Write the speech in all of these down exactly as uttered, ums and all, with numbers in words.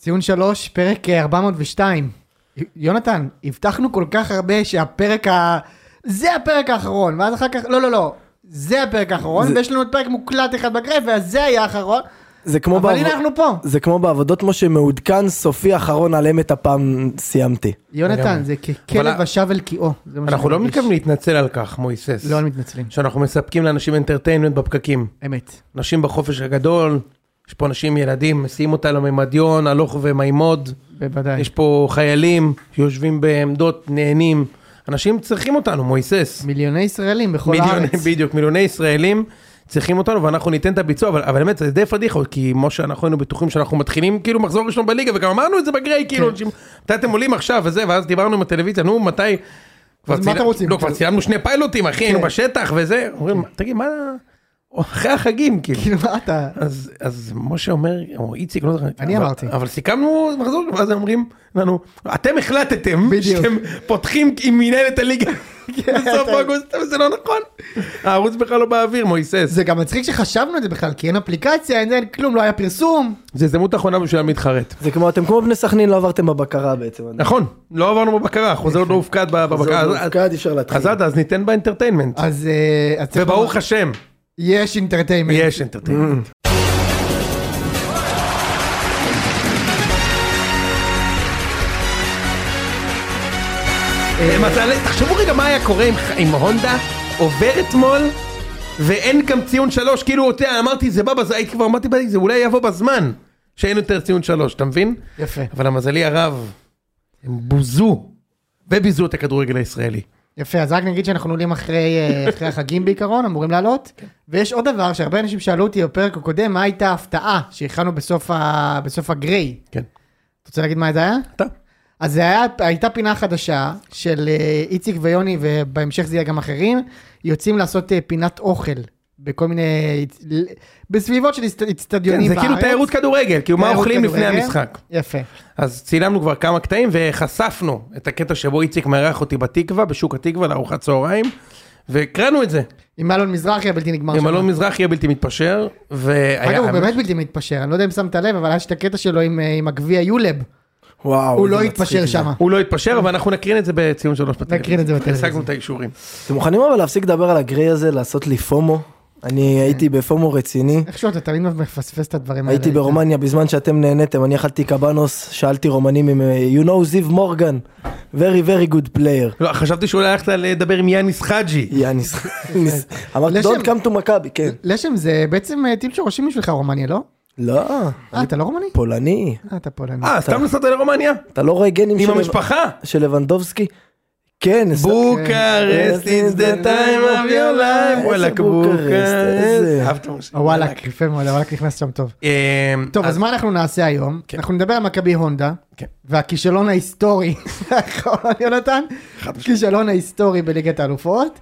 ציון שלוש, פרק ארבע מאות ושתיים. יונתן, הבטחנו כל כך הרבה שהפרק ה... זה הפרק האחרון, ואז אחר כך... לא, לא, לא. זה הפרק האחרון, זה... ויש לנו את פרק מוקלט אחד בגרף, וזה היה האחרון. זה כמו אבל בעב... הנה אנחנו פה. זה כמו בעבודות כמו שמעודכן סופי אחרון על אמת הפעם סיימתי. יונתן, זה ככלב השב אל קיאו. אנחנו לא מתכוונים להתנצל על כך, מויסס. לא מתנצלים. שאנחנו מספקים לאנשים אנטרטיינמנט בפקקים. אמת. אנשים בחופש הגדול, יש פה אנשים ילדים, מסיעים אותה לממדיון, הלוך ומימוד. בוודאי. יש פה חיילים שיושבים בעמדות, נהנים. אנשים צריכים אותנו, מויסס. מיליוני ישראלים בכל מיליוני, הארץ. בדיוק, מיליוני ישראלים צריכים אותנו, ואנחנו ניתן את הביצוע, אבל, אבל באמת, זה די פדיחה, כי משה, אנחנו היינו בטוחים שאנחנו מתחילים, כאילו, מחזור ראשון בליגה, וגם אמרנו את זה בגריי, כאילו, אנשים, מתי אתם עולים עכשיו, וזה, ואז דיברנו עם הטלוויזיה, נו, מתי... אז מה אתם רוצים? לא, כבר ציינו שני פיילוטים, אחי, היינו בשטח, וזה, אומרים, תגיד, מה... אחרי החגים, כאילו. כאילו, מה אתה... אז, אז משה אומר, או איציק, לא זוכר. אני אמרתי. אבל סיכמנו, מחזור, ואז אומרים לנו, אתם החלטתם, שאתם פותחים עם מנהלת הליגה, בסוף אוגוסט, וזה לא נכון. הערוץ בכלל לא באוויר, מויסס. זה גם מצחיק שחשבנו את זה בכלל, כי אין אפליקציה, אין כלום, לא היה פרסום. זה הזדמנות האחרונה בשביל המתחרט. זה כמו, אתם כמו בני סכנין, לא עברתם בבקרה בעצם. נכון, לא עברנו בבקרה, חוזר עוד לא הופקד בבקרה. חוזר עוד לא הופקד, אפשר להתחיל. אז עד, אז ניתן באינטרטיינמנט. אז... וברוך השם. יש אינטרטיימנט. יש אינטרטיימנט. תחשבו רגע מה היה קורה עם הונדה, עובר אתמול, ואין גם ציון שלוש, כאילו אמרתי זה בא בזה, הייתי כבר אמרתי זה אולי יבוא בזמן, שאין יותר ציון שלוש, אתה מבין? יפה. אבל המזלי הרב, הם בוזו, וביזו את הכדורגל הישראלי. יפה, אז רק נגיד שאנחנו עולים אחרי, אחרי החגים בעיקרון, אמורים לעלות, כן. ויש עוד דבר שהרבה אנשים שאלו אותי בפרק הקודם, מה הייתה ההפתעה שהכנו בסוף, ה... בסוף הגריי? כן. אתה רוצה להגיד מה זה היה? אתה. אז זה היה, הייתה פינה חדשה של איציק ויוני, ובהמשך זה יהיה גם אחרים, יוצאים לעשות פינת אוכל, בכל מיני, בסביבות של אצטדיונים בארץ. זה כאילו תיירות כדורגל, כאילו מה אוכלים לפני המשחק. יפה. אז צילמנו כבר כמה קטעים, וחשפנו את הקטע שבו איציק מארח אותי בתקווה, בשוק התקווה, לארוחת צהריים, והקראנו את זה. עם אלון מזרחי הבלתי נגמר שם. עם אלון מזרחי הבלתי מתפשר, אגב, הוא באמת בלתי מתפשר, אני לא יודע אם שמת לב, אבל יש את הקטע שלו עם הגביע יולב. וואו, הוא לא יתפשר שם. הוא לא יתפשר, אבל אנחנו נקרין את זה בציון שלוש בטלוויזיה. נקרין את זה בטלוויזיה. השגנו את האישורים. אתם מוכנים אבל להפסיק לדבר על הגריי הזה, לעשות לי פומו? אני הייתי בפומו רציני. איכשהו אתה תמיד מפספס את הדברים האלה. הייתי ברומניה, בזמן שאתם נהניתם, אני אכלתי קבנוס, שאלתי רומנים עם, you know זיו מורגן, very very good player. לא, חשבתי שאולי הלכת לדבר עם יאניס חאג'י. יאניס. אמרתי, don't come to מכבי, כן. לשם זה בעצם טיפ שרושמים בשבילך רומניה, לא? לא. אה, אתה לא רומני? פולני. אה, אתה פולני. אה, סתם נסעת לרומניה? אתה לא רואה גנים עם המשפחה? של לבנדובסקי? כן. בוקרסט, it's the time of your life. וואלק, בוקרסט. אהבת משה. וואלק, יפה מאוד, וואלק נכנס שם טוב. טוב, אז מה אנחנו נעשה היום? אנחנו נדבר על מכבי הונדה, והכישלון ההיסטורי, יונתן? כישלון ההיסטורי בליגת האלופות.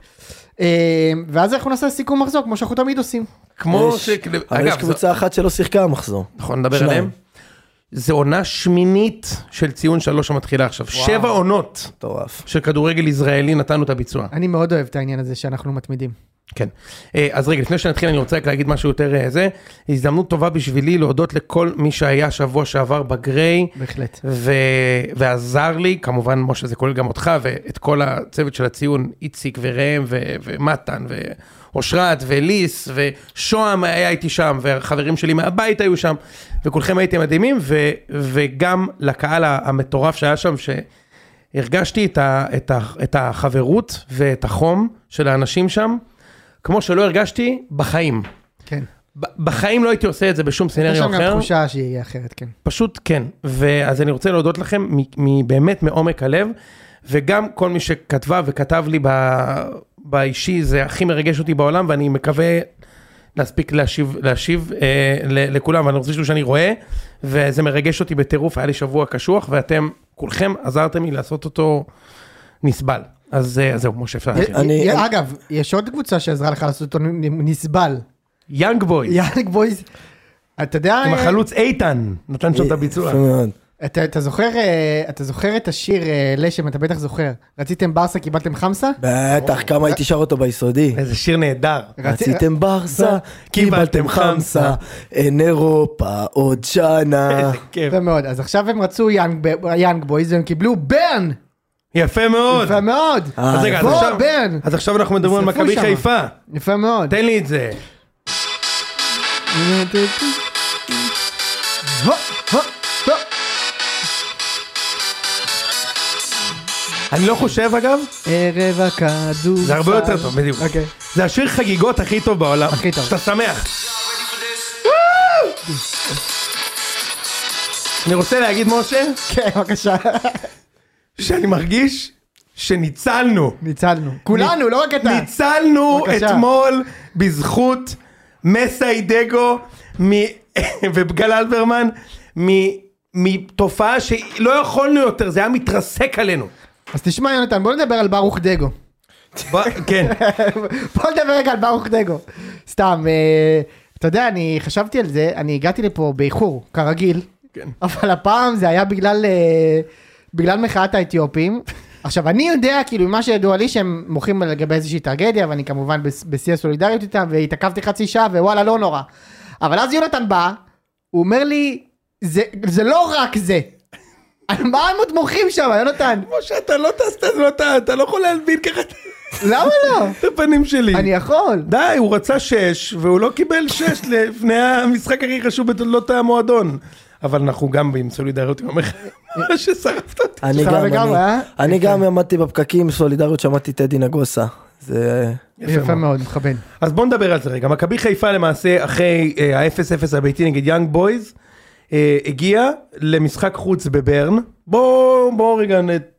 ואז אנחנו נעשה סיכום מחזור, כמו שאנחנו תמיד עושים. כמו ש... אבל יש קבוצה אחת שלא שיחקה המחזור. נכון, נדבר עליהם. זה עונה שמינית של ציון שלוש המתחילה עכשיו. שבע עונות של כדורגל ישראלי נתנו את הביצוע. אני מאוד אוהב את העניין הזה שאנחנו מתמידים. כן. אז רגע, לפני שנתחיל אני רוצה להגיד משהו יותר זה. הזדמנות טובה בשבילי להודות לכל מי שהיה שבוע שעבר בגריי. בהחלט. ועזר לי, כמובן משה זה כולל גם אותך, ואת כל הצוות של הציון, איציק ורם ומתן ואושרת ואליס ושוהם היה איתי שם, והחברים שלי מהבית היו שם, וכולכם הייתם מדהימים, וגם לקהל המטורף שהיה שם, שהרגשתי את החברות ואת החום של האנשים שם, כמו שלא הרגשתי בחיים. כן. בחיים לא הייתי עושה את זה בשום סצנריו אחר. יש שם גם תחושה שיהיה אחרת, כן. פשוט כן. ואז אני רוצה להודות לכם באמת מעומק הלב, וגם כל מי שכתבה וכתב לי באישי, זה הכי מרגש אותי בעולם, ואני מקווה להספיק להשיב, להשיב אה, לכולם, ואני רוצה שתדעו שאני רואה, וזה מרגש אותי בטירוף, היה לי שבוע קשוח, ואתם כולכם עזרתם לי לעשות אותו נסבל. אז זהו, כמו שאפשר. אגב, יש עוד קבוצה שעזרה לך לעשות אותו נסבל. יאנג בויז. יאנג בויז. אתה יודע... עם החלוץ איתן, נתן שם את הביצוע. אתה, אתה זוכר, אתה זוכר את השיר לשם, אתה בטח זוכר. רציתם ברסה, קיבלתם חמסה? בטח, כמה הייתי שר אותו ביסודי. איזה שיר נהדר. רציתם ברסה, קיבלתם חמסה, אין אירופה, עוד שנה. איזה כיף. ומאוד, אז עכשיו הם רצו יאנג בויז, והם קיבלו ברן. יפה מאוד. יפה מאוד. אז רגע, אז עכשיו, אז עכשיו אנחנו מדברים על מכבי חיפה. יפה מאוד. תן לי את זה. אני לא חושב אגב, ערב הכדור. זה הרבה יותר טוב, בדיוק. זה השיר חגיגות הכי טוב בעולם. הכי טוב. שאתה שמח. אני רוצה להגיד משה, כן, בבקשה. שאני מרגיש שניצלנו. ניצלנו. כולנו, לא רק אתה. ניצלנו אתמול בזכות מסיידגו ובגל אלברמן מתופעה שלא יכולנו יותר, זה היה מתרסק עלינו. אז תשמע יונתן, בוא נדבר על ברוך דגו. כן. בוא נדבר רגע על ברוך דגו. סתם, אתה יודע, אני חשבתי על זה, אני הגעתי לפה באיחור, כרגיל, אבל הפעם זה היה בגלל בגלל מחאת האתיופים. עכשיו, אני יודע, כאילו, מה שידוע לי, שהם מוחים לגבי איזושהי טרגדיה, ואני כמובן בשיא הסולידריות איתם, והתעכבתי חצי שעה, ווואלה, לא נורא. אבל אז יונתן בא, הוא אומר לי, זה, זה לא רק זה. על מה הם עוד מוחים שם, יונתן? משה, אתה לא טסת, לא טסת, אתה לא יכול להלבין ככה. למה לא? את הפנים שלי. אני יכול. די, הוא רצה שש, והוא לא קיבל שש לפני המשחק הכי חשוב בתולדות המועדון. אבל אנחנו גם עם סולידריות, אני אומר לך, מה ששרפת אותי. אני גם, אני גם עמדתי בפקקים, סולידריות, שמעתי טדי נגוסה. זה יפה מאוד, מכבד. אז בוא נדבר על זה רגע. מכבי חיפה למעשה, אחרי ה-אפס אפס הביתי נגד יאנג בויז, הגיע למשחק חוץ בברן. בוא, בוא רגע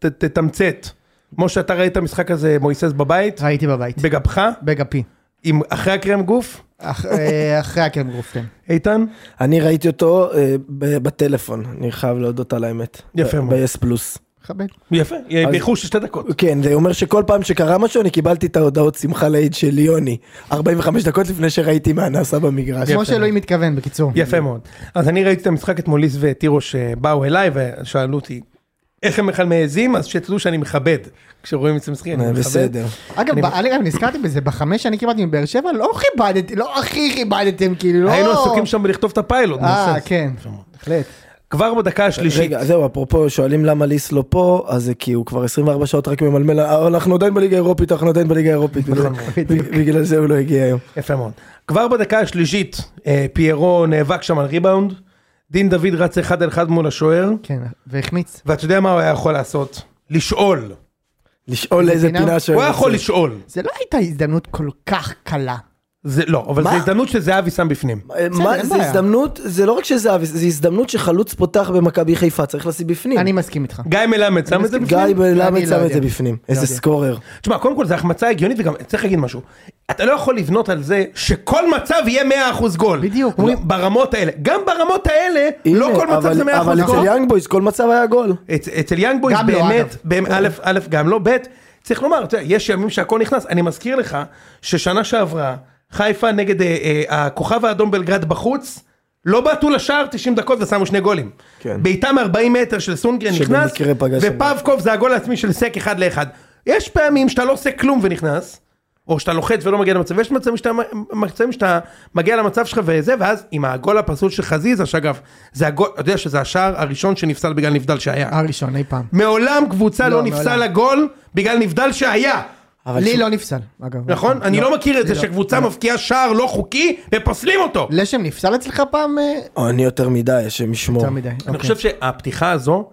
תתמצת. כמו שאתה ראית המשחק הזה, מויסס בבית. ראיתי בבית. בגבך? בגפי. עם אחרי הקרם גוף? אחרי הקרם גוף, כן. איתן? אני ראיתי אותו בטלפון, אני חייב להודות על האמת. יפה מאוד. ב-S פלוס. מכבד. יפה, באיחור של שתי דקות. כן, זה אומר שכל פעם שקרה משהו, אני קיבלתי את ההודעות שמחה לאיד של ליוני. ארבעים וחמש דקות לפני שראיתי מה נעשה במגרש. כמו שאלוהים מתכוון, בקיצור. יפה מאוד. אז אני ראיתי את המשחק את מוליס וטירוש שבאו אליי ושאלו אותי, איך הם בכלל מעזים? אז שתדעו שאני מכבד. כשרואים את זה משחק, אני מכבד. בסדר. אגב, אגב, נזכרתי בזה, בחמש שאני קיבלתי מבאר שבע, לא כיבדתי, לא הכי כיבדתם, כאילו, לא... היינו עסוקים שם בלכתוב את הפיילוט. אה, כן, בהחלט. כבר בדקה השלישית. רגע, זהו, אפרופו, שואלים למה ליס לא פה, אז זה כי הוא כבר עשרים וארבע שעות רק ממלמל, אנחנו עדיין בליגה האירופית, אנחנו עדיין בליגה האירופית. בגלל זה הוא לא הגיע היום. יפה מאוד. כבר בדקה השלישית, פיירו נאבק שם על ריבאונד, דין דוד רץ אחד על אחד מול השוער. כן, והחמיץ. ואתה יודע מה הוא היה יכול לעשות? לשאול. לשאול איזה פינה שהוא... הוא היה יכול לשאול. זה לא הייתה הזדמנות כל כך קלה. זה לא, אבל זה הזדמנות שזהבי שם בפנים. מה, זה הזדמנות, זה לא רק שזהבי, זה הזדמנות שחלוץ פותח במכבי חיפה, צריך לשים בפנים. אני מסכים איתך. גיא מלמד שם את זה בפנים? גיא מלמד שם את זה בפנים, איזה סקורר. תשמע, קודם כל זה החמצה הגיונית, וגם צריך להגיד משהו, אתה לא יכול לבנות על זה שכל מצב יהיה מאה אחוז גול. בדיוק. ברמות האלה, גם ברמות האלה, לא כל מצב זה מאה אחוז גול. אבל אצל יאנג בויז כל מצב היה גול. אצל יאנג בויז באמת, א', א', גם לא, ב', צריך לומר, יש ימים שהכל נכנס, אני מזכיר לך ששנה שעברה חיפה נגד אה, אה, הכוכב האדום בלגרד בחוץ, לא בעטו לשער תשעים דקות ושמו שני גולים. כן. בעיטה מ-ארבעים מטר של סונגרן נכנס, ופאבקוב זה הגול העצמי של סק אחד לאחד. יש פעמים שאתה לא עושה כלום ונכנס, או שאתה לוחץ ולא מגיע למצב, ויש מצבים שאתה, מצבים שאתה מגיע למצב שלך וזה, ואז עם הגול הפסול של חזיזה, שאגב, זה הגול, אתה יודע שזה השער הראשון שנפסל בגלל נבדל שהיה. הראשון, אי פעם. מעולם קבוצה לא, לא נפסל הגול בגלל נבדל שהיה. לי לא נפסל, אגב. נכון? אני לא מכיר את זה שקבוצה מפקיעה שער לא חוקי ופוסלים אותו. לשם נפסל אצלך פעם? אני יותר מדי, השם ישמור. יותר מדי. אני חושב שהפתיחה הזו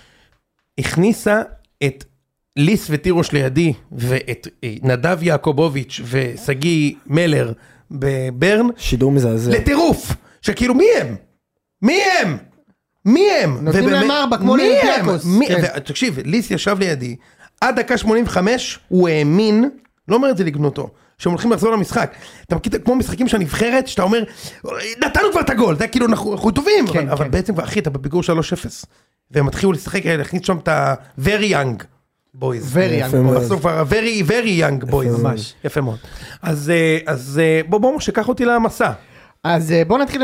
הכניסה את ליס וטירוש לידי ואת נדב יעקובוביץ' וסגי מלר בברן. שידור מזעזע. לטירוף, שכאילו מי הם? מי הם? מי הם? נותנים להם ארבע כמו לאולימפיאקוס. תקשיב, ליס ישב לידי. עד דקה שמונים וחמש הוא האמין, לא אומר את זה לגנותו, שהם הולכים לחזור למשחק. אתה מכיר כמו משחקים שהנבחרת, שאתה אומר, נתנו כבר את הגול, זה כאילו אנחנו טובים, אבל בעצם כבר אחי, אתה בפיגור שלוש אפס, והם התחילו לשחק, להכניס שם את ה-very young boys. very young boys. בסוף כבר ה-very very young boys. ממש. יפה מאוד. אז בוא בוא שקח אותי למסע. אז בואו נתחיל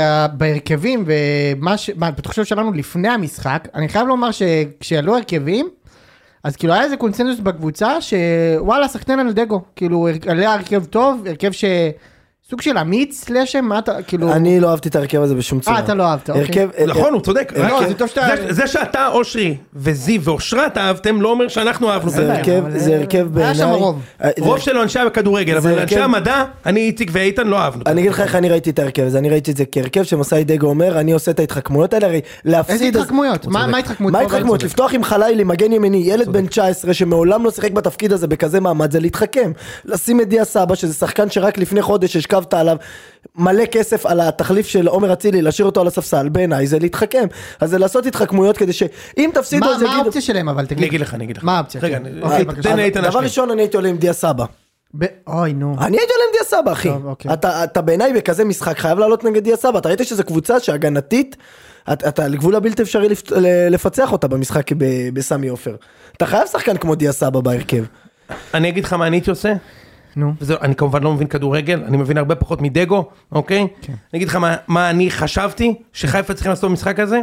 בהרכבים, ובתחושות שלנו לפני המשחק, אני חייב לומר שכשיעלו הרכבים, אז כאילו היה איזה קונצנזוס בקבוצה, שוואלה, סחטן על דגו, כאילו, עליה הרכב טוב, הרכב ש... סוג של אמיץ לשם, מה אתה, כאילו... אני לא אהבתי את הרכב הזה בשום צורה. אה, אתה לא אהבת, אוקיי. נכון, הוא צודק. לא, זה טוב שאתה... זה שאתה, אושרי, וזיו ואושרת אהבתם, לא אומר שאנחנו אהבנו. זה הרכב, זה הרכב בעיניי... היה שם רוב. רוב שלו אנשי הכדורגל, אבל אנשי המדע, אני איציק ואיתן לא אהבנו. אני אגיד לך איך אני ראיתי את הרכב הזה, אני ראיתי את זה כהרכב שמסאי דגו אומר, אני עושה את ההתחכמויות האלה, הרי להפסיד... איזה התחכמויות? מה התחכמות? מה התחכמות? לפתוח עם חלילי, מגן ימיני, ילד בן תשע עשרה שמעולם לא שיחק בתפקיד הזה בכזה מעמד, זה להתחכם. לשים את דיה סבא, שזה שחקן שרק לפני חודש השכבת עליו מלא כסף על התחליף של עומר אצילי, להשאיר אותו על הספסל, בעיניי זה להתחכם. אז זה לעשות התחכמויות כדי שאם תפסידו... מה האופציה שלהם אבל? אני אגיד לך, אני אגיד לך. מה האופציה? רגע, תן איתן דבר ראשון, אני הייתי עולה עם דיה סבא. אוי, נו. אני הייתי עולה עם דיה סבא, אחי. אתה בעיניי בכזה משחק חייב לעלות נגד דיה סבא. אתה ראית שזו קבוצה שהגנתית, אתה לגבול הבלתי אפשרי לפצח אותה במשחק בסמי עופר. אתה חייב שחקן כמו דיה סבא בהרכב. אני אגיד לך מה אני הייתי עושה. נו. אני כמובן לא מבין כדורגל, אני מבין הרבה פחות מדגו, אוקיי? אני אגיד לך מה, מה אני חשבתי שחיפה צריכים לעשות במשחק הזה.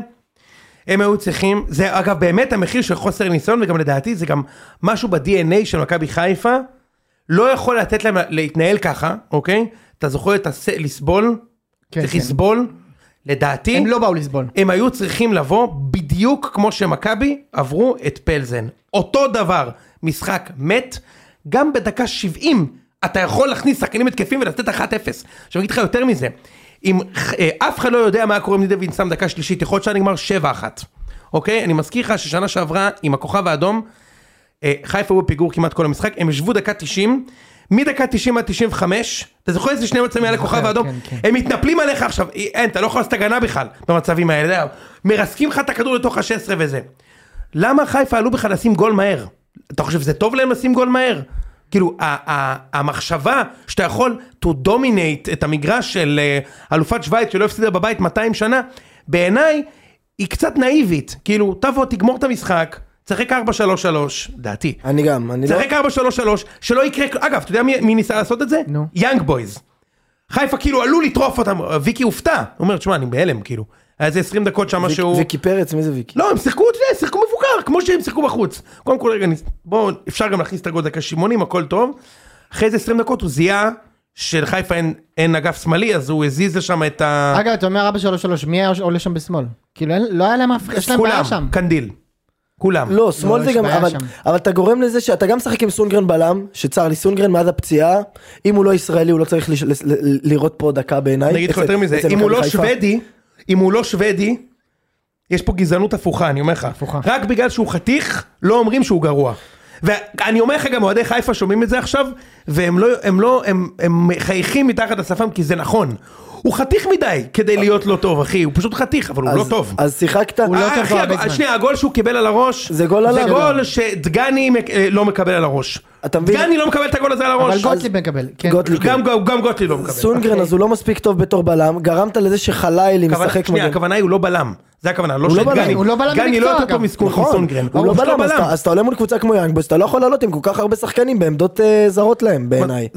הם היו צריכים, זה אגב באמת המחיר של חוסר ניסיון, וגם לדעתי זה גם משהו ב-די אן איי של מכבי חיפה, לא יכול לתת להם להתנהל ככה, אוקיי? אתה זוכר את לסבול, צריך לסבול, לדעתי, הם לא באו לסבול. הם היו צריכים לבוא בדיוק כמו שמכבי עברו את פלזן. אותו דבר, משחק מת, גם בדקה שבעים, אתה יכול להכניס שחקנים התקפים ולתת אחת אפס. עכשיו, אני אגיד לך יותר מזה, אם אף אחד לא יודע מה קורה עם נידה וינסם דקה שלישית, יכול להיות שנגמר שבע אחת. אוקיי? אני מזכיר לך ששנה שעברה עם הכוכב האדום, חיפה הוא בפיגור כמעט כל המשחק, הם ישבו דקה תשעים, מדקה תשעים עד תשעים וחמש, אתה זוכר איזה שני מצבים האלה כוכב האדום? הם מתנפלים עליך עכשיו, אין, אתה לא יכול לעשות הגנה בכלל במצבים האלה, מרסקים לך את הכדור לתוך ה-שש עשרה וזה. למה חיפה עלו בכלל לשים גול מהר? אתה חושב שזה טוב להם לשים גול מהר? כאילו, המחשבה שאתה יכול to dominate את המגרש של אלופת שווייץ שלא הפסידה בבית מאתיים שנה, בעיניי היא קצת נאיבית. כאילו, תבוא, תגמור את המשחק, צחק ארבע שלוש שלוש, דעתי. אני גם, אני לא... צחק ארבע שלוש שלוש, שלא יקרה... אגב, אתה יודע מי, מי ניסה לעשות את זה? נו. יאנג בויז. חיפה כאילו עלו לטרוף אותם, ויקי הופתע. הוא אומר, תשמע, אני בהלם, כאילו. היה איזה עשרים דקות שם שהוא... ויקי פרץ, מי זה ויקי? לא, הם שיחקו, אתה יודע, שיחקו מבוקר, כמו שהם שיחקו בחוץ. קודם כל, רגע, בואו, אפשר גם להכניס את הגול דקה שמונים, הכל טוב. אחרי איזה עשרים דקות הוא זיהה של חיפה אין, אין אגף שמאלי, אז הוא הזיז לשם את ה... אגב, אתה אומר ארבע שלוש שלוש, מי היה עולה שם בשמאל? כאילו, לא היה להם אף... יש להם בעיה שם. קנדיל. כולם. לא, שמאל זה גם, אבל, אבל אתה גורם לזה שאתה גם שחק עם סונגרן בלם, שצר לי סונגרן מאז הפציעה, אם הוא לא ישראלי הוא לא צריך לש, ל, ל, לראות פה דקה בעיניי. נגיד לך יותר מזה, אם הוא לא שוודי, אם הוא לא שוודי, יש פה גזענות הפוכה, אני אומר לך. הפוכה. רק בגלל שהוא חתיך, לא אומרים שהוא גרוע. ואני אומר לך גם, אוהדי חיפה שומעים את זה עכשיו, והם לא, הם לא, הם, הם חייכים מתחת לשפם, כי זה נכון. הוא חתיך מדי כדי להיות לא טוב, אחי, הוא פשוט חתיך, אבל הוא לא טוב. אז שיחקת... הוא לא טוב הרבה זמן. שנייה, הגול שהוא קיבל על הראש, זה גול על הראש. זה גול שדגני לא מקבל על הראש. דגני לא מקבל את הגול הזה על הראש. אבל גוטליב מקבל. גם גוטליב לא מקבל. סונגרן, אז הוא לא מספיק טוב בתור בלם, גרמת לזה שחלילי משחק... שנייה, הכוונה היא הוא לא בלם. זה הכוונה, לא שדגני. הוא לא בלם גני לא יותר טוב מסונגרן. הוא לא בלם, אז אתה עולה מול קבוצה כמו יאנג בויז, אתה לא יכול לעלות עם כל כך הרבה שחקנים בעמדות זרות להם, בעיניי.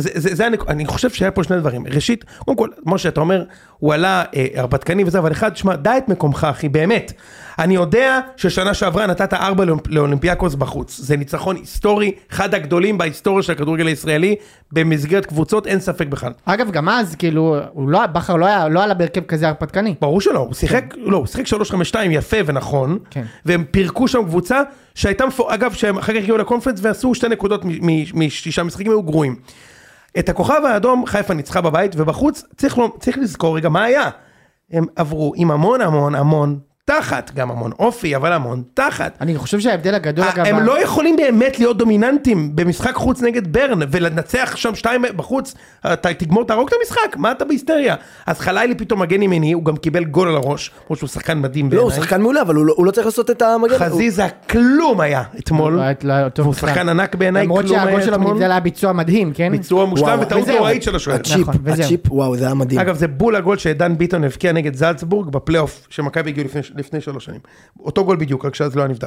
אני חושב שהיה פה שני דברים. ראשית, קודם כל, משה, אתה אומר, הוא עלה הרפתקני וזה, אבל אחד, שמע, די את מקומך, אחי, באמת. אני יודע ששנה שעברה נתת ארבע לאולימפיאקוס בחוץ. זה ניצחון היסטורי, אחד הגדולים בהיסטוריה של הכדורגל הישראלי, במסגרת קבוצות, אין ספק בכלל. אגב, גם אז, כאילו, בכר לא עלה בהרכב כזה הרפתקני. ברור שלא, הוא שיחק, לא, הוא שיחק שלוש חמש שתיים יפה ונכון, והם פירקו שם קבוצה, שהייתה, אגב, שהם אחר כך הגיעו לקונפרנס, ועשו שתי נקודות משישה משחקים, היו גרועים. את הכוכב האדום, חיפה ניצחה בבית, ובחוץ צריך, צריך לזכור רגע מה היה. הם עברו עם המון המון המון תחת, גם המון אופי, אבל המון תחת. אני חושב שההבדל הגדול אגב... הם לא יכולים באמת להיות דומיננטים במשחק חוץ נגד ברן, ולנצח שם שתיים בחוץ, אתה תגמור, תהרוג את המשחק, מה אתה בהיסטריה? אז חלילי פתאום מגן ימיני, הוא גם קיבל גול על הראש, כמו שהוא שחקן מדהים בעיניי. לא, הוא שחקן מעולה, אבל הוא לא צריך לעשות את המגן. חזיזה, כלום היה אתמול, והוא שחקן ענק בעיניי, כלום היה אתמול. למרות שהגול שלו היה ביצוע מדהים, כן? ביצוע מושלם וטעות נוראית של השוער. הצ'יפ, וואו, זה היה מדהים. אגב, זה בול הגול שדן ביטון הבקיע נגד זלצבורג בפלייאוף שמכבי הגיעו לפני שלוש שנים. אותו גול בדיוק, רק שאז לא היה נבדל.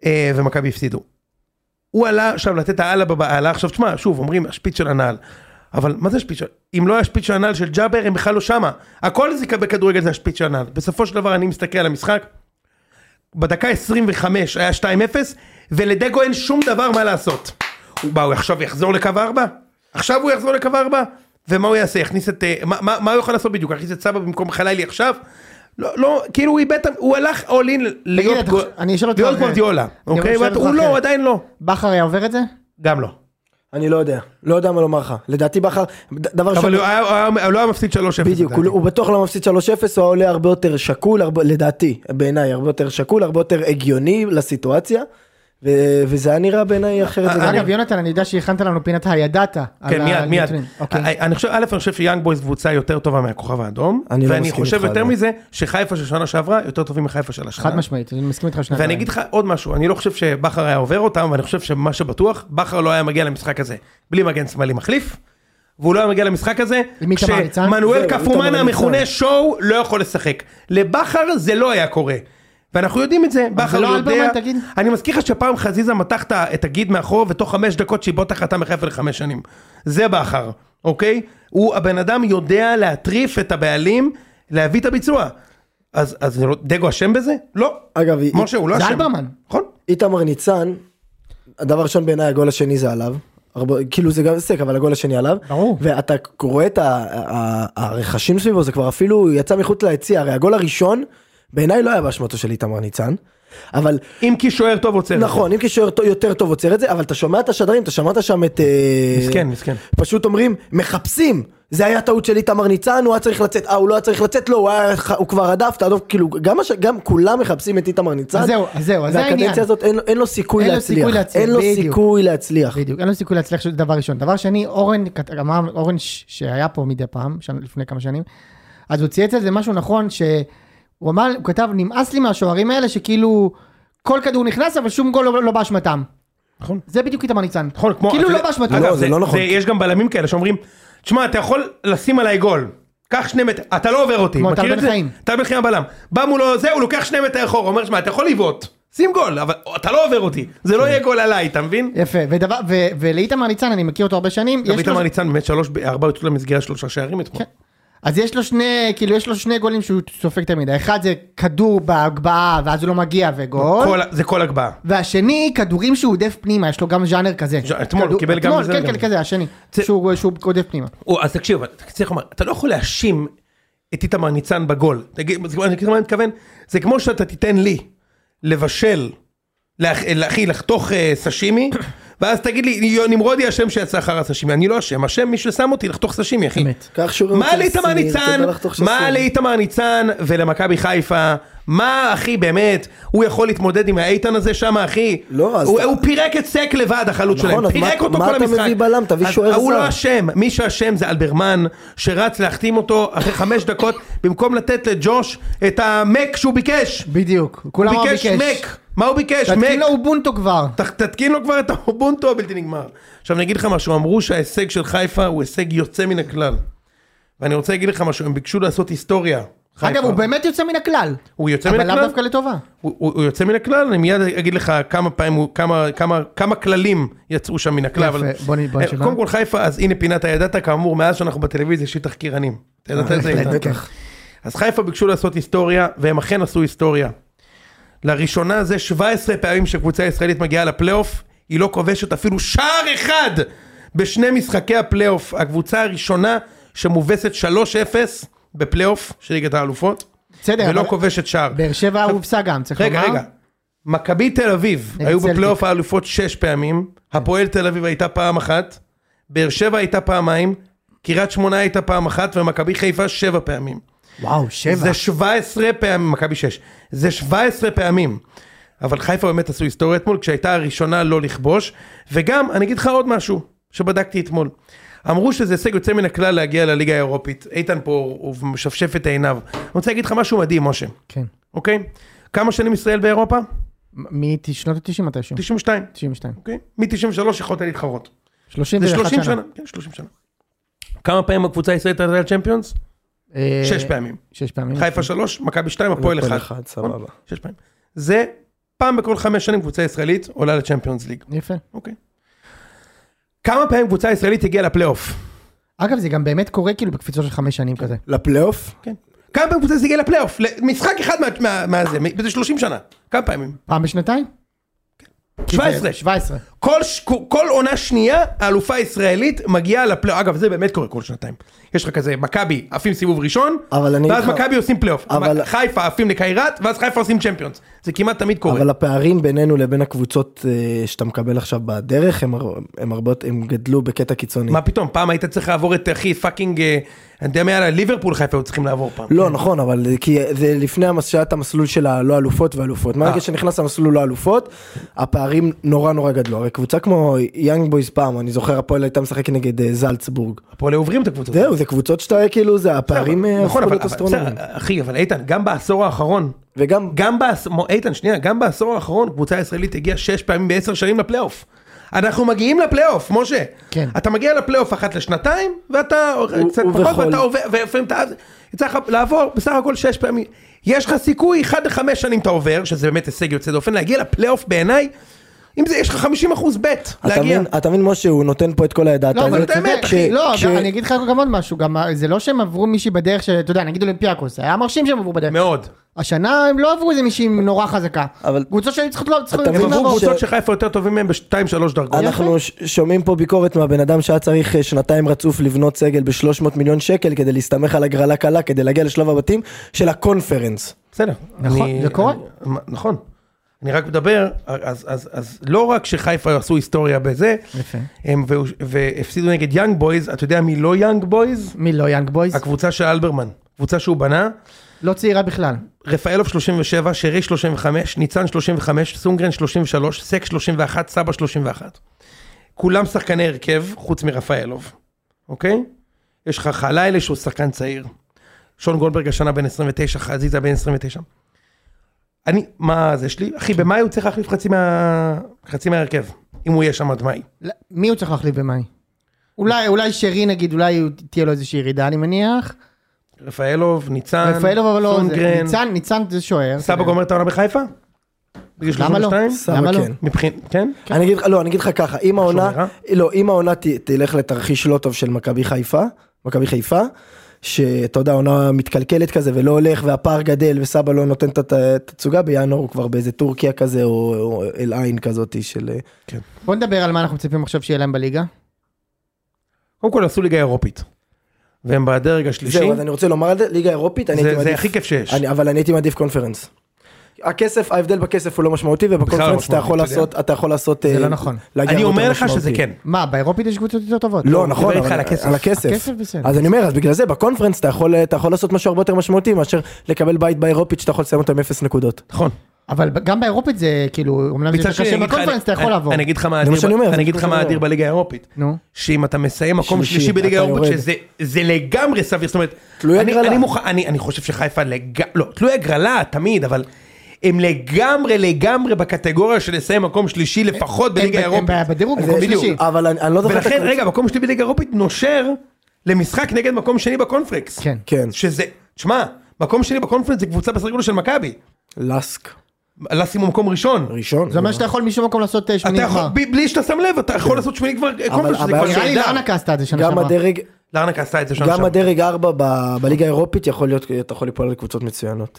ומכבי הפסידו. הוא עלה עכשיו לתת העלה בבעלה, עכשיו תשמע, שוב, אומרים, השפיץ של הנעל. אבל מה זה השפיץ של... אם לא היה שפיץ של הנעל של ג'אבר, הם בכלל לא שמה. הכל זה בכדורגל זה השפיץ של הנעל. בסופו של דבר אני מסתכל על המשחק, בדקה עשרים וחמש היה שתיים אפס, ולדגו אין שום דבר מה לעשות. הוא בא, הוא עכשיו יחזור לקו ארבע? עכשיו הוא יחזור לקו ארבע? ומה הוא יעשה? יכניס את... מה, מה, מה הוא יכול לעשות בדיוק? יכניס את סבא במקום חלילי עכשיו? לא, לא, כאילו הוא איבד... הוא הלך אולין להיות גוארדיולה. אוקיי? הוא לא, עדיין לא. בכר היה עובר את זה? גם לא. אני לא יודע, לא יודע מה לומר לך, לדעתי בכר, דבר אבל הוא לא היה מפסיד שלוש אפס. בדיוק, הוא בטוח לא מפסיד שלוש אפס, הוא עולה הרבה יותר שקול, לדעתי, בעיניי, הרבה יותר שקול, הרבה יותר הגיוני לסיטואציה, וזה היה נראה בעיניי אחרת. אגב, יונתן, אני יודע שהכנת לנו פינת הידעת. כן, מיד, מיד. אני חושב, א', אני חושב שיאנג בויז קבוצה יותר טובה מהכוכב האדום, ואני חושב יותר מזה, שחיפה של שנה שעברה, יותר טובים מחיפה של השנה. חד משמעית, אני מסכים איתך שני. ואני אגיד לך עוד משהו, אני לא חושב שבכר היה עובר אותם, ואני חושב שמה שבטוח, בכר לא היה מגיע למשחק הזה, בלי מגן שמאלי מחליף, והוא לא היה מגיע למשחק הזה, כשמנואל קפומן המכונה שואו לא יכול לשחק. לבכר זה לא היה קורה. ואנחנו יודעים את זה, בכר לא יודע, אני מזכיר לך שפעם חזיזה מתח את הגיד מאחור, ותוך חמש דקות שיבוט החלטה מחיפה לחמש שנים. זה בכר, אוקיי? הוא, הבן אדם יודע להטריף את הבעלים, להביא את הביצוע. אז, אז דגו אשם בזה? לא. אגב, משה, הוא לא אשם. זה אלברמן. נכון? איתמר ניצן, הדבר ראשון בעיניי, הגול השני זה עליו. כאילו זה גם סק, אבל הגול השני עליו. ברור. ואתה רואה את הרכשים סביבו, זה כבר אפילו יצא מחוץ ליציע, הרי הגול הראשון, בעיניי לא היה באשמתו של איתמר ניצן, אבל... אם כי שוער טוב עוצר את זה. נכון, אם כי שוער יותר טוב עוצר את זה, אבל אתה שומע את השדרים, אתה שמעת שם את... מסכן, מסכן. פשוט אומרים, מחפשים, זה היה טעות של איתמר ניצן, הוא היה צריך לצאת, אה, הוא לא היה צריך לצאת, לא, הוא, היה, הוא כבר עדף, תעדוף, כאילו, גם, גם כולם מחפשים את איתמר ניצן. אז זהו, אז זהו, אז זה העניין. והקדנציה הזאת, אין, אין לו סיכוי אין להצליח. לו סיכוי אין לו סיכוי להצליח. בדיוק, אין לו סיכוי להצליח, שזה דבר ראשון. דבר שני, אורן, אורן שהיה פה מדי פעם, לפני כמה שנים, אז הוא צייץ את זה משהו נכון, ש... הוא אמר, הוא כתב, נמאס לי מהשוערים האלה שכאילו כל כדור נכנס, אבל שום גול לא, לא באשמתם. נכון. זה בדיוק איתמר ניצן. נכון, כמו... כאילו לא באשמתם. לא, זה לא נכון. יש גם בלמים כאלה שאומרים, תשמע, אתה יכול לשים עליי גול, קח שני מטר, אתה לא עובר אותי. כמו טל בן חיים. טל בן חיים הבלם. בא מולו זה, הוא לוקח שני מטר אחורה, אומר, תשמע, אתה יכול לבעוט, שים גול, אבל אתה לא עובר אותי. זה לא יהיה גול עליי, אתה מבין? יפה, ולאיתמר ניצן, אני מכיר אותו הרבה שנים. איתמר ניצן באמת שלוש, ארבע יוצאות למסגרה שלושה שערים אתמול. אז יש לו שני, כאילו יש לו שני גולים שהוא סופג תמיד, האחד זה כדור בהגבהה ואז הוא לא מגיע וגול. כל, זה כל הגבהה. והשני, כדורים שהוא עודף פנימה, יש לו גם ז'אנר כזה. אתמול הוא קיבל גם זה. כן, כן, כזה, השני, שהוא עודף פנימה. אז תקשיב, אתה לא יכול להאשים את איתמר ניצן בגול. אני מתכוון, זה כמו שאתה תיתן לי לבשל, להכי, לחתוך סשימי, ואז תגיד לי, נמרודי השם שיצא אחר הסשימי, אני לא השם, השם מי ששם אותי לחתוך סשימי, אחי. מה לאיתמר ניצן, מה לאיתמר ניצן ולמכבי חיפה, מה אחי באמת, הוא יכול להתמודד עם האיתן הזה שם אחי, הוא פירק את סק לבד החלוץ שלהם, פירק אותו כל המשחק, מה אתה מביא בלם, תביא שוער זר. הוא לא השם, מי שהשם זה אלברמן, שרץ להחתים אותו אחרי חמש דקות, במקום לתת לג'וש את המק שהוא ביקש. בדיוק, כולם הוא ביקש. מה הוא ביקש? תתקין לו אובונטו כבר. תתקין לו כבר את האובונטו הבלתי נגמר. עכשיו אני אגיד לך משהו, אמרו שההישג של חיפה הוא הישג יוצא מן הכלל. ואני רוצה להגיד לך משהו, הם ביקשו לעשות היסטוריה. אגב, הוא באמת יוצא מן הכלל. הוא יוצא מן הכלל? אבל לאו דווקא לטובה. הוא יוצא מן הכלל, אני מיד אגיד לך כמה פעמים, כמה כללים יצאו שם מן הכלל. יפה, בוא נשמע. קודם כל חיפה, אז הנה פינת הידעת, כאמור, מאז שאנחנו בטלוויזיה, יש לי תחקירנים. אז חיפה ביקשו לעשות היסטוריה, והם אכן עשו היסטוריה. לראשונה זה שבע עשרה פעמים שקבוצה ישראלית מגיעה לפלייאוף, היא לא כובשת אפילו שער אחד בשני משחקי הפלייאוף. הקבוצה הראשונה שמובסת שלוש אפס בפלייאוף של ליגת האלופות, ולא כובשת שער. באר שבע הובסה גם, צריך לומר. רגע, רגע. מכבי תל אביב היו בפלייאוף האלופות שש פעמים, הפועל תל אביב הייתה פעם אחת, באר שבע הייתה פעמיים, קריית שמונה הייתה פעם אחת, ומכבי חיפה שבע פעמים. וואו, שבע. זה שבע עשרה פעמים, מכבי שש. זה שבע עשרה פעמים. אבל חיפה באמת עשו היסטוריה אתמול, כשהייתה הראשונה לא לכבוש, וגם, אני אגיד לך עוד משהו, שבדקתי אתמול. אמרו שזה הישג יוצא מן הכלל להגיע לליגה האירופית. איתן פה, הוא משפשף את עיניו. אני רוצה להגיד לך משהו מדהים, משה. כן. אוקיי? כמה שנים ישראל באירופה? משנות ה-תשעים מתישהו. תשעים ושתיים. תשעים ושתיים. אוקיי? מ-תשעים ושלוש יכולת להתחרות. שלושים ואחת שנה. שנה. כן, שלושים שנה. כמה פעמים הקבוצה הישראלית עלתה לצ'מפיונס? שש פעמים. שש פעמים. חיפה שלוש, מכבי שתיים, הפועל אחד. סבבה. שש פעמים. זה פעם בכל חמש שנים קבוצה ישראלית עולה לצ'מפיונס ליג. יפה. אוקיי. כמה פעמים קבוצה ישראלית הגיעה לפלייאוף? אגב, זה גם באמת קורה כאילו בקפיצות של חמש שנים כזה. לפלייאוף? כן. כמה פעמים קבוצה זה הגיע לפלייאוף? משחק אחד מה זה, בזה שלושים שנה. כמה פעמים? פעם בשנתיים? שבע עשרה. שבע עשרה. כל, כל עונה שנייה, האלופה הישראלית מגיעה לפלייאוף. אגב, זה באמת קורה כל שנתיים. יש לך כזה, מכבי עפים סיבוב ראשון, ואז מכבי עושים פלייאוף. אבל... חיפה עפים לקיירת, ואז חיפה עושים צ'מפיונס. זה כמעט תמיד קורה. אבל הפערים בינינו לבין הקבוצות שאתה מקבל עכשיו בדרך, הם, הם, הרבה, הם גדלו בקטע קיצוני. מה פתאום? פעם היית צריך לעבור את הכי פאקינג, אני יודע מה, ליברפול חיפה היו צריכים לעבור פעם. לא, נכון, אבל כי זה לפני שעת המסלול של הלא אלופות ואלופות. מהרגע שנכנס המסלול לא אלופות, הפערים נורא נורא גדלו. הרי קבוצה כמו יאנג בויז פעם, אני זוכר, הפועל הייתה משחק נגד זלצבורג. הפועל עוברים את הקבוצות. זהו, זה קבוצות שאתה כאילו, זה הפערים נכון, אבל אחי, אבל איתן, גם בעשור האחרון, וגם גם בעשור, איתן, שנייה, גם בעשור האחרון, קבוצה ישראלית הגיעה שש פעמים בעשר שנים לפלייאוף. אנחנו מגיעים לפלייאוף, משה. כן. אתה מגיע לפלייאוף אחת לשנתיים, ואתה קצת פחות, ואתה עובר, ולפעמים אתה צריך לעבור בסך הכל שש פעמים. יש לך סיכוי, אחד לחמש שנים אתה עובר, שזה באמת הישג יוצא דופן, להגיע לפלייאוף בעיניי, אם זה, יש לך חמישים אחוז בית להגיע. אתה מבין, משה, הוא נותן פה את כל הידעת. לא, אבל אתה באמת, אחי. לא, אני אגיד לך גם עוד משהו, זה לא שהם עברו מישהי בדרך, שאתה יודע, נגיד אולימפיאקוס, היה מרשים שהם עברו בדרך. מאוד. השנה הם לא עברו איזה מישהי נורא חזקה. קבוצות שהיו צריכות לעבור. הם עברו קבוצות שחיפה יותר טובים מהם בשתיים שלוש דרגות. אנחנו שומעים פה ביקורת מהבן אדם שהיה צריך שנתיים רצוף לבנות סגל ב-שלוש מאות מיליון שקל, כדי להסתמך על הגרלה קלה, כדי להגיע לשלב הבתים של הקונפרנס. בסדר. נכון, זה קורה. נכון. אני רק מדבר, אז, אז, אז לא רק שחיפה עשו היסטוריה בזה, הם והפסידו נגד יאנג בויז, אתה יודע מי לא יאנג בויז? מי לא יאנג בויז? הקבוצה של אלברמן, קבוצה שהוא בנה. לא צעירה בכלל. רפאלוב שלושים ושבע, שרי שלושים וחמש, ניצן שלושים וחמש, סונגרן שלושים ושלוש, סק שלושים ואחת, סבא שלושים ואחת. כולם שחקני הרכב, חוץ מרפאלוב. אוקיי? יש לך חלילה שהוא שחקן צעיר. שון גולדברג השנה בן עשרים ותשע, חזיזה בן עשרים ותשע. אני, מה זה שלי? אחי, במאי הוא צריך להחליף חצי מה... חצי מהרכב, אם הוא יהיה שם עד מאי. מי הוא צריך להחליף במאי? אולי, אולי שרי נגיד, אולי תהיה לו איזושהי ירידה, אני מניח. רפאלוב, ניצן, רפאלוב, אבל לא, ניצן, ניצן זה שוער. סבא גומר את העונה בחיפה? למה לא? סבא כן. מבחין, כן? אני אגיד, לא, אני אגיד לך ככה, אם העונה, לא, אם העונה תלך לתרחיש לא טוב של מכבי חיפה, מכבי חיפה, שאתה יודע, העונה מתקלקלת כזה ולא הולך והפער גדל וסבא לא נותן את התצוגה, בינואר הוא כבר באיזה טורקיה כזה או אל עין כזאת של... בוא נדבר על מה אנחנו מצפים עכשיו שיהיה להם בליגה. קודם כל עשו ליגה אירופית, והם בדרג השלישי. זהו, אז אני רוצה לומר על זה, ליגה אירופית, זה הכי כיף שיש. אבל אני הייתי מעדיף קונפרנס. הכסף, ההבדל בכסף הוא לא משמעותי, ובקונפרנס אתה יכול לעשות, אתה יכול לעשות... זה לא נכון. אני אומר לך שזה כן. מה, באירופית יש קבוצות יותר טובות? לא, נכון, על הכסף. אז אני אומר, אז בגלל זה, בקונפרנס אתה יכול לעשות משהו הרבה יותר משמעותי, מאשר לקבל בית באירופית שאתה יכול לסיים אותם אפס נקודות. נכון. אבל גם באירופית זה כאילו, אומנם זה קשה, בקונפרנס אתה יכול לעבור. אני אגיד לך מה אדיר בליגה האירופית. שאם אתה מסיים מקום שלישי בליגה האירופית, שזה לגמרי סביר, זאת אומרת, אני חושב שחיפה לא, תלוי הגרלה תמיד, אבל הם לגמרי לגמרי בקטגוריה של לסיים מקום שלישי לפחות בליגה האירופית. הם בדירוג מקום שלישי. אבל אני לא זוכר... ולכן, רגע, מקום שלישי בליגה האירופית נושר למשחק נגד מקום שני בקונפרנס. כן. כן. שזה, תשמע, מקום שני בקונפרנס זה קבוצה בסדר גודל של מכבי. לסק. לסק הוא מקום ראשון. ראשון. זה אומר שאתה יכול משום מקום לעשות שמיני גמר. בלי שאתה שם לב, אתה יכול לעשות שמיני גמר קונפרנס. נראה לי לארנקה עשתה את זה שנה שעברה. לארנקה עשתה את זה שנה שעברה. גם הדרג ארבע בליגה האירופית יכול להיות, אתה יכול ליפול על קבוצות מצוינות.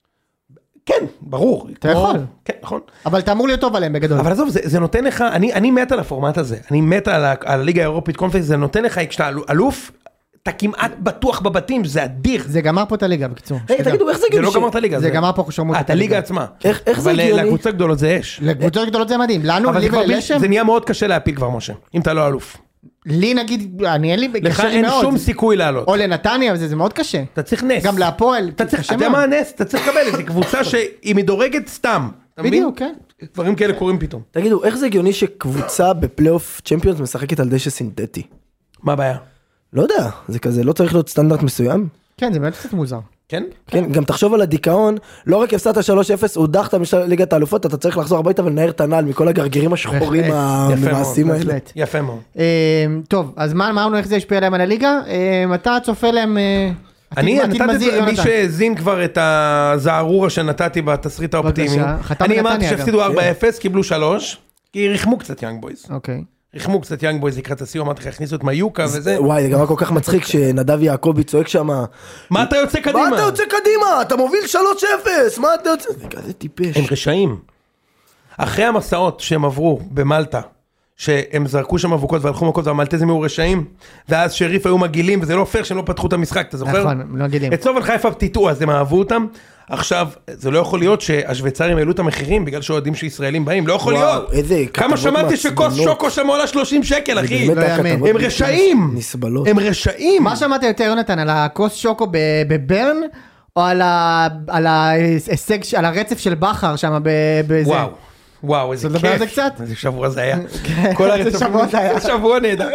כן, ברור. אתה יכול. כן, נכון. אבל אתה אמור להיות טוב עליהם בגדול. אבל עזוב, זה נותן לך, אני מת על הפורמט הזה. אני מת על הליגה האירופית קונפרנס, זה נותן לך, כשאתה אלוף, אתה כמעט בטוח בבתים, זה אדיר. זה גמר פה את הליגה, בקיצור. רגע, תגידו, איך זה זה לא גמר את הליגה. זה גמר פה שרמות את הליגה עצמה. איך זה הגיוני? אבל לקבוצות גדולות זה אש. לקבוצות גדולות זה מדהים. לנו, לי ולשם. זה נהיה מאוד קשה להפיל כבר, משה, אם אתה לא אלוף. לי נגיד, אני אין לי, לך אין שום סיכוי לעלות. או לנתניה, זה מאוד קשה. אתה צריך נס. גם להפועל, אתה יודע מה הנס? אתה צריך לקבל איזה קבוצה שהיא מדורגת סתם. בדיוק, כן. דברים כאלה קורים פתאום. תגידו, איך זה הגיוני שקבוצה בפלייאוף צ'מפיונס משחקת על דשא סינתטי? מה הבעיה? לא יודע, זה כזה, לא צריך להיות סטנדרט מסוים? כן, זה באמת קצת מוזר. כן? כן, גם תחשוב על הדיכאון, לא רק הפסדת שלוש אפס, הודחת מליגת האלופות, אתה צריך לחזור הביתה ולנער את הנעל מכל הגרגירים השחורים המעשים האלה. יפה מאוד. טוב, אז מה אמרנו, איך זה ישפיע להם על הליגה? אתה צופה להם... אני נתתי, מי שהזין כבר את הזערורה שנתתי בתסריט האופטימי, אני אמרתי שהפסידו ארבע אפס, קיבלו שלוש, כי רחמו קצת יאנג בויז. אוקיי. רחמו קצת יאנג בויז לקראת הסיום, אמרתי לך, הכניסו את מיוקה וזה. וואי, זה גם כל כך מצחיק שנדב יעקבי צועק שם. מה אתה יוצא קדימה? מה אתה יוצא קדימה? אתה מוביל שלוש אפס, מה אתה יוצא? זה כזה טיפש. הם רשעים. אחרי המסעות שהם עברו במלטה, שהם זרקו שם אבוקות והלכו מכות והמלטזים היו רשעים, ואז שריף היו מגילים, וזה לא פייר שהם לא פתחו את המשחק, אתה זוכר? נכון, הם לא מגילים. את סובל חיפה פתיתו, אז הם אהבו אותם. עכשיו, זה לא יכול להיות שהשוויצרים העלו את המחירים, בגלל שאוהדים שישראלים באים, לא יכול להיות. כמה שמעתי שכוס שוקו שם עולה שלושים שקל, אחי. הם רשעים. הם רשעים. מה שמעת יותר, יונתן, על הכוס שוקו בברן, או על ההישג, על הרצף של בחר שם בזה? וואו. וואו, איזה כיף. איזה שבוע זה היה. כל שבוע נהדר.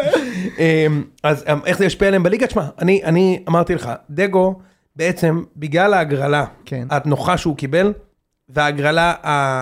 אז איך זה ישפיע עליהם בליגה? תשמע, אני אמרתי לך, דגו, בעצם, בגלל ההגרלה, הנוחה שהוא קיבל, וההגרלה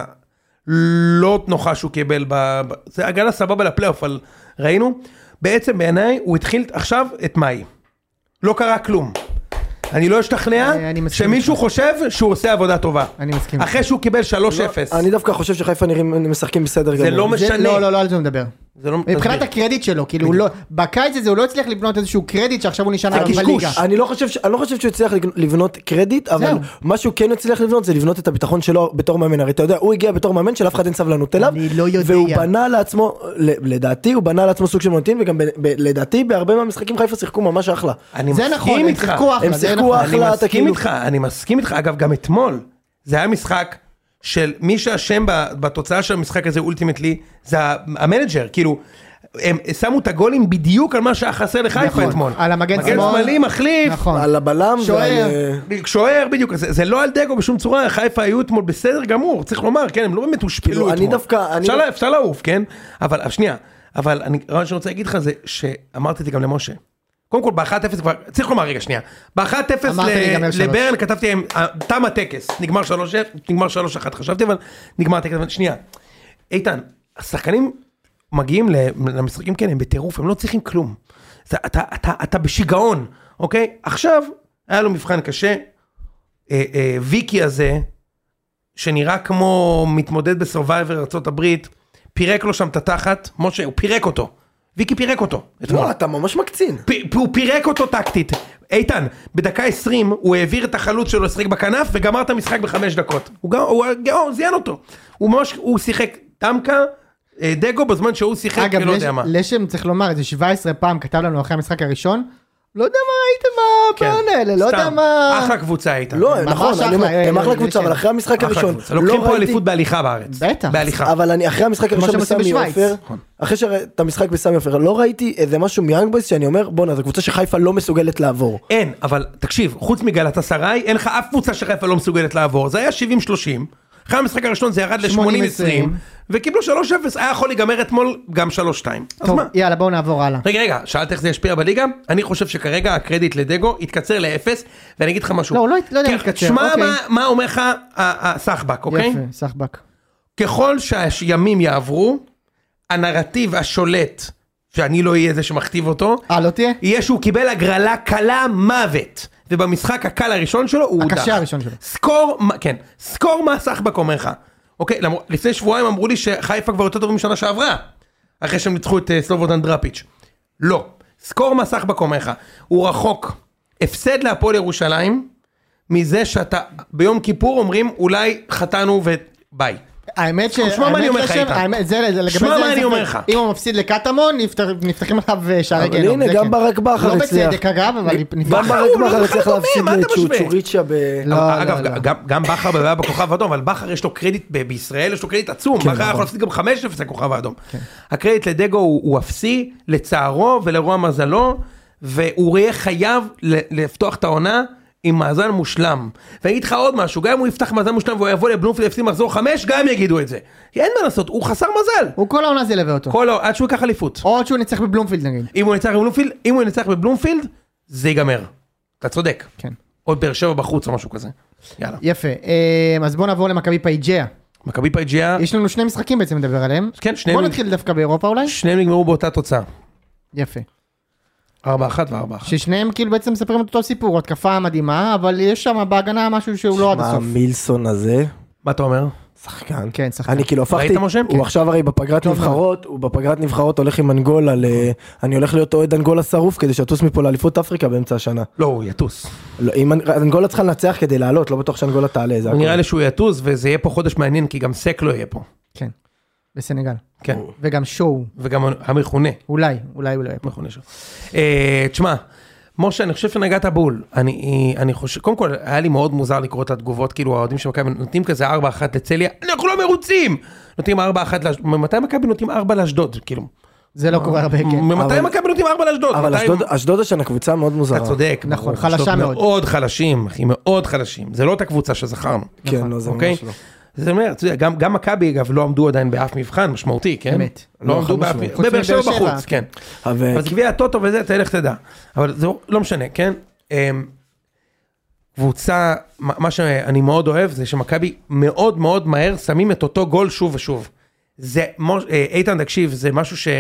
הלא נוחה שהוא קיבל, זה הגרלה סבבה לפלייאוף, אבל ראינו, בעצם בעיניי הוא התחיל עכשיו את מאי. לא קרה כלום. אני לא אשתכנע שמישהו חושב שהוא עושה עבודה טובה. אני מסכים. אחרי שהוא קיבל שלוש אפס. אני דווקא חושב שחיפה נראים משחקים בסדר גמור. זה לא משנה. לא, לא, לא, על זה הוא מדבר. מבחינת הקרדיט שלו, כאילו בקיץ הזה הוא לא הצליח לבנות איזשהו קרדיט שעכשיו הוא נשען עליו בליגה. אני לא חושב שהוא הצליח לבנות קרדיט, אבל מה שהוא כן הצליח לבנות זה לבנות את הביטחון שלו בתור מאמן. הרי אתה יודע, הוא הגיע בתור מאמן של אף אחד אין סבלנות אליו, והוא בנה לעצמו, לדעתי הוא בנה לעצמו סוג של מוניטין, וגם לדעתי בהרבה מהמשחקים חיפה שיחקו ממש אחלה. זה נכון, הם שיחקו אחלה, זה נכון. אני מסכים איתך, אגב גם אתמול, זה היה משחק של מי שהשם בתוצאה של המשחק הזה אולטימטלי, זה המנג'ר, כאילו, הם שמו את הגולים בדיוק על מה שהיה חסר לחיפה אתמול. על המגן שמאלי מחליף, על הבלם, שוער, בדיוק, זה לא על דגו בשום צורה, חיפה היו אתמול בסדר גמור, צריך לומר, כן, הם לא באמת הושפלו אתמול. אפשר לעוף, כן? אבל, שנייה, אבל אני רוצה להגיד לך זה, שאמרתי את זה גם למשה. קודם כל, ב-אחת אפס כבר, צריך לומר רגע, שנייה, ב-אחת אפס לברן כתבתי, תם הטקס, נגמר שלוש אחת, חשבתי, אבל נגמר הטקס, שנייה, איתן, השחקנים מגיעים למשחקים כן, הם בטירוף, הם לא צריכים כלום, אתה בשיגעון, אוקיי? עכשיו, היה לו מבחן קשה, ויקי הזה, שנראה כמו מתמודד בסורווייבר ארצות הברית, פירק לו שם את התחת, משה, הוא פירק אותו, ויקי פירק אותו. לא, אתה ממש מקצין. הוא פירק אותו טקטית. איתן, בדקה עשרים הוא העביר את החלוץ שלו לשחק בכנף וגמר את המשחק בחמש דקות. הוא זיין אותו. הוא ממש, הוא שיחק טמקה, דגו בזמן שהוא שיחק, לא יודע מה. אגב, לשם צריך לומר, איזה שבע עשרה פעם כתב לנו אחרי המשחק הראשון, לא יודע מה הייתם בפעם האלה, לא יודע מה... אחלה קבוצה הייתה. לא, נכון, הם אחלה קבוצה, אבל אחרי המשחק הראשון... לוקחים פה אליפות בהליכה בארץ. בטח. אבל אני אחרי המשחק הראשון בסמי עופר, אחרי שאת המשחק בסמי עופר, לא ראיתי איזה משהו מיאנג בויז שאני אומר, בוא'נה, זו קבוצה שחיפה לא מסוגלת לעבור. אין, אבל תקשיב, חוץ מגלאטסראי, אין לך אף קבוצה שחיפה לא מסוגלת לעבור. זה היה שבעים שלושים. אחרי המשחק הראשון זה ירד ל-שמונים עשרים, וקיבלו שלוש אפס, היה יכול להיגמר אתמול גם שלוש שתיים. טוב, יאללה, בואו נעבור הלאה. רגע, רגע, שאלת איך זה ישפיע בליגה? אני חושב שכרגע הקרדיט לדגו יתקצר לאפס, ואני אגיד לך משהו. לא, לא יודע להתקצר. שמע מה אומר לך הסחבק, אוקיי? יפה, סחבק. ככל שהימים יעברו, הנרטיב השולט, שאני לא אהיה זה שמכתיב אותו, אה, לא תהיה? יהיה שהוא קיבל הגרלה קלה מוות. ובמשחק הקל הראשון שלו הוא הודח. הקשה הראשון שלו. סקור, כן, סקור מה סחבק אומר לך. אוקיי, לפני שבועיים אמרו לי שחיפה כבר יותר טוב משנה שעברה, אחרי שהם ניצחו את סלובודן דראפיץ'. לא, סקור מה סחבק אומר לך. הוא רחוק, הפסד להפועל ירושלים, מזה שאתה ביום כיפור אומרים אולי חטאנו וביי. האמת ש... שמע מה אני אומר לך איתה. שמע מה אני אומר לך. אם הוא מפסיד לקטמון, נפתחים עליו שערי גיהנום. הנה, גם ברק בכר הצליח. לא בצדק אגב, אבל... גם ברק בכר הצליח להפסיד לצ'וצ'וריצ'ה ב... אגב, גם בכר בבעיה בכוכב האדום, אבל בכר יש לו קרדיט, בישראל יש לו קרדיט עצום. בכר יכול להפסיד גם חמש אפס לכוכב האדום. הקרדיט לדגו הוא אפסי, לצערו ולרוע מזלו, והוא יהיה חייב לפתוח את העונה עם מאזן מושלם. ואני אגיד לך עוד משהו, גם אם הוא יפתח מאזן מושלם והוא יבוא לבלומפילד יפסיד מחזור חמש, גם יגידו את זה. כי אין מה לעשות, הוא חסר מזל. הוא כל העונה זה ילווה אותו. כל העונה, עד שהוא ייקח אליפות. או עד שהוא ינצח בבלומפילד נגיד. אם הוא ינצח בבלומפילד, אם הוא ינצח בבלומפילד, זה ייגמר. אתה צודק. כן. עוד באר שבע בחוץ או משהו כזה. יאללה. יפה. אז בוא נעבור למכבי פייג'יה. מכבי פייג'יה. יש לנו שני משחקים בעצם לדבר עליהם. כן, שניהם. בוא נתחיל דווקא באירופה אולי. שניהם נגמרו באותה תוצאה. יפה. ארבע אחת וארבע אחת. ששניהם כאילו בעצם מספרים את אותו סיפור, התקפה מדהימה, אבל יש שם בהגנה משהו שהוא לא עד הסוף. מה המילסון הזה? מה אתה אומר? שחקן. כן, שחקן. אני כאילו הפכתי, ראית משה? הוא עכשיו הרי בפגרת נבחרות, הוא בפגרת נבחרות הולך עם אנגולה, אני הולך להיות אוהד אנגולה שרוף כדי שטוס מפה לאליפות אפריקה באמצע השנה. לא, הוא יטוס. אנגולה צריכה לנצח כדי לעלות, לא בטוח שאנגולה תעלה. נראה לי שהוא יטוס, וזה יהיה פה חודש מעניין, כי גם סק לא יהיה פה. כן, בסנגל. כן. וגם שואו. וגם המכונה. אולי, אולי הוא לא יהיה פה. מכונה שואו. תשמע, משה, אני חושב שנגעת בול. אני, אני חושב, קודם כל, היה לי מאוד מוזר לקרוא את התגובות, כאילו, האוהדים שמכבי נותנים כזה ארבע אחת לצליה, אנחנו לא מרוצים! נותנים ארבע אחת לאשדוד, ממתי מכבי נותנים ארבע לאשדוד, כאילו? זה לא קורה הרבה, כן. ממתי מכבי נותנים ארבע לאשדוד? אבל אשדוד השנה קבוצה מאוד מוזרה. אתה צודק. נכון, חלשה מאוד. מאוד חלשים, אחי, מאוד חלשים. זה לא אותה קבוצה שזכרנו. כן, לא, זה ממש לא. זה אומר, גם, גם מכבי, אגב, לא עמדו עדיין באף מבחן משמעותי, כן? באמת. לא עמדו באף, בבאר שבע בחוץ, כן. אז גביע הטוטו וזה, תלך תדע. אבל זה לא משנה, כן? קבוצה, מה שאני מאוד אוהב, זה שמכבי מאוד מאוד מהר שמים את אותו גול שוב ושוב. זה, איתן, תקשיב, זה משהו ש...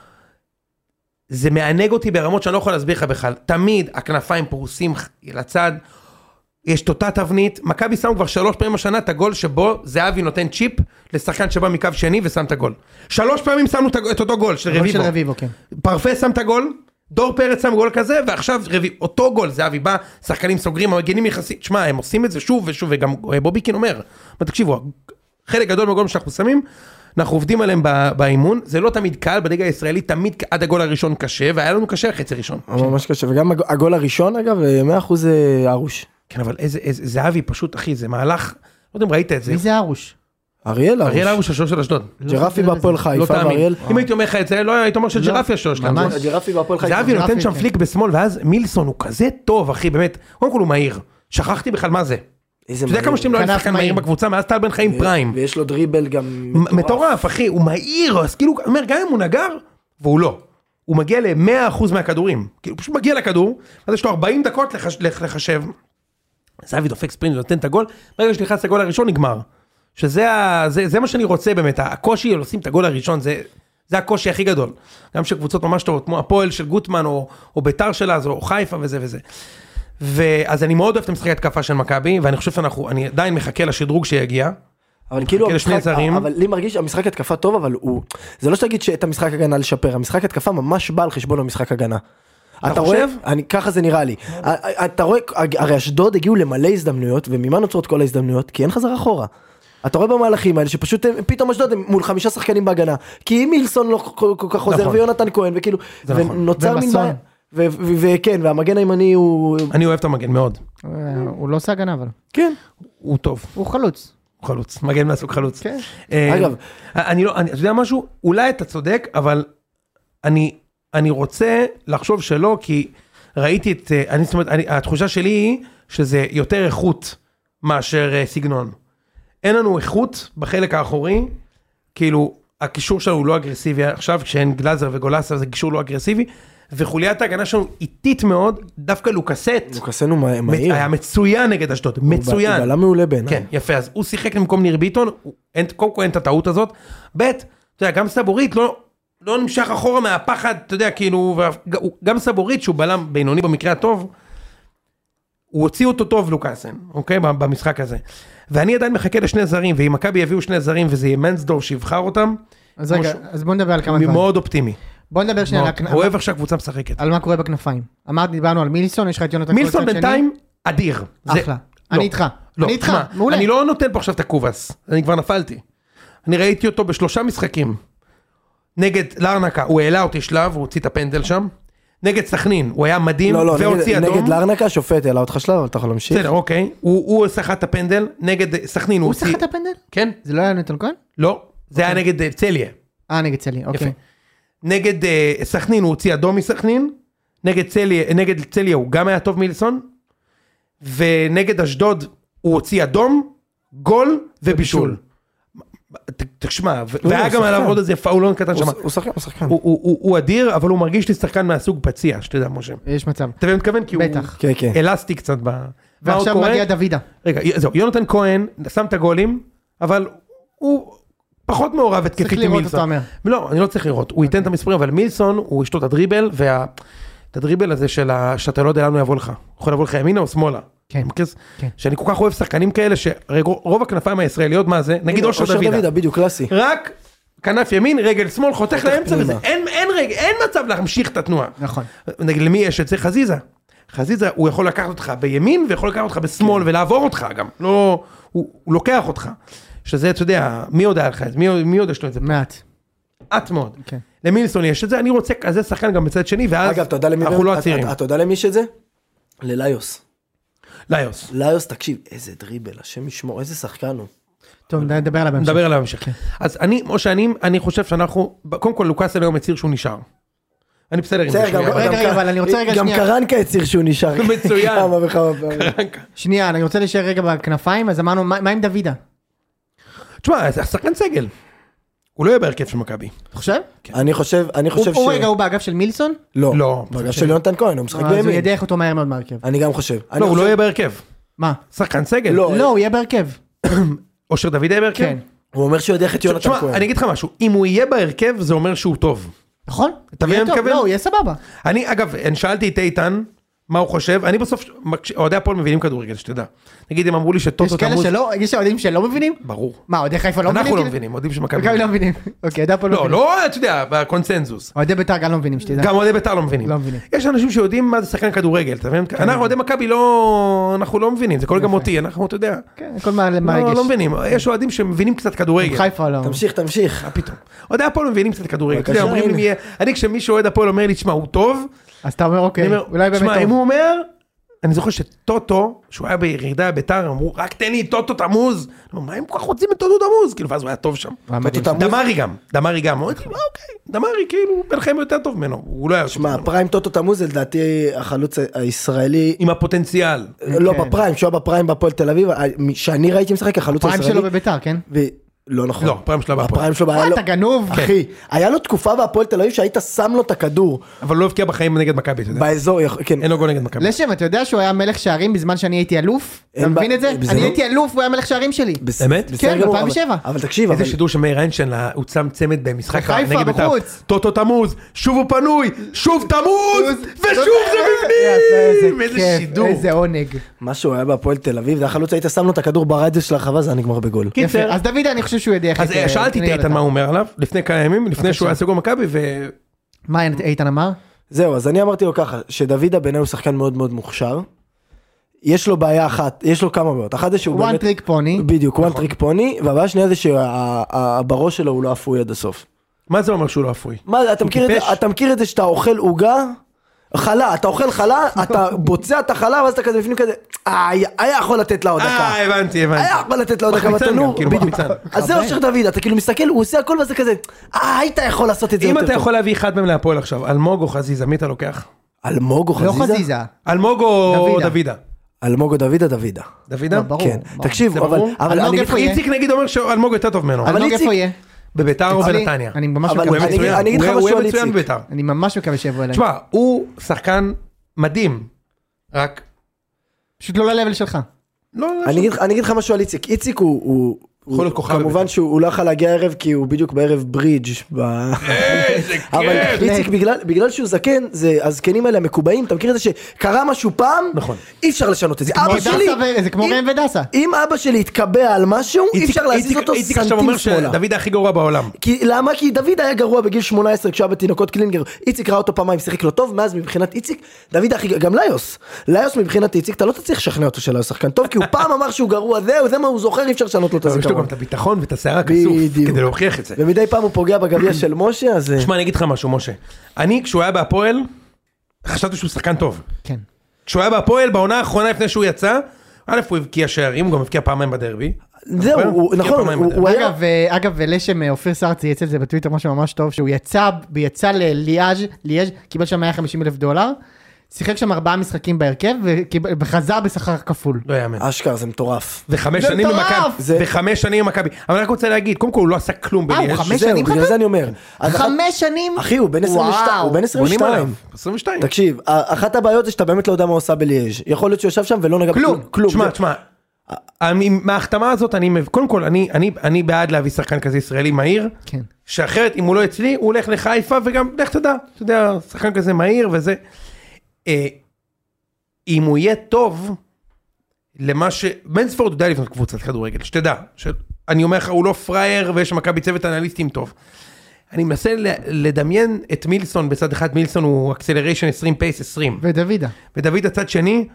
זה מענג אותי ברמות שאני לא יכול להסביר לך בכלל. תמיד הכנפיים פרוסים לצד, יש תותה תבנית, מכבי שמו כבר שלוש פעמים השנה את הגול שבו זהבי נותן צ'יפ לשחקן שבא מקו שני ושם את הגול. שלוש פעמים שמנו את אותו גול של רביבו. של רביבו, כן. פרפה שם את הגול, דור פרץ שם גול כזה, ועכשיו רביב, אותו גול, זהבי בא, שחקנים סוגרים, המגנים יחסית, תשמע, הם עושים את זה שוב ושוב, וגם בוביקין אומר, מה תקשיבו, חלק גדול מהגולים שאנחנו שמים, אנחנו עובדים עליהם באימון, זה לא תמיד קל, בליגה הישראלית תמיד עד הגול הראשון קשה, והיה לנו קשה חצי ראשון. ממש קשה, וגם הגול הראשון אגב, מאה אחוז ארוש. כן, אבל איזה, איזה, זהבי פשוט, אחי, זה מהלך, לא יודע אם ראית את זה. מי זה ארוש? אריאל ארוש. אריאל ארוש, השור של אשדוד. ג'רפי בהפועל חיפה, ואריאל. אם הייתי אומר לך את זה, לא היית אומר שג'רפי השור שלנו. ג'רפי בהפועל חיפה. זהבי נותן שם פליק בשמאל, ואז מילסון הוא כזה טוב, אחי, באמת. קודם כל הוא מהיר. שכחתי בכלל מה זה. אתה יודע כמה שאתם לא היו שחקן מהיר בקבוצה, מאז טל בן חיים פריים. ויש לו דריבל גם מטורף, אחי, הוא מהיר, אז כאילו, אומר, גם אם הוא נגר, והוא לא. הוא מגיע ל-מאה אחוז מהכדורים. כאילו, פשוט מגיע לכדור, אז יש לו ארבעים דקות לחשב. זהבי דופק ספרינט ונותן את הגול, ברגע שנכנס לגול הראשון נגמר. שזה זה, זה מה שאני רוצה באמת, הקושי לשים את הגול הראשון, זה, זה הקושי הכי גדול. גם שקבוצות ממש טובות, כמו הפועל של גוטמן, או, או ביתר שלה, או חיפה וזה וזה. ואז אני מאוד אוהב את המשחקי התקפה של מכבי, ואני חושב שאנחנו, אני עדיין מחכה לשדרוג שיגיע. אבל כאילו המשחק, אבל לי מרגיש, המשחק התקפה טוב, אבל הוא, זה לא שתגיד שאת המשחק הגנה לשפר, המשחק התקפה ממש בא על חשבון המשחק הגנה. אתה רואה, אני, ככה זה נראה לי, אתה רואה, הרי אשדוד הגיעו למלא הזדמנויות, וממה נוצרות כל ההזדמנויות? כי אין חזר אחורה. אתה רואה במהלכים האלה, שפשוט פתאום אשדוד הם מול חמישה שחקנים בהגנה, כי אם מילסון לא כל כך חוזר, ויונתן כהן, וכאילו, ונוצר מן מה, וכן, והמגן הימני הוא... אני אוהב את המגן מאוד. הוא לא עושה הגנה, אבל. כן. הוא טוב. הוא חלוץ. הוא חלוץ, מגן מהסוג חלוץ. כן. אגב, אני לא, אתה יודע משהו? אולי אתה צודק, אבל אני... אני רוצה לחשוב שלא, כי ראיתי את, אני, זאת אומרת, אני, התחושה שלי היא שזה יותר איכות מאשר סגנון. אין לנו איכות בחלק האחורי, כאילו, הקישור שלנו הוא לא אגרסיבי עכשיו, כשאין גלאזר וגולסה, זה קישור לא אגרסיבי, וחוליית ההגנה שלנו איטית מאוד, דווקא לוקסט. לוקסנו מהיר. היה מצוין נגד אשדוד, מצוין. הוא בלם מעולה בעיניי. כן, יפה, אז הוא שיחק למקום ניר ביטון, קודם כל אין את הטעות הזאת, ב' אתה יודע, גם סבורית לא... לא נמשך אחורה מהפחד, אתה יודע, כאילו, גם סבורית, שהוא בלם בינוני במקרה הטוב, הוא הוציא אותו טוב לוקאסן, אוקיי, במשחק הזה. ואני עדיין מחכה לשני זרים, ואם מכבי יביאו שני זרים, וזה יהיה מנסדורף שיבחר אותם. אז רגע, אז בוא נדבר על כמה דברים. מאוד אופטימי. בוא נדבר שנייה על הכנפיים. אוהב עכשיו קבוצה משחקת. על מה קורה בכנפיים. אמרת, דיברנו על מילסון, יש לך את יונתן. מילסון בינתיים, אדיר. אחלה. אני איתך. אני איתך, מעולה. אני לא נותן פה עכשיו את הקובס, אני כבר נפלתי. אני ראיתי אותו בשלושה משחקים. נגד לארנקה, הוא העלה אותי שלב, הוא הוציא את הפנדל שם. נגד סכנין, הוא היה מדהים, לא, לא, והוציא נגד, אדום. נגד לארנקה, שופט העלה אותך שלב, אבל אתה יכול להמשיך. בסדר, אוקיי. הוא, הוא שחט את הפנדל, נגד סכנין הוא הוציא... הוא שחט את הפנדל? כן. זה לא היה נטל כהן? לא, זה היה נגד צליה. אה, נגד צליה, אוקיי. נגד סכנין הוא הוציא אדום מסכנין, נגד צליה, נגד צליה הוא גם היה טוב מילסון, ונגד אשדוד הוא הוציא אדום, גול ובישול. תשמע, והיה גם עליו עוד איזה פאולון קטן שם. הוא שחקן, הוא שחקן. הוא אדיר, אבל הוא מרגיש לי שחקן מהסוג פציע, שתדע משה. יש מצב. אתה מבין, מתכוון, כי הוא אלסטי קצת ב... ועכשיו מגיע דוידה. רגע, זהו, יונתן כהן שם את הגולים, אבל הוא פחות מעורב התקפית עם מילסון. לא, אני לא צריך לראות, הוא ייתן את המספרים, אבל מילסון, הוא ישתות את הדריבל, ואת הדריבל הזה של שאתה לא יודע לאן הוא יבוא לך. הוא יכול לבוא לך ימינה או שמאלה. כן. שאני כל כך אוהב שחקנים כאלה, שרוב הכנפיים הישראליות, מה זה? נגיד אושר דוידה. בדיוק, קלאסי. רק כנף ימין, רגל שמאל, חותך לאמצע וזה. אין מצב להמשיך את התנועה. נכון. נגיד, למי יש את זה? חזיזה. חזיזה, הוא יכול לקחת אותך בימין, ויכול לקחת אותך בשמאל, ולעבור אותך גם. לא, הוא לוקח אותך. שזה, אתה יודע, מי יודע לך את זה? מי יודע שלו את זה? מעט. מעט מאוד. למילסון יש את זה, אני רוצה כזה שחקן גם בצד שני, ואז אנחנו לא הצעירים. אתה יודע למי יש את זה? לליוס. ליוס. ליוס, תקשיב, איזה דריבל, השם ישמור, איזה שחקן הוא. טוב, נדבר עליו בהמשך. נדבר עליו בהמשך. אז אני, כמו שאני, אני חושב שאנחנו, קודם כל לוקאס היום הצהיר שהוא נשאר. אני בסדר עם זה. רגע, אבל אני רוצה רגע שנייה. גם קרנקה הצהיר שהוא נשאר. מצוין. שנייה, אני רוצה להישאר רגע בכנפיים, אז אמרנו, מה עם דוידה? תשמע, השחקן סגל. הוא לא יהיה בהרכב של מכבי. אתה חושב? אני חושב, אני חושב ש... הוא רגע, הוא באגף של מילסון? לא. לא. באגף של יונתן כהן, הוא משחק בימין. אז הוא ידח אותו מהר מאוד מהרכב. אני גם חושב. לא, הוא לא יהיה בהרכב. מה? שחקן סגל. לא, הוא יהיה בהרכב. אושר דוד יהיה בהרכב? כן. הוא אומר שהוא ידח את יונתן כהן. תשמע, אני אגיד לך משהו. אם הוא יהיה בהרכב, זה אומר שהוא טוב. נכון? אתה מבין מה אני מתכוון? לא, הוא יהיה סבבה. אני, אגב, אני שאלתי את איתן, מה הוא חושב, אני בסוף, אוהדי הפועל מבינים כדורגל, שתדע. נגיד, הם אמרו לי שטוטו תמוז... יש כאלה שלא, יש אוהדים שלא מבינים? ברור. מה, אוהדי חיפה לא מבינים? אנחנו לא מבינים, אוהדים שמכבי. מכבי לא מבינים. אוקיי, אוהדי הפועל לא מבינים. לא, לא, אתה יודע, בקונסנזוס. אוהדי בית"ר גם לא מבינים, שתדע. גם אוהדי בית"ר לא מבינים. לא מבינים. יש אנשים שיודעים מה זה שחקן כדורגל, אתה מבין? אנחנו אוהדי מכבי לא, אנחנו לא מבינים, זה כל גם אותי, אנחנו, אתה יודע. כן, כל מה יש. לא מבינים, יש אוהדים שמבינים קצת כדורגל. חיפה לא. תמשיך, תמשיך. מה פתאום? אוהדי הפועל מבינים קצת כדורגל. אתה יודע, אומרים לי, אני כשמישהו אוהד הפועל אומר לי, תשמע, הוא טוב. אז אתה אומר, אוקיי, אולי באמת טוב. תשמע, אם הוא אומר, אני זוכר שטוטו, שהוא היה בירידה בית"ר, אמרו, רק תן לי טוטו תמוז. מה הם כל כך רוצים את טוטו תמוז? כאילו, ואז הוא היה טוב שם. דמרי גם, דמרי גם. אוקיי, דמרי, כאילו, בינכם יותר טוב ממנו. הוא לא היה... שמע, פריים טוטו תמוז, לדעתי, החלוץ הישראלי... עם הפוטנציאל. לא, בפריים, שהוא היה בפריים בהפועל תל אביב, שאני ראיתי משחק, החלוץ הישראלי... פריים שלו בבית"ר, כן? לא נכון. לא, הפריים שלו בהפועל. הפריים שלו היה לו... אתה גנוב. אחי, היה לו תקופה בהפועל תל אביב שהיית שם לו את הכדור. אבל לא הבקיע בחיים נגד מכבי, אתה יודע. באזור, כן. אין לו גול נגד מכבי. לשם, אתה יודע שהוא היה מלך שערים בזמן שאני הייתי אלוף? אתה מבין את זה? אני הייתי אלוף, הוא היה מלך שערים שלי. באמת? כן, ב-אלפיים ושבע. אבל תקשיב, איזה שידור שמאיר איינשטיין הוא שם צמד במשחק חיפה בחוץ. טוטו תמוז, שוב הוא פנוי, שוב תמוז, ושוב זה בפנים. איזה שידור. איזה עונג. משהו היה בהפועל תל אביב, זה החלוץ היית שם לו את הכדור ברדיוס של הרחבה, זה נגמר בגול. אז דוד, אני חושב שהוא ידיח. אז שאלתי את איתן מה הוא אומר עליו, לפני כמה ימים, לפני שהוא היה סגור מכבי, ו... מה איתן אמר? זהו, אז אני אמרתי לו ככה, שדוידה בעיניי הוא שחקן מאוד מאוד מוכשר, יש לו בעיה אחת, יש לו כמה בעיות, אחת זה שהוא באמת... one trick pony. בדיוק, one trick pony, והבעיה השנייה זה שהבראש שלו הוא לא אפוי עד הסוף. מה זה אומר שהוא לא אפוי? מה, אתה מכיר את זה שאתה אוכל עוגה? חלה, אתה אוכל חלה, אתה בוצע את החלה, ואז אתה כזה בפנים כזה, היה יכול לתת לה עוד דקה. אה, הבנתי, הבנתי. היה יכול לתת לה עוד דקה בתנור. אז זה אושר דוד, אתה כאילו מסתכל, הוא עושה הכל וזה כזה, אה, היית יכול לעשות את זה יותר טוב. אם טוב. אתה יכול להביא אחד מהם להפועל עכשיו, אלמוג או חזיזה, מי אתה לוקח? אלמוג או חזיזה? לא חזיזה. אלמוג או דוידה? אלמוג או דוידה, דוידה. דוידה? כן. תקשיב, אבל איציק נגיד אומר שאלמוג יותר טוב ממנו. אלמוג איפה יהיה? בביתר או בנתניה. אני ממש מקווה. הוא יהיה מצוין בביתר. אני ממש מקווה שיבוא אליי. תשמע, הוא שחקן מדהים. רק... פשוט לא ללבל שלך. אני אגיד לך משהו על איציק. איציק הוא... כמובן שהוא לא יכול להגיע ערב כי הוא בדיוק בערב ברידג' איזה כיף. אבל איציק בגלל שהוא זקן, הזקנים האלה המקובעים, אתה מכיר את זה שקרה משהו פעם, אי אפשר לשנות את זה. זה כמו ראם ודסה. אם אבא שלי יתקבע על משהו, אי אפשר להזיז אותו סנטים שמאלה. דוד הכי גרוע בעולם. למה? כי דוד היה גרוע בגיל שמונה עשרה כשהיה בתינוקות קלינגר, איציק ראה אותו פעמיים, שיחק לו טוב, מאז מבחינת איציק, דוד הכי, גם ליוס, ליוס מבחינת איציק, אתה לא תצליח לשכנע אותו שלא שחקן טוב, כי הוא פעם אמר שהוא גרוע, זהו, זה מה הוא זוכר, אי אפשר לשנות לו את הזיכרון. גם את הביטחון ואת השערה הכסוף, כדי להוכיח את זה. ומדי פעם הוא פוגע בגביע של משה, אז... תשמע, אני אגיד לך משהו, משה. אני, כשהוא היה בהפועל, חשבתי שהוא שחקן טוב. כן. כשהוא היה בהפועל, בעונה האחרונה לפני שהוא יצא, א' הוא הבקיע שערים, הוא גם הבקיע פעמיים בדרבי. זהו, נכון. אגב, ולשם אופיר סער צייץ את זה בטוויטר, משהו ממש טוב, שהוא יצא, ויצא לליאז', ליאז', קיבל שם מאה וחמישים אלף דולר, שיחק שם ארבעה משחקים בהרכב, וחזר בשכר כפול. לא יאמן. אשכרה, זה מטורף. וחמש שנים במכבי. וחמש שנים במכבי. אבל אני רק רוצה להגיד, קודם כל הוא לא עשה כלום בליאז'. אה, הוא חמש שנים בגלל זה אני אומר. חמש שנים? אחי, הוא בן עשרים ושתיים. הוא בן עשרים ושתיים. עשרים ושתיים. תקשיב, אחת הבעיות זה שאתה באמת לא יודע מה הוא עושה בליאז'. יכול להיות שהוא ישב שם ולא נגע כלום. כלום. תשמע, תשמע. מההחתמה הזאת, קודם כל, אני בעד להביא שחקן כזה ישראלי מהיר. כן. שאחרת, אם הוא לא אצלי, הוא הולך לחיפה וגם, לך תדע, אתה יודע, שחקן כזה מהיר וזה. אם הוא יהיה טוב, למה ש... מנספורד יודע לפנות קבוצת כדורגל, שתדע, שאני אומר לך, הוא לא פרייר, ויש מכבי צוות אנליסטים טוב. אני מנסה לדמיין את מילסון בצד אחד, מילסון הוא אקסלריישן עשרים פייס עשרים. ודוידה. ודוידה צד שני,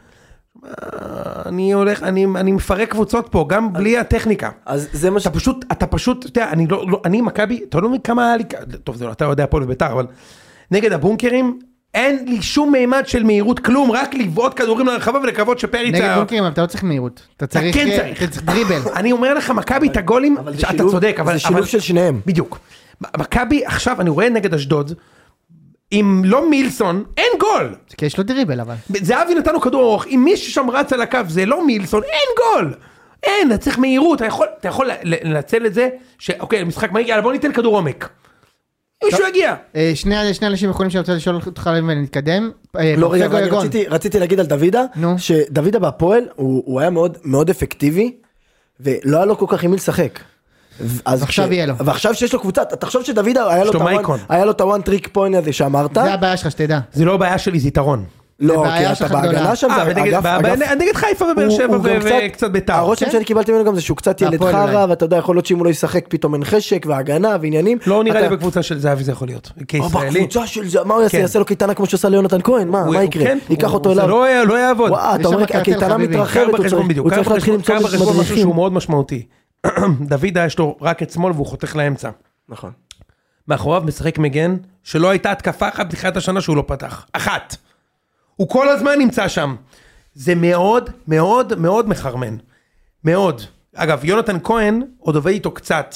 אני הולך, אני, אני מפרק קבוצות פה, גם בלי הטכניקה. אז זה מה ש... אתה פשוט, אתה פשוט, אתה יודע, אני לא, לא, אני מכבי, אתה לא מבין כמה היה לי, טוב, זה לא, אתה יודע פה לביתר, אבל נגד הבונקרים, אין לי שום מימד של מהירות כלום, רק לבעוט כדורים לרחבה ולקוות שפריץ... נגד בונקרים, אבל אתה לא צריך מהירות. אתה צריך, כן צריך. אתה צריך דריבל. אני אומר לך, מכבי את הגולים, אתה צודק, אבל... זה שילוב של שניהם. בדיוק. מכבי, עכשיו, אני רואה נגד אשדוד, אם לא מילסון, אין גול. כי יש לו דריבל, אבל. זהבי נתנו כדור ארוך, אם מישהו שם רץ על הקו, זה לא מילסון, אין גול. אין, אתה צריך מהירות, אתה יכול, אתה יכול לנצל את זה, שאוקיי, משחק מהיר, יאללה, בוא ניתן כדור עומק. מישהו יגיע. שני, שני אנשים יכולים שאני רוצה לשאול אותך ונתקדם. לא, רגע, אני רציתי, רציתי להגיד על דוידה, שדוידה בהפועל, הוא, הוא היה מאוד, מאוד אפקטיבי, ולא היה לו כל כך עם מי לשחק. אז עכשיו יהיה לו. ועכשיו שיש לו קבוצה, תחשוב שדוידה היה לו את הוואן טריק פוינט הזה שאמרת. זה הבעיה שלך, שתדע. זה לא הבעיה שלי, זה יתרון. לא, כי אתה בהגנה שם, נגד חיפה ובאר שבע וקצת ביתר. הרושם שאני קיבלתי ממנו גם זה שהוא קצת ילד חרא, ואתה יודע, יכול להיות שאם הוא לא ישחק פתאום אין חשק והגנה ועניינים. לא נראה לי בקבוצה של זהבי זה יכול להיות. או בקבוצה של זהבי, מה הוא יעשה? יעשה לו קייטנה כמו שעושה ליונתן כהן? מה יקרה? ייקח אותו אליו. זה לא יעבוד. אתה אומר, הקייטנה מתרחבת, הוא צריך להתחיל למצוא משהו שהוא מאוד משמעותי. דוידה יש לו רק את שמאל והוא חותך לאמצע. נכון. מאחוריו משחק מגן שלא הייתה התקפה אחת בתחילת השנה שהוא לא פתח. אחת. הוא כל הזמן נמצא שם. זה מאוד מאוד מאוד מחרמן. מאוד. אגב, יונתן כהן עוד עובד איתו קצת.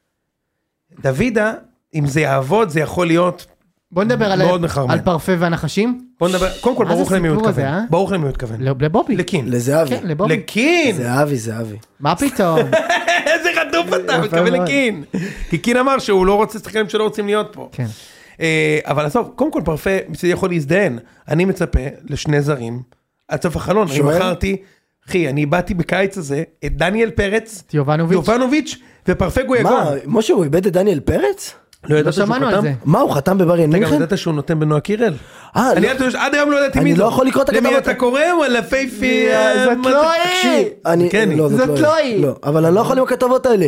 דוידה, אם זה יעבוד, זה יכול להיות בוא נדבר על, על פרפה והנחשים. בוא נדבר, קודם כל ברוך למי הוא התכוון. אה? ברוך למי הוא התכוון. לבובי. לקין. לזהבי. כן, לבובי. לקין. זהבי, זהבי. מה פתאום? איזה חטוף אתה, מתכוון לקין. כי קין אמר שהוא לא רוצה שחקנים שלא רוצים להיות פה. כן. אבל עזוב, קודם כל פרפה יכול להזדהן. אני מצפה לשני זרים. עד סוף החלון, אני בחרתי, אחי, אני באתי בקיץ הזה, את דניאל פרץ, יובנוביץ' ופרפה גויגון. מה, משה, הוא איבד את דניאל פרץ? לא שמענו על זה. מה, הוא חתם בבריין מינכן? אתה גם ידעת שהוא נותן בנועה קירל? אני עד היום לא ידעתי מי אני לא יכול לקרוא את הכתבות. למי אתה קורא? וואלה פייפי... זאת לא היא! זאת לא היא! אבל אני לא יכול עם הכתבות האלה.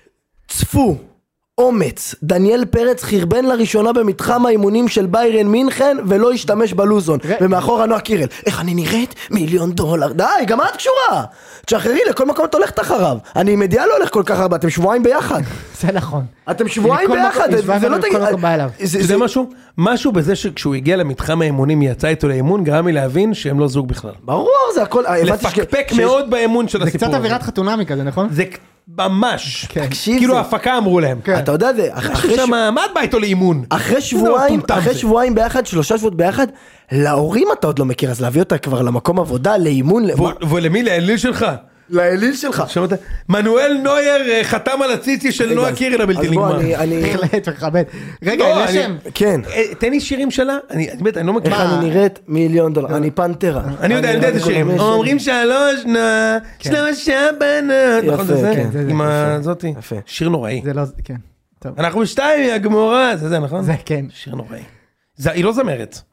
צפו, אומץ, דניאל פרץ חרבן לראשונה במתחם האימונים של ביירן מינכן ולא השתמש בלוזון. ומאחורה נועה קירל. איך אני נראית? מיליון דולר. די, גם את קשורה. תשחררי, לכל מקום את הולכת אחריו. אני עם אידיאל לא הולך כל כך הרבה, אתם שבועיים ביחד. זה נכון. אתם שבועיים ביחד, זה לא תגיד... זה משהו, משהו בזה שכשהוא הגיע למתחם האימונים, יצא איתו לאימון, גרם לי להבין שהם לא זוג בכלל. ברור, זה הכל... לפקפק מאוד באימון של הסיפור. זה קצת אווירת חתונמי כזה, נכון? זה ממש. כאילו ההפקה אמרו להם. אתה יודע, זה... מה את בא איתו לאימון? אחרי שבועיים, אחרי שבועיים ביחד, שלושה שבועות ביחד, להורים אתה עוד לא מכיר, אז להביא אותה כבר למקום עבודה, לאימון. ולמי? לאליל שלך? לאליל שלך. מנואל נויר חתם על הציצי של נועה קירל הבלתי נגמר. בהחלט, מכבד. רגע, אין לשם. כן. תן לי שירים שלה, אני לא מכיר. איך אני נראית? מיליון דולר. אני פנתרה. אני יודע, אני יודע את השירים. אומרים שלוש נה, שלושה בנות. נכון, זה זה? עם הזאתי. שיר נוראי. זה לא, כן. אנחנו בשתיים, הגמורה, זה זה, נכון? זה כן. שיר נוראי. היא לא זמרת.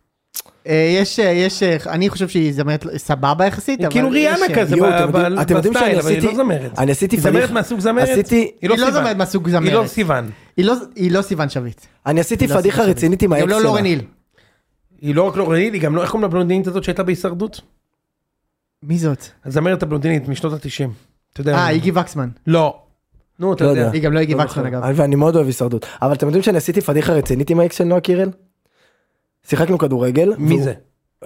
יש, יש, אני חושב שהיא זמרת סבבה יחסית, אבל... כאילו ריאנה כזה בסטייל, אבל היא לא זמרת. אני עשיתי... היא זמרת מהסוג זמרת? היא לא זמרת מהסוג זמרת. היא לא סיוון. היא לא סיוון שביט. אני עשיתי פדיחה רצינית עם האקס שלה. היא לא לורניל. היא לא רק לורניל, היא גם לא... איך קוראים לבלונדינית הזאת שהייתה בהישרדות? מי זאת? הזמרת הבלונדינית משנות ה-תשעים. אה, איגי וקסמן. לא. נו, אתה יודע. היא גם לא איגי וקסמן אגב. ואני מאוד אוהב הישרדות. אבל אתם יודעים שאני עשיתי פדיחה רצינית עם האקס של נועה קירל? שיחקנו כדורגל. מי זה?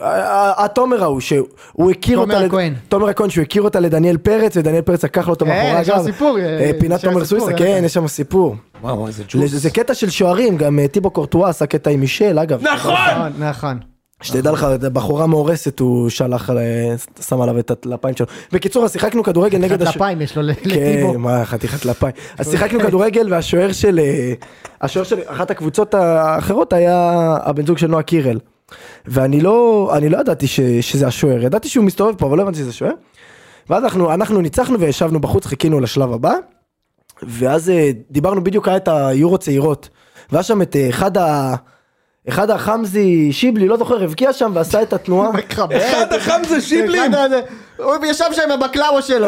התומר ההוא, שהוא הכיר אותה, תומר הכהן. תומר הכהן, שהוא הכיר אותה לדניאל פרץ, ודניאל פרץ לקח לו אותו מאחורי הגב. יש שם סיפור. פינת תומר סוויסה, כן, יש שם סיפור. וואו, איזה ג'וס. זה קטע של שוערים, גם טיבו קורטואה עשה קטע עם מישל, אגב. נכון! נכון. שתדע לך, בחורה מאורסת, הוא שלח, שם עליו את הטלפיים שלו. בקיצור, אז שיחקנו כדורגל נגד... טלפיים יש לו לטיבו. כן, מה, חתיכת טלפיים. אז שיחקנו כדורגל, והשוער של... השוער של אחת הקבוצות האחרות היה הבן זוג של נועה קירל. ואני לא, אני לא ידעתי ש, שזה השוער, ידעתי שהוא מסתובב פה, אבל לא הבנתי שזה שוער. ואז אנחנו, אנחנו ניצחנו וישבנו בחוץ, חיכינו לשלב הבא, ואז דיברנו בדיוק על את היורו צעירות, ואז שם את אחד, ה, אחד החמזי שיבלי, לא זוכר, הבקיע שם ועשה את התנועה. אחד החמזי שיבלי. הוא ישב שם עם הבקלאו שלו.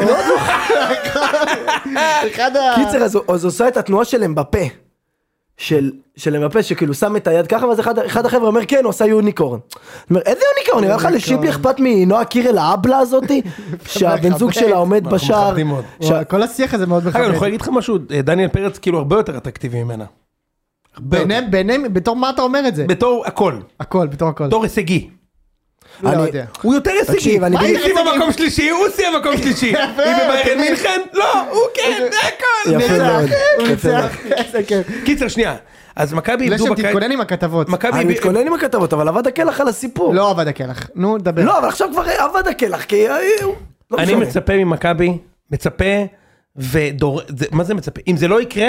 קיצר, אז עושה את התנועה שלהם בפה. של אמבפה שכאילו שם את היד ככה, ואז אחד החבר'ה אומר כן, הוא עשה יוניקורן. אומר, איזה יוניקורן? נראה לך לשיבלי אכפת מנועה קירל האבלה הזאתי, שהבן זוג שלה עומד בשער. כל השיח הזה מאוד מכבד. אני יכול להגיד לך משהו, דניאל פרץ כאילו הרבה יותר אטרקטיבי ממנה. ביניהם, בתור מה אתה אומר את זה? בתור הכל. הכל, בתור הכל. בתור הישגי. לא יודע. הוא יותר הישגי. מה היא במקום שלישי? הוא סיים במקום שלישי. היא בביירן מינכן? לא, הוא כן, זה הכל. יפה מאוד. קיצר שנייה. אז מכבי איבדו בקיץ. תתכונן עם הכתבות. אני מתכונן עם הכתבות, אבל עבד הכלח על הסיפור. לא עבד הכלח. נו, דבר. לא, אבל עכשיו כבר עבד הכלח, כי... אני מצפה ממכבי, מצפה ודור... מה זה מצפה? אם זה לא יקרה,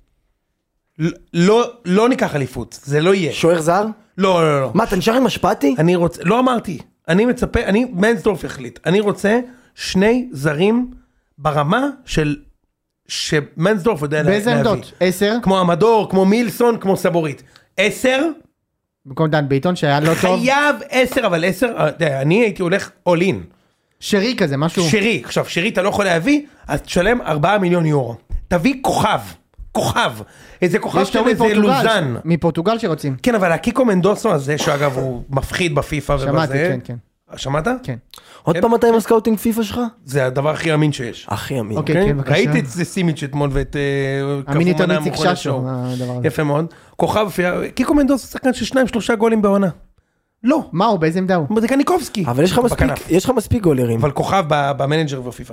לא ניקח אליפות. זה לא יהיה. שוער זר? לא, לא, לא. מה, אתה נשאר עם השפעתי? אני רוצה, לא אמרתי. אני מצפה, אני, מנסדורף החליט. אני רוצה שני זרים ברמה של... שמנסדורף יודע להביא. באיזה עמדות? עשר? כמו המדור, כמו מילסון, כמו סבורית. עשר? במקום דן ביטון שהיה לא טוב. חייב עשר, אבל עשר, אני הייתי הולך all in. שרי כזה, משהו. שרי, עכשיו שרי אתה לא יכול להביא, אז תשלם ארבעה מיליון יורו. תביא כוכב, כוכב. איזה כוכב של איזה לוזן. מפורטוגל שרוצים. כן, אבל הקיקו מנדוסו הזה, שאגב הוא מפחיד בפיפה. שמעתי, כן, כן. שמעת? כן. עוד פעם אתה עם הסקאוטינג פיפה שלך? זה הדבר הכי אמין שיש. הכי אמין. אוקיי, כן, בבקשה. ראיתי את זה סימיץ' אתמול ואת אמינית המיציק ששו. יפה מאוד. כוכב, קיקו מנדוסו שחקן של שניים, שלושה גולים בעונה. לא. מה הוא? באיזה עמדה הוא? זה קניקובסקי. אבל יש לך מספיק גולרים. אבל כוכב במנג'ר בפיפה.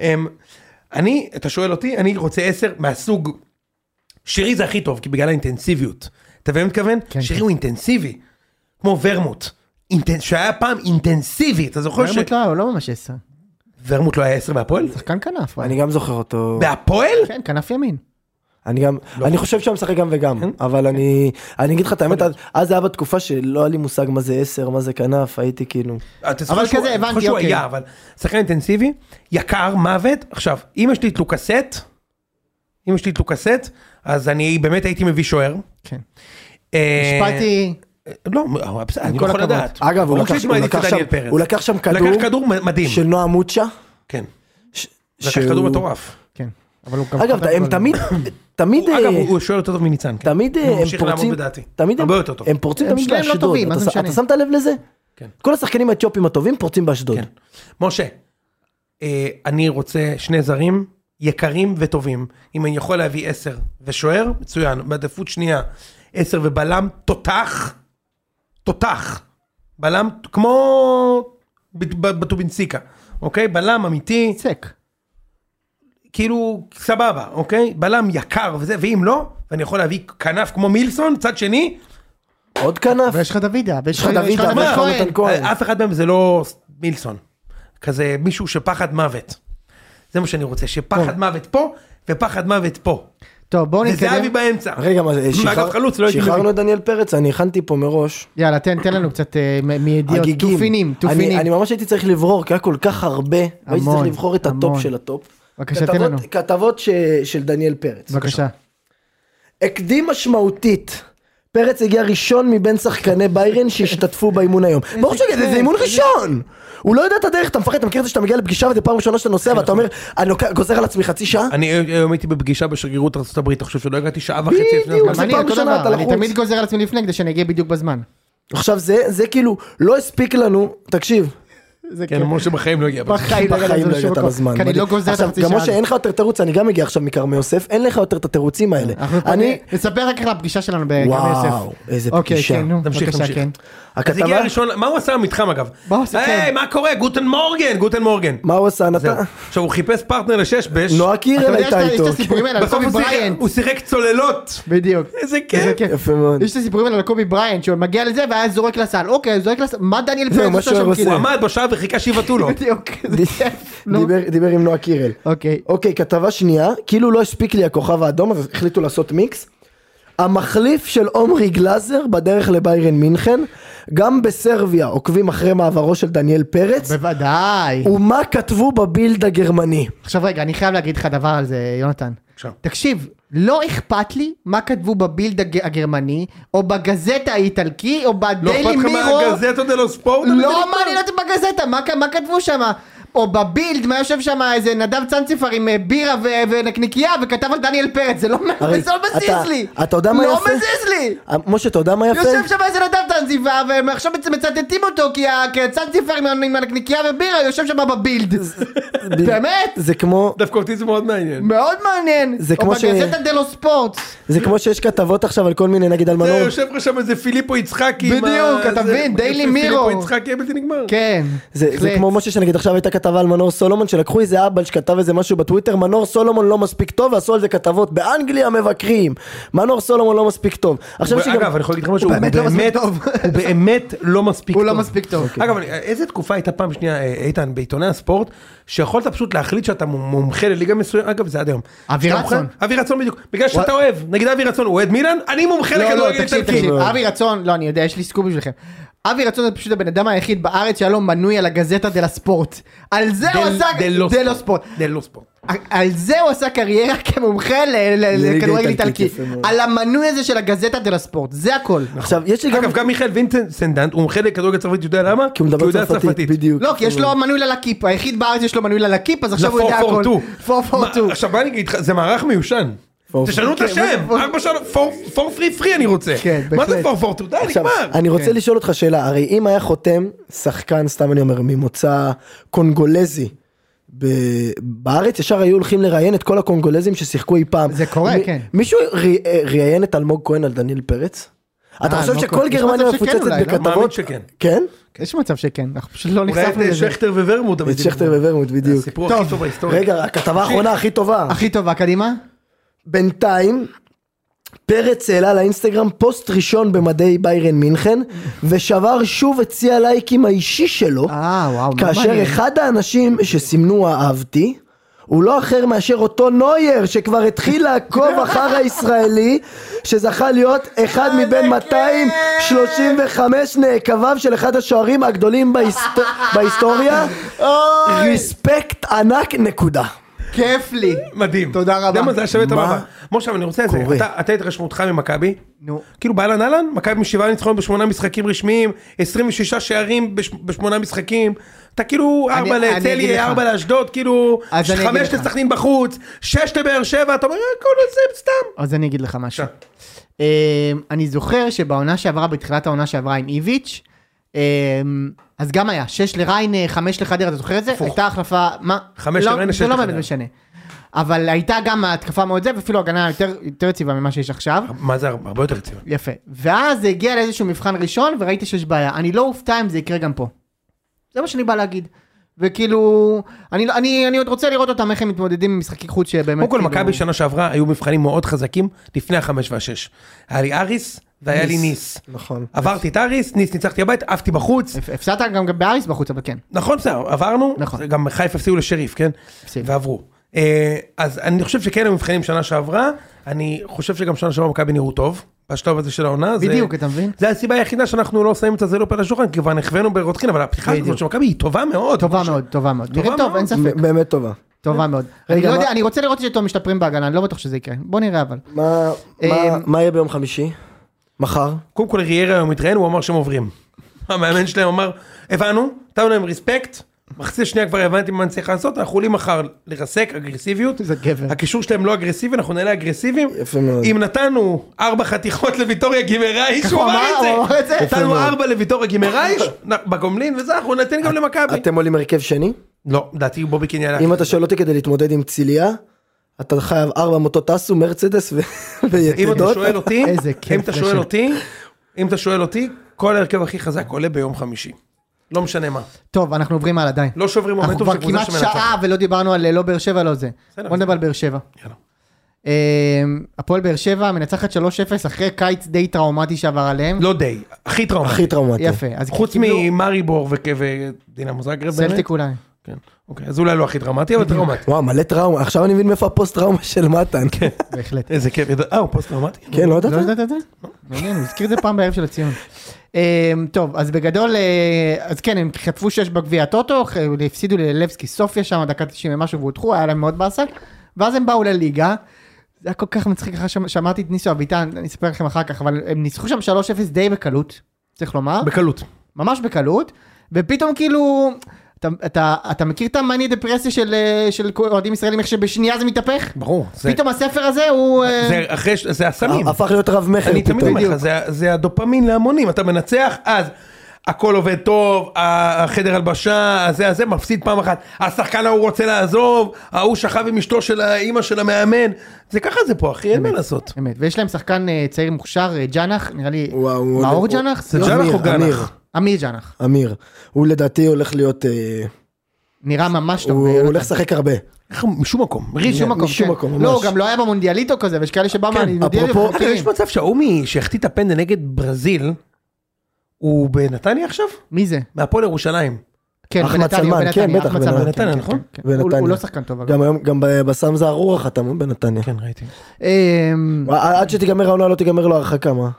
אני, אתה שואל אותי, אני רוצה עשר מהסוג, שרי זה הכי טוב, כי בגלל האינטנסיביות. אתה מבין מתכוון? שרי הוא אינטנסיבי. כמו ורמוט. שהיה פעם אינטנסיבי, אתה זוכר ש... ורמוט לא, הוא לא ממש עשר. ורמוט לא היה עשר בהפועל? שחקן כנף. אני גם זוכר אותו. בהפועל? כן, כנף ימין. אני גם, אני חושב שהוא משחק גם וגם, אבל אני, אני אגיד לך את האמת, אז זה היה בתקופה שלא היה לי מושג מה זה עשר, מה זה כנף, הייתי כאילו... אבל כזה, הבנתי, אוקיי. אבל שחקן אינטנסיבי, יקר, מוות, עכשיו, אם יש לי את לוקסט, אם יש לי את לוקסט, אז אני באמת הייתי מביא שוער. כן. השפעתי... לא, אני לא יכול לדעת. אגב, הוא לקח שם כדור של נועה מוצ'ה. כן. לקח כדור מטורף. כן. אגב, הם תמיד, תמיד... אגב, הוא שואל יותר טוב מניצן. תמיד הם פורצים, תמיד הם פורצים תמיד באשדוד. אתה שמת לב לזה? כן. כל השחקנים האתיופים הטובים פורצים באשדוד. כן. משה, אני רוצה שני זרים יקרים וטובים. אם אני יכול להביא עשר ושוער, מצוין. בעדיפות שנייה, עשר ובלם תותח. תותח. בלם כמו בטובינסיקה. אוקיי? בלם אמיתי. צק. כאילו, סבבה, אוקיי? בלם יקר וזה, ואם לא, ואני יכול להביא כנף כמו מילסון, צד שני. עוד כנף. ויש לך דוידה, ויש לך דוידה, ויש לך נתן כהן. אף אחד מהם זה לא מילסון. כזה מישהו שפחד מוות. זה מה שאני רוצה, שפחד מוות פה, ופחד מוות פה. טוב, בואו נתקדם. וזה אבי באמצע. רגע, מה זה? שחררנו את דניאל פרץ, אני הכנתי פה מראש. יאללה, תן לנו קצת מידיעות, תופינים, תופינים. אני ממש הייתי צריך לברור, כי היה כל כך הרבה, הייתי צריך לבחור את הטופ של הטופ. בבקשה, תן לנו. כתבות של דניאל פרץ. בבקשה. הקדים משמעותית. פרץ הגיע ראשון מבין שחקני ביירן שהשתתפו באימון היום. ברור שגד, זה אימון ראשון. הוא לא יודע את הדרך, אתה מפחד, אתה מכיר את זה שאתה מגיע לפגישה וזה פעם ראשונה שאתה נוסע ואתה אומר, אני גוזר על עצמי חצי שעה? אני היום הייתי בפגישה בשגרירות ארצות הברית, אתה חושב שלא הגעתי שעה וחצי לפני הזמן? אני תמיד גוזר על עצמי לפני כדי שאני אגיע בדיוק בזמן. עכשיו זה כאילו לא הספיק לנו, תקשיב. כן, משה בחיים לא הגיע בחיים לא הגעת בזמן. כי אני לא גוזר את החצי שעה. גם משה, אין לך יותר תירוץ, אני גם מגיע עכשיו מקרמי יוסף, אין לך יותר את התירוצים האלה. אני נספר רק על הפגישה שלנו בקרמי יוסף. וואו, איזה פגישה. תמשיך, תמשיך. אז הגיע הראשון, מה הוא עשה במתחם אגב? היי, מה קורה? גוטן מורגן, גוטן מורגן. מה הוא עשה? נתן? עכשיו הוא חיפש פרטנר לשש בש. נועה קירל הייתה איתו. בסוף הוא שיחק צוללות. בדיוק. איזה כיף. יפה מאוד. יש את הסיפורים על קובי בריינט, שהוא מגיע לזה והיה זורק לסל. אוקיי, זורק לסל. מה דניאל פרץ עושה שם כאילו? הוא עמד בשעה וחיכה שיבטו לו. דיבר עם נועה קירל. אוקיי. אוקיי, כתבה שנייה, כאילו לא הספיק לי הכוכב האדום, אז החליטו לעשות מיקס. המחליף של עומרי גלאזר בדרך לביירן מינכן, גם בסרביה עוקבים אחרי מעברו של דניאל פרץ. בוודאי. ומה כתבו בבילד הגרמני? עכשיו רגע, אני חייב להגיד לך דבר על זה, יונתן. תקשיב, לא אכפת לי מה כתבו בבילד הגרמני, או בגזטה האיטלקי, או בדיילי מירו. לא אכפת לך מה הגזטה דלו ספורט? לא מעניין אותי בגזטה, מה כתבו שם? או בבילד, מה יושב שם איזה נדב צנציפר עם בירה ונקניקייה, וכתב על דניאל פרץ, זה לא מזיז לי. אתה יודע מה יפה? לא מזיז לי. משה, אתה יודע מה יפה? יושב שם איזה נדב צנציפר, ועכשיו מצטטים אותו, כי הצנציפר עם הנקניקייה ובירה יושב שם בבילד. באמת? זה כמו... דווקא אותי זה מאוד מעניין. מאוד מעניין. או בגזטה דלו ספורט. זה כמו שיש כתבות עכשיו על כל מיני, נגיד על מנור. זה יושב לך שם איזה פיליפו יצחקי. בדיוק, אתה מבין, דיילי מירו. פיליפו יצחקי בלתי נגמר. כן. זה כמו משה שנגיד עכשיו הייתה כתבה על מנור סולומון, שלקחו איזה אבל שכתב איזה משהו בטוויטר, מנור סולומון לא מספיק טוב, ועשו על זה כתבות באנגליה מבקרים, מנור סולומון לא מספיק טוב. אגב, אני יכול להגיד לך משהו, הוא באמת לא מספיק טוב. הוא לא מספיק טוב. אגב, איזה תקופה הייתה פעם שנייה, איתן, בעיתוני הספורט, שיכולת פשוט להחליט שאתה מומחה לליגה מסוים, אגב, זה עד היום. אבי רצון. אבי רצון בדיוק, בגלל שאתה אוהב, נגיד אבי רצון, הוא אוהד מילאן, אני מומחה לכדורגל איטלקי. אבי רצון, לא, אני יודע, יש לי סקופ בשבילכם. אבי רצון זה פשוט הבן אדם היחיד בארץ שהיה לו מנוי על הגזטה דלה ספורט. על זה הוא עשה... דלו ספורט. דלו ספורט. על זה הוא עשה קריירה כמומחה לכדורגל איטלקי. על המנוי הזה של הגזטה דלה ספורט. זה הכל. עכשיו, יש לי גם... אגב, גם מיכאל וינסנדנט, הוא מומחה לכדורגל צרפתית, יודע למה? כי הוא מדבר צרפתית, בדיוק. לא, כי יש לו מנוי ללקיפ. היחיד בארץ יש לו מנוי ללקיפ, אז עכשיו הוא יודע הכל. פור פור טו. עכשיו, בוא נגיד, זה מערך מיושן. תשנו את השם, ארבע שלוש, פור פרי פרי אני רוצה. מה זה פור פור? תודה, נגמר. אני רוצה לשאול אותך שאלה, הרי אם היה חותם שחקן, סתם אני אומר, ממוצא קונגולזי, בארץ ישר היו הולכים לראיין את כל הקונגולזים ששיחקו אי פעם. זה קורה, כן. מישהו ראיין את אלמוג כהן על דניאל פרץ? אתה חושב שכל גרמניה מפוצצת בכתבות? כן? יש מצב שכן, אנחנו פשוט לא נחשפנו לזה. אולי את שכטר וורמוט. את שכטר וורמוט, בדיוק. הסיפור הכי טוב בהיסטוריה. רגע, הכתבה האחרונה הכי טובה. הכי טובה, קדימה. בינתיים, פרץ העלה לאינסטגרם פוסט ראשון במדי ביירן מינכן, ושבר שוב את צי הלייקים האישי שלו, כאשר אחד האנשים שסימנו אהבתי, הוא לא אחר מאשר אותו נויר, שכבר התחיל לעקוב אחר הישראלי, שזכה להיות אחד מבין מאתיים שלושים וחמש נעקביו של אחד השוערים הגדולים בהיסטוריה, ריספקט ענק נקודה. כיף לי. מדהים. תודה רבה. למה זה השווה את המאבא? משה, אני רוצה את זה. אתה התרשמותך ממכבי? נו. כאילו באלן אלן, מכבי משבעה ניצחונות בשמונה משחקים רשמיים, עשרים ושישה שערים בשמונה משחקים, אתה כאילו ארבע לצליה, ארבע לאשדוד, כאילו חמש לסכנין בחוץ, שש לבאר שבע, אתה אומר, כל זה סתם. אז אני אגיד לך משהו. אני זוכר שבעונה שעברה, בתחילת העונה שעברה עם איביץ', אז גם היה, שש לריין, חמש לחדר, אתה זוכר את זה? הייתה החלפה, מה? חמש לריין, שש לחדר. זה לא באמת משנה. אבל הייתה גם התקפה מאוד זה, ואפילו הגנה יותר יציבה ממה שיש עכשיו. מה זה? הרבה יותר יציבה. יפה. ואז זה הגיע לאיזשהו מבחן ראשון, וראיתי שיש בעיה. אני לא אופתע אם זה יקרה גם פה. זה מה שאני בא להגיד. וכאילו, אני, אני, אני עוד רוצה לראות אותם איך הם מתמודדים עם משחקי חוץ שבאמת... קודם כל, מכבי שנה שעברה היו מבחנים מאוד חזקים לפני החמש והשש. היה לי אריס והיה לי ניס. נכון. עברתי את אריס, ניס ניצחתי הבית, עפתי בחוץ. הפסדת גם באריס בחוץ, אבל כן. נכון, בסדר, עברנו. נכון. גם חיפה הפסיעו לשריף, כן? ועברו. אז אני חושב שכן המבחנים שנה שעברה, אני חושב שגם שנה שעברה מכבי נראו טוב. בשלב הזה של העונה, בדיוק, אתה מבין? זה הסיבה היחידה שאנחנו לא שמים את זה לא פעל השולחן, כי כבר נכוונו ברותחין, אבל הפתיחה הזאת של מכבי היא טובה מאוד. טובה מאוד, טובה מאוד. נראים טוב, אין ספק. באמת טובה. טובה מאוד. אני לא יודע, אני רוצה לראות שטוב משתפרים בהגנה, אני לא בטוח שזה יקרה. בוא נראה אבל. מה יהיה ביום חמישי? מחר? קודם כל ריארה היום התראיין, הוא אמר שהם עוברים. המאמן שלהם אמר, הבנו, נתנו להם ריספקט, מחצי שנייה כבר הבנתי מה אני צריך לעשות, אנחנו עולים מחר לרסק, אגרסיביות. זה גבר. הקישור שלהם לא אגרסיבי, אנחנו נעלה אגרסיביים. אם נתנו ארבע חתיכות לויטוריה גימרייש, הוא אמר את זה. נתנו ארבע לויטוריה גימרייש, בגומלין וזה, אנחנו נתן גם למכבי. אתם עולים הרכב שני? לא, דעתי בובי קניאלה. אם אתה שואל אותי כדי להתמודד עם ציליה, אתה חייב ארבע מוטות טסו, מרצדס ויתדות. אם אתה שואל אותי, אם אתה שואל אותי, אם אתה שואל אותי, כל הרכב הכי חזק עולה ביום חמישי. לא משנה מה. טוב, אנחנו עוברים על עדיין. לא שוברים מומנטום. אנחנו כבר כמעט שעה ולא דיברנו על לא באר שבע, לא זה. בוא נדבר על באר שבע. הפועל באר שבע מנצחת שלוש אפס אחרי קיץ די טראומטי שעבר עליהם. לא די, הכי טראומטי. הכי טראומטי. יפה. חוץ ממריבור ודינמו זאגרב. סלטיק אולי. כן. אוקיי, אז אולי לא הכי טראומטי, אבל טראומטי. וואו, מלא טראומה. עכשיו אני מבין מאיפה הפוסט טראומה של מתן. כן, בהחלט. איזה כיף. אה, הוא פוסט טראומטי? כן, לא יודעת? לא יודעת את זה? מעניין, הוא הזכיר את זה פעם בערב של הציון. טוב, אז בגדול, אז כן, הם חטפו שש בגביע הטוטו, הפסידו ללבסקי סופיה שם, דקה תשעים ומשהו והודחו, היה להם מאוד באסה, ואז הם באו לליגה, זה היה כל כך מצחיק, אחרי שמעתי את ניסו אביטן, אני אספר לכם אחר כך, אבל הם ניצחו שם שלוש אפס די בקלות, צריך לומר. בקלות. ממש בקלות, ופתאום כאילו, אתה, אתה, אתה מכיר את המאניה דפרסיה של, של אוהדים ישראלים, איך שבשנייה זה מתהפך? ברור. פתאום זה... הספר הזה הוא... זה, אחרי, זה הסמים. הפך להיות רב מחר. אני תמיד אומר לך, זה, זה הדופמין להמונים, אתה מנצח, אז הכל עובד טוב, החדר הלבשה, הזה הזה, מפסיד פעם אחת, השחקן ההוא רוצה לעזוב, ההוא שכב עם אשתו של האמא של המאמן, זה ככה זה פה, אחי, אין מה לעשות. אמת, ויש להם שחקן צעיר מוכשר, ג'נח, נראה לי, מאור ג'נח? זה ג'נח או גנח? אמיר ג'נח. אמיר, הוא לדעתי הולך להיות... נראה ממש טוב. הוא הולך לשחק הרבה. משום מקום. משום מקום. לא, הוא גם לא היה במונדיאליטו כזה, ויש כאלה שבא מה, אני יודע... יש מצב שהאומי שהחטיא את הפנדל נגד ברזיל, הוא בנתניה עכשיו? מי זה? מהפועל ירושלים. כן, בנתניה, כן, בטח, בנתניה, נכון? הוא לא שחקן טוב. גם בסם זה ארורה חתם בנתניה. כן, ראיתי. עד שתיגמר העונה לא תיגמר לו הרחקה, מה?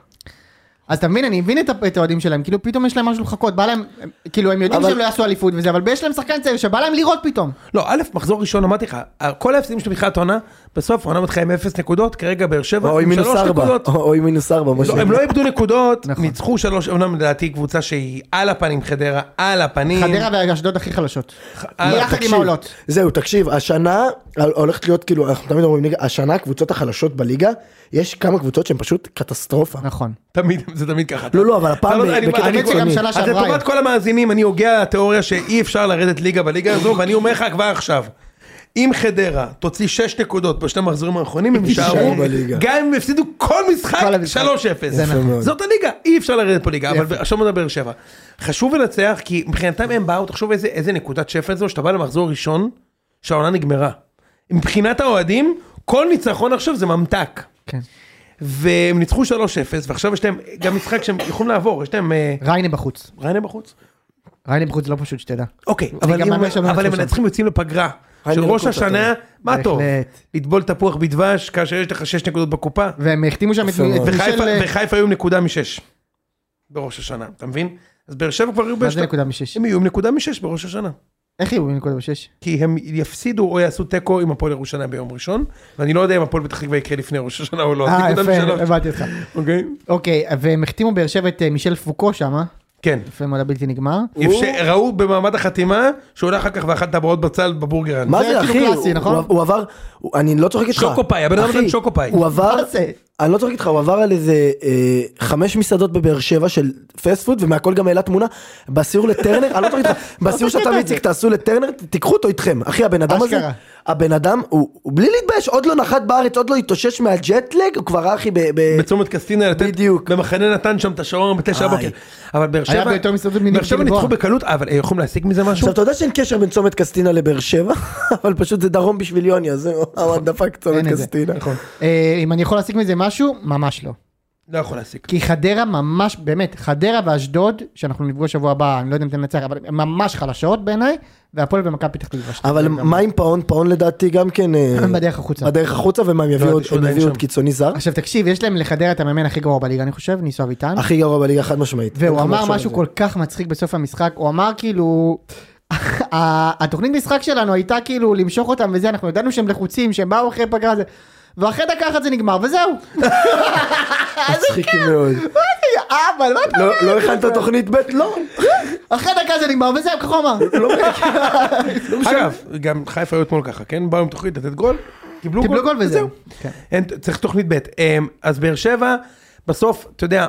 אז אתה מבין, אני מבין את האוהדים שלהם, כאילו פתאום יש להם משהו לחכות, בא להם, כאילו הם יודעים שהם לא יעשו אליפות וזה, אבל יש להם שחקן צעיר שבא להם לראות פתאום. לא, א', מחזור ראשון, אמרתי לך, כל ההפסדים של בתחילת העונה, בסוף העונה מתחילה עם אפס נקודות, כרגע באר שבע, או עם מינוס ארבע, או עם מינוס ארבע, הם לא איבדו נקודות, ניצחו שלוש, אומנם לדעתי קבוצה שהיא על הפנים, חדרה, על הפנים. חדרה ואשדוד הכי חלשות. יחד עם העולות. זהו, תקשיב, השנה הולכת להיות כאילו, אנחנו תמיד אומרים, השנה הקבוצות החלשות בליגה, יש כמה קבוצות שהן פשוט קטסטרופה. נכון. תמיד, זה תמיד ככה. לא, לא, אבל הפעם בקטע קיצוני. אז לטובת כל המאזינים, אני הוגע התיאוריה שאי אפשר לרדת ליגה בליגה הזו, ואני אומר לך כבר עכשיו, אם חדרה תוציא שש נקודות בשני המחזורים האחרונים, הם יישארו, גם אם הם הפסידו כל משחק שלוש אפס. זאת הליגה, אי אפשר לרדת פה ליגה, אבל עכשיו מדבר שבע. חשוב לנצח, כי מבחינתם הם באו, תחשוב איזה נקודת שפל זו, שאתה בא למחזור ראשון, שהעונה נגמרה. מבחינת האוהדים, כל ניצחון עכשיו זה ממתק. כן. והם ניצחו שלוש אפס, ועכשיו יש להם גם משחק שהם יכולים לעבור, יש להם... ריינה בחוץ. ריינה בחוץ? ריינה בחוץ זה לא פשוט שתדע. אוקיי, אבל הם מנצחים יוצאים לפגרה, של ראש השנה, מה טוב? לטבול תפוח בדבש, כאשר יש לך שש נקודות בקופה. והם החתימו שם את מישל... וחיפה היו עם נקודה משש, בראש השנה, אתה מבין? אז באר שבע כבר היו מה זה נקודה משש? הם יהיו עם נקודה משש בראש השנה. איך יהיו בנקודה בשש? כי הם יפסידו או יעשו טקו עם הפועל ירושלים ביום ראשון, ואני לא יודע אם הפועל פתח תקווה יקרה לפני ראש השנה או לא. אה, יפה, הבנתי אותך. אוקיי. אוקיי, והם החתימו באר שבע את מישל פוקו שם, כן. יפה מאוד הבלתי נגמר. ראו במעמד החתימה, שהוא הולך אחר כך ואכל טבעות בצל בבורגרן. מה זה אחי? הוא עבר, אני לא צוחק איתך. שוקופאי, הבן אדם שוקופאי. הוא עבר, אני לא צוחק איתך, הוא עבר על איזה חמש מסעדות בבאר שבע של פסט פוד, ומהכל גם העלה תמונה, בסיור לטרנר, אני לא צוחק איתך, בסיור שאתה מציג, תעשו לטרנר, תיקחו אותו איתכם. אחי, הבן אדם הזה, הבן אדם, הוא בלי להתבייש, עוד לא נחת בארץ, עוד לא התאושש מהג'טלג, הוא כבר אחי בצומת קסטינה, במחנה נתן שם את השעון בתשע בבוקר. אבל באר שבע, באר שבע ניצחו בקלות, אבל יכולים להשיג מזה משהו? עכשיו, אתה יודע שאין קשר בין צומת קסטינה לבאר שבע, אבל פשוט זה דרום בשביל יוני, אז זהו, דפק צומת קסטינה. אם אני יכול להשיג מזה משהו, ממש לא. לא יכול להסיק. כי חדרה ממש, באמת, חדרה ואשדוד, שאנחנו נפגוש שבוע הבא, אני לא יודע אם תנצח, אבל ממש חלשות בעיניי, והפועל במכבי פתח תקווה. אבל מה עם פאון? פאון לדעתי גם כן... בדרך החוצה. בדרך החוצה, ומה הם יביאו עוד קיצוני זר? עכשיו תקשיב, יש להם לחדרה את המאמן הכי גרוע בליגה, אני חושב, ניסו אביטן. הכי גרוע בליגה, חד משמעית. והוא אמר משהו כל כך מצחיק בסוף המשחק, הוא אמר כאילו... התוכנית משחק שלנו הייתה כאילו למשוך אותם וזה, אנחנו ידענו שהם לחוצים, שהם באו אחרי פגרה זה, ואחרי דקה אחת זה נגמר, וזהו. מצחיקים מאוד. אבל מה אתה אומר? לא הכנת תוכנית ב' לא. אחרי דקה זה נגמר, וזהו, ככה אמר. אגב, גם חיפה היו אתמול ככה, כן? באו עם תוכנית לתת גול, קיבלו גול וזהו. צריך תוכנית ב'. אז באר שבע, בסוף, אתה יודע,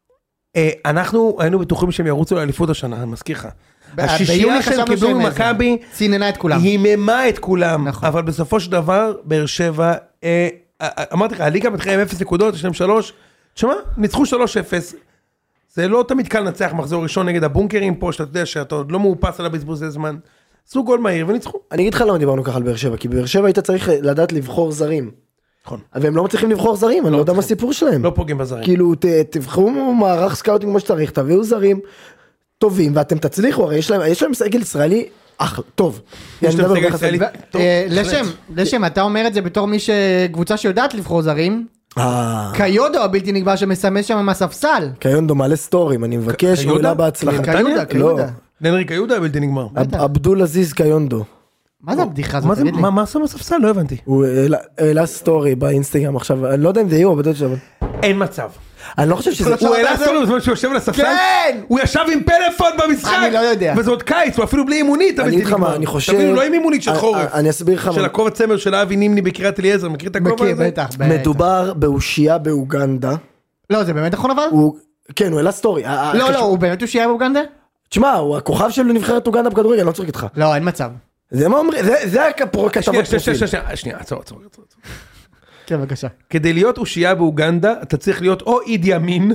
אנחנו היינו בטוחים שהם ירוצו לאליפות השנה, אני מזכיר לך. השישייה שהם קיבלו ממכבי, ציננה את כולם. היא ממה את כולם, אבל בסופו של דבר, באר שבע, אמרתי לך, הליגה מתחילה עם אפס נקודות, יש להם שלוש, תשמע, ניצחו שלוש אפס, זה לא תמיד קל לנצח מחזור ראשון נגד הבונקרים פה, שאתה יודע שאתה עוד לא מאופס על הבזבוזי זמן, עשו גול מהיר וניצחו. אני אגיד לך למה דיברנו ככה על באר שבע, כי באר שבע היית צריך לדעת לבחור זרים. נכון. והם לא מצליחים לבחור זרים, אני לא יודע מה הסיפור שלהם. לא פוגעים בזרים. כאילו, תבחרו מערך סקאוטינג כמו שצריך, תביאו זרים טובים, ואתם תצליחו, הרי יש להם, יש להם סגל ישראלי אחלה, טוב. יש להם סגל ישראלי טוב. לשם, לשם, אתה אומר את זה בתור מי שקבוצה שיודעת לבחור זרים, קיודו הבלתי נגבר שמסמס שם מהספסל. קיודו מעלה סטורים, אני מבקש, מילה בהצלחה. קיודה, קיודה. ננרי קיודה הבלתי נגמר. אבדול עזיז קיודו. מה זה הבדיחה הזאת? מה עשו בספסל? לא הבנתי. הוא העלה סטורי באינסטגרם עכשיו, אני לא יודע אם זה יהיו, אבל בטוח אבל... אין מצב. אני לא חושב שזה... הוא העלה סטורי בזמן שהוא יושב על הספסל? כן! הוא ישב עם פלאפון במשחק! אני לא יודע. וזה עוד קיץ, הוא אפילו בלי אימונית. אני אגיד לך מה, אני חושב... תבינו, לא עם אימונית של חורף. אני אסביר לך מה. של הכובע צמר של אבי נימני בקריית אליעזר, מכיר את הכובע הזה? בטח, בטח. מדובר באושייה באוגנדה. לא, זה באמת נכון אבל? כן, הוא העלה סטורי. לא, לא, הוא באמת אושייה באוגנדה? תשמע, הוא הכוכב של נבחרת אוגנדה בכדורגל, אני לא צוחק איתך. לא, אין מצב. זה מה אומרים, זה הכתבות פרופיל. שנייה, עצור, עצור, עצור. כן, בבקשה. כדי להיות אושייה באוגנדה, אתה צריך להיות או אידי אמין,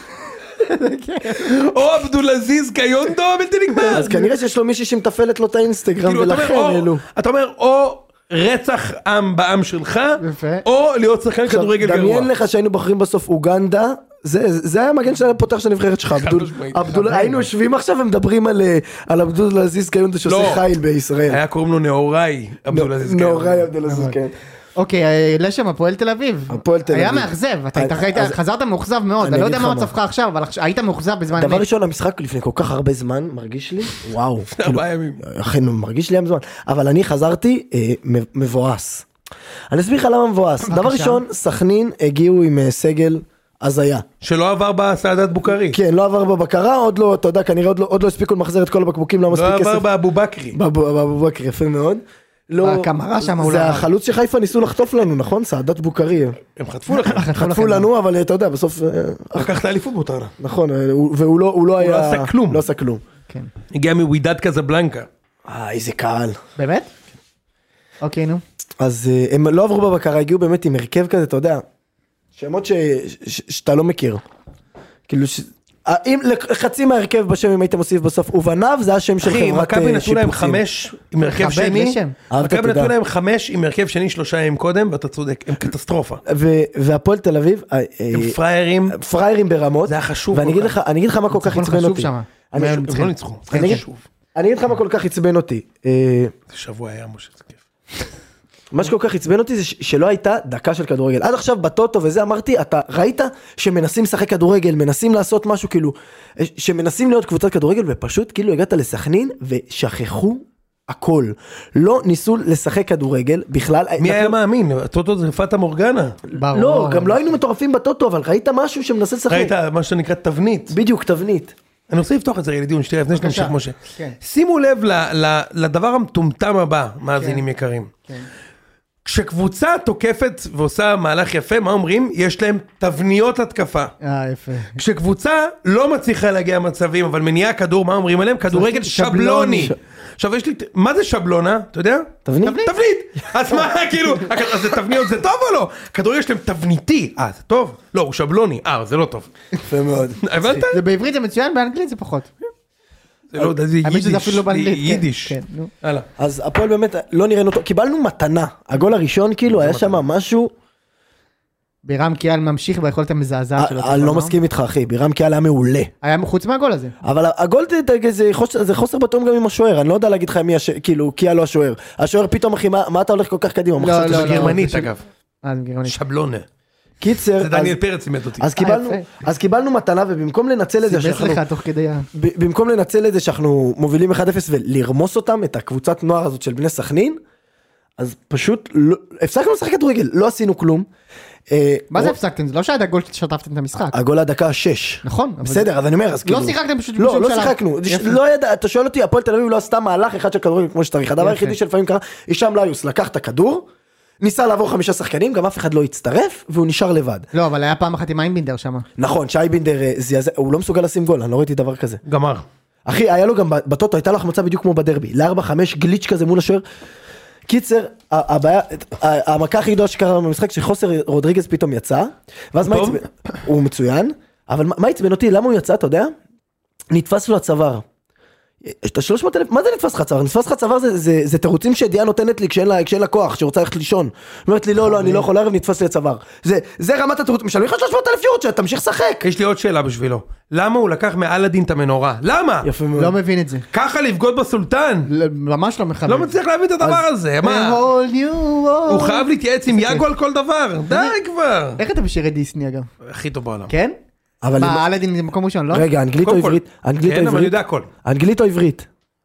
או עבדולזיז קיונדו, בלתי נגמר. אז כנראה שיש לו מישהי שמטפלת לו את האינסטגרם, ולכן אלו. אתה אומר, או רצח עם בעם שלך, או להיות שחקן כדורגל גרוע. דמיין לך שהיינו בוחרים בסוף אוגנדה, זה היה המגן של הפותח של הנבחרת שלך, היינו יושבים עכשיו ומדברים על עבדולזיז קיונדו שעושה חייל בישראל. היה קוראים לו נאוראי עבדולזיז קיונדו. נאוראי עבדולזיז קיונדו. אוקיי, לשם, הפועל תל אביב. הפועל תל אביב. היה מאכזב, חזרת מאוכזב מאוד, אני לא יודע מה מצבך עכשיו, אבל היית מאוכזב בזמן... דבר ראשון, המשחק לפני כל כך הרבה זמן, מרגיש לי, וואו. ארבעה ימים. אכן, מרגיש לי המזמן, אבל אני חזרתי מבואס. אני אסביר לך למה מבואס. דבר ראשון, סכנין הגיעו עם סגל הזיה. שלא עבר בסעדת בוקרי. כן, לא עבר בבקרה, עוד לא, אתה יודע, כנראה עוד לא הספיקו למחזר את כל הבקבוקים, לא מספיק כסף. לא עבר באבו בכרי. באבו בכרי, יפה מאוד. הקמרה שם אולי. זה החלוץ שחיפה ניסו לחטוף לנו, נכון? סעדת בוקרי. הם חטפו לכם. חטפו לנו, אבל אתה יודע, בסוף... לקח את האליפות באותה. נכון, והוא לא היה... הוא לא עשה כלום. לא עשה כלום. הגיע מווידד קזבלנקה. אה, איזה קהל. באמת? אוקיי, נו. אז הם לא עברו בבקרה, הגיעו באמת עם הרכב כזה, אתה יודע, שמות שאתה לא מכיר. כאילו... אם חצי מהרכב בשם אם היית מוסיף בסוף ובניו זה השם של חברת שיפוצים. מכבי נתנו להם חמש עם הרכב שני, מכבי נתנו להם חמש עם הרכב שני שלושה ימים קודם ואתה צודק, הם קטסטרופה. והפועל תל אביב, הם פריירים, פריירים ברמות, זה היה חשוב. ואני אגיד לך מה כל כך עצבן אותי. הם לא ניצחו, אני אגיד לך מה כל כך עצבן אותי. זה שבוע היה משה, זה כיף. מה שכל כך עצבן אותי זה שלא הייתה דקה של כדורגל. עד עכשיו בטוטו וזה אמרתי, אתה ראית שמנסים לשחק כדורגל, מנסים לעשות משהו כאילו, שמנסים להיות קבוצת כדורגל, ופשוט כאילו הגעת לסכנין ושכחו הכל. לא ניסו לשחק כדורגל בכלל. מי היה מאמין? הטוטו זה פאטה מורגנה. לא, גם לא היינו מטורפים בטוטו, אבל ראית משהו שמנסה לשחק. ראית מה שנקרא תבנית. בדיוק, תבנית. אני רוצה לפתוח את זה לדיון, שתראה, לפני שנמשיך משה. שימו לב לדבר המטומטם הבא, מאזינים יקרים. כשקבוצה תוקפת ועושה מהלך יפה, מה אומרים? יש להם תבניות התקפה. אה, יפה. כשקבוצה לא מצליחה להגיע מצבים, אבל מניעה כדור, מה אומרים עליהם? כדורגל שבלוני. עכשיו יש לי, מה זה שבלונה? אתה יודע? תבנית. תבנית. אז מה, כאילו, אז זה תבניות, זה טוב או לא? כדורגל יש להם תבניתי. אה, זה טוב? לא, הוא שבלוני. אה, זה לא טוב. יפה מאוד. הבנת? זה בעברית זה מצוין, באנגלית זה פחות. זה לא, זה יידיש. אז הפועל באמת לא נראינו טוב, קיבלנו מתנה, הגול הראשון כאילו היה שם משהו, בירם קיאל ממשיך ביכולת המזעזעת שלו. אני לא מסכים איתך אחי, בירם קיאל היה מעולה. היה חוץ מהגול הזה. אבל הגול זה חוסר בתום גם עם השוער, אני לא יודע להגיד לך מי, כאילו קיאל לא השוער, השוער פתאום אחי, מה אתה הולך כל כך קדימה? לא, לא, גרמנית אגב. שבלונה. קיצר, זה דניאל פרץ לימד אותי. אז קיבלנו, אז קיבלנו מתנה ובמקום לנצל את זה שאנחנו, במקום לנצל את זה שאנחנו מובילים אחד אפס ולרמוס אותם, את הקבוצת נוער הזאת של בני סכנין, אז פשוט הפסקנו לשחק כדורגל, לא עשינו כלום. מה זה הפסקתם? זה לא שהיה הגול ששטפתם את המשחק. הגול הדקה שש. נכון. בסדר, אז אני אומר, אז כאילו... לא שיחקתם פשוט... לא, לא שיחקנו. לא ידע, אתה שואל אותי, הפועל תל אביב לא עשתה מהלך אחד של כדורגל כמו שצריך. הדבר היחידי שלפעמים קרה, הישאם ליוס לקח את הכדור, ניסה לעבור חמישה שחקנים, גם אף אחד לא הצטרף, והוא נשאר לבד. לא, אבל היה פעם אחת עם אייבינדר שם. נכון, שאייבינדר, הוא לא מסוגל לשים גול, אני לא ראיתי דבר כזה. גמר. אחי, היה לו גם בטוטו, הייתה לו החמצה בדיוק כמו בדרבי, ל-ארבע חמש גליץ' כזה מול השוער. קיצר, הבעיה, המכה הכי גדולה שקרה במשחק, שחוסר רודריגז פתאום יצא, ואז מה יצבן? הוא מצוין, אבל מה יצבן אותי? למה הוא יצא, אתה יודע? נתפס לו הצוואר. יש את שלוש מאות אלף, מה זה נתפס לך צוואר? נתפס לך צוואר זה תירוצים שדיעה נותנת לי כשאין לה כוח, שרוצה ללכת לישון. אומרת לי, לא, לא, אני לא יכול לערב, נתפס לי הצוואר. זה רמת התירוץ, משלמים לך שלוש מאות אלף יורו, שתמשיך לשחק. יש לי עוד שאלה בשבילו. למה הוא לקח מאלאדין את המנורה? למה? יפה מאוד. לא מבין את זה. ככה לבגוד בסולטן. ממש לא מכבד. לא מצליח להבין את הדבר הזה. מה? הוא חייב להתייעץ עם יאגו על כל דבר. די כבר. איך אתה בשיר דיסני אגב? הכי טוב בעולם. כן? מה, אלאדין זה מקום ראשון, לא? רגע, אנגלית או עברית? כן, אבל אני יודע הכל. אנגלית או עברית?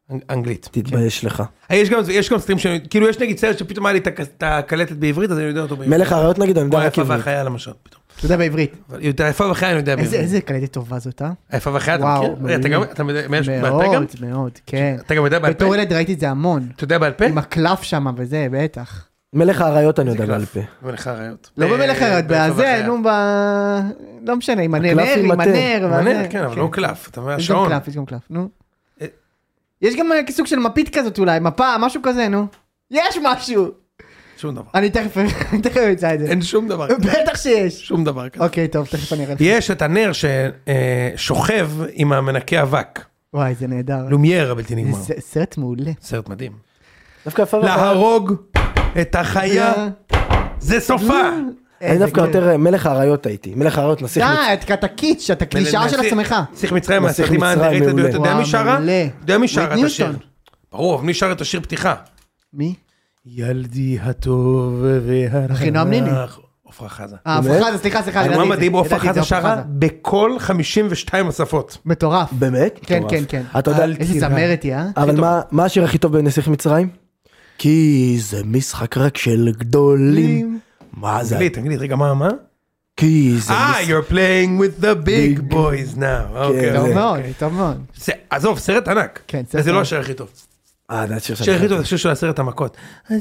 אנגלית. תתבייש לך. יש גם, יש גם סטרים שאני, כאילו יש נגיד סרט שפתאום היה לי את הקלטת בעברית, אז אני יודע אותו בעברית. מלך האריות נגיד, אני יודע רק עברית. היפה והחיה למשל, פתאום. אתה יודע בעברית. היפה והחיה אני יודע בעברית. איזה קלטת טובה זאת, אה? היפה והחיה, אתה מכיר? אתה גם, אתה יודע, מאוד, מאוד, כן. אתה גם יודע בעל פה? בתור ילד ראיתי את זה המון. אתה יודע בעל פה? עם הקלף שם וזה, בטח. מלך האריות אני יודע בעל פה. מלך האריות. לא במלך האריות, בזה, נו, ב... לא משנה, עם הנר, עם הנר. הנר, כן, אבל לא קלף, אתה אומר, השעון. יש גם קלף, יש גם קלף, נו. יש גם סוג של מפית כזאת אולי, מפה, משהו כזה, נו. יש משהו. שום דבר. אני תכף, אני תכף אמצא את זה. אין שום דבר. בטח שיש. שום דבר כזה. אוקיי, טוב, תכף אני אראה לך. יש את הנר ששוכב עם המנקה אבק. וואי, זה נהדר. לומייר הבלתי נגמר. זה סרט מעולה. סרט מדהים. דווקא יפה. להרוג את החיה, זה סופה. אני דווקא יותר מלך האריות הייתי. מלך האריות נסיך מצרים. די, את הקיץ', את הקלישה של עצמך. נסיך מצרים, מהסרטים האנדרטד ביותר. אתה יודע מי שרה? אתה יודע מי שרה את השיר? ברור, מי שרה את השיר פתיחה? מי? ילדי הטוב והרך. אחינועם ניני. עופרה חזה. אה, עופרה חזה, סליחה, סליחה. מה מדהים, עופרה חזה שרה בכל חמישים ושתיים השפות. מטורף. באמת? כן, כן, כן. אתה יודע, איזה זמרת היא, אה? אבל מה השיר הכי טוב בנסיך מצרים? כי זה משחק רק של גדולים. מה זה? תגיד, תגיד, רגע, מה, מה? כי זה... אה, you're playing with the big boys now. טוב מאוד, טוב מאוד. עזוב, סרט ענק. כן, סרט זה לא השיר הכי טוב. אה, זה השיר השיר הכי טוב, זה השיר של הסרט המכות. אני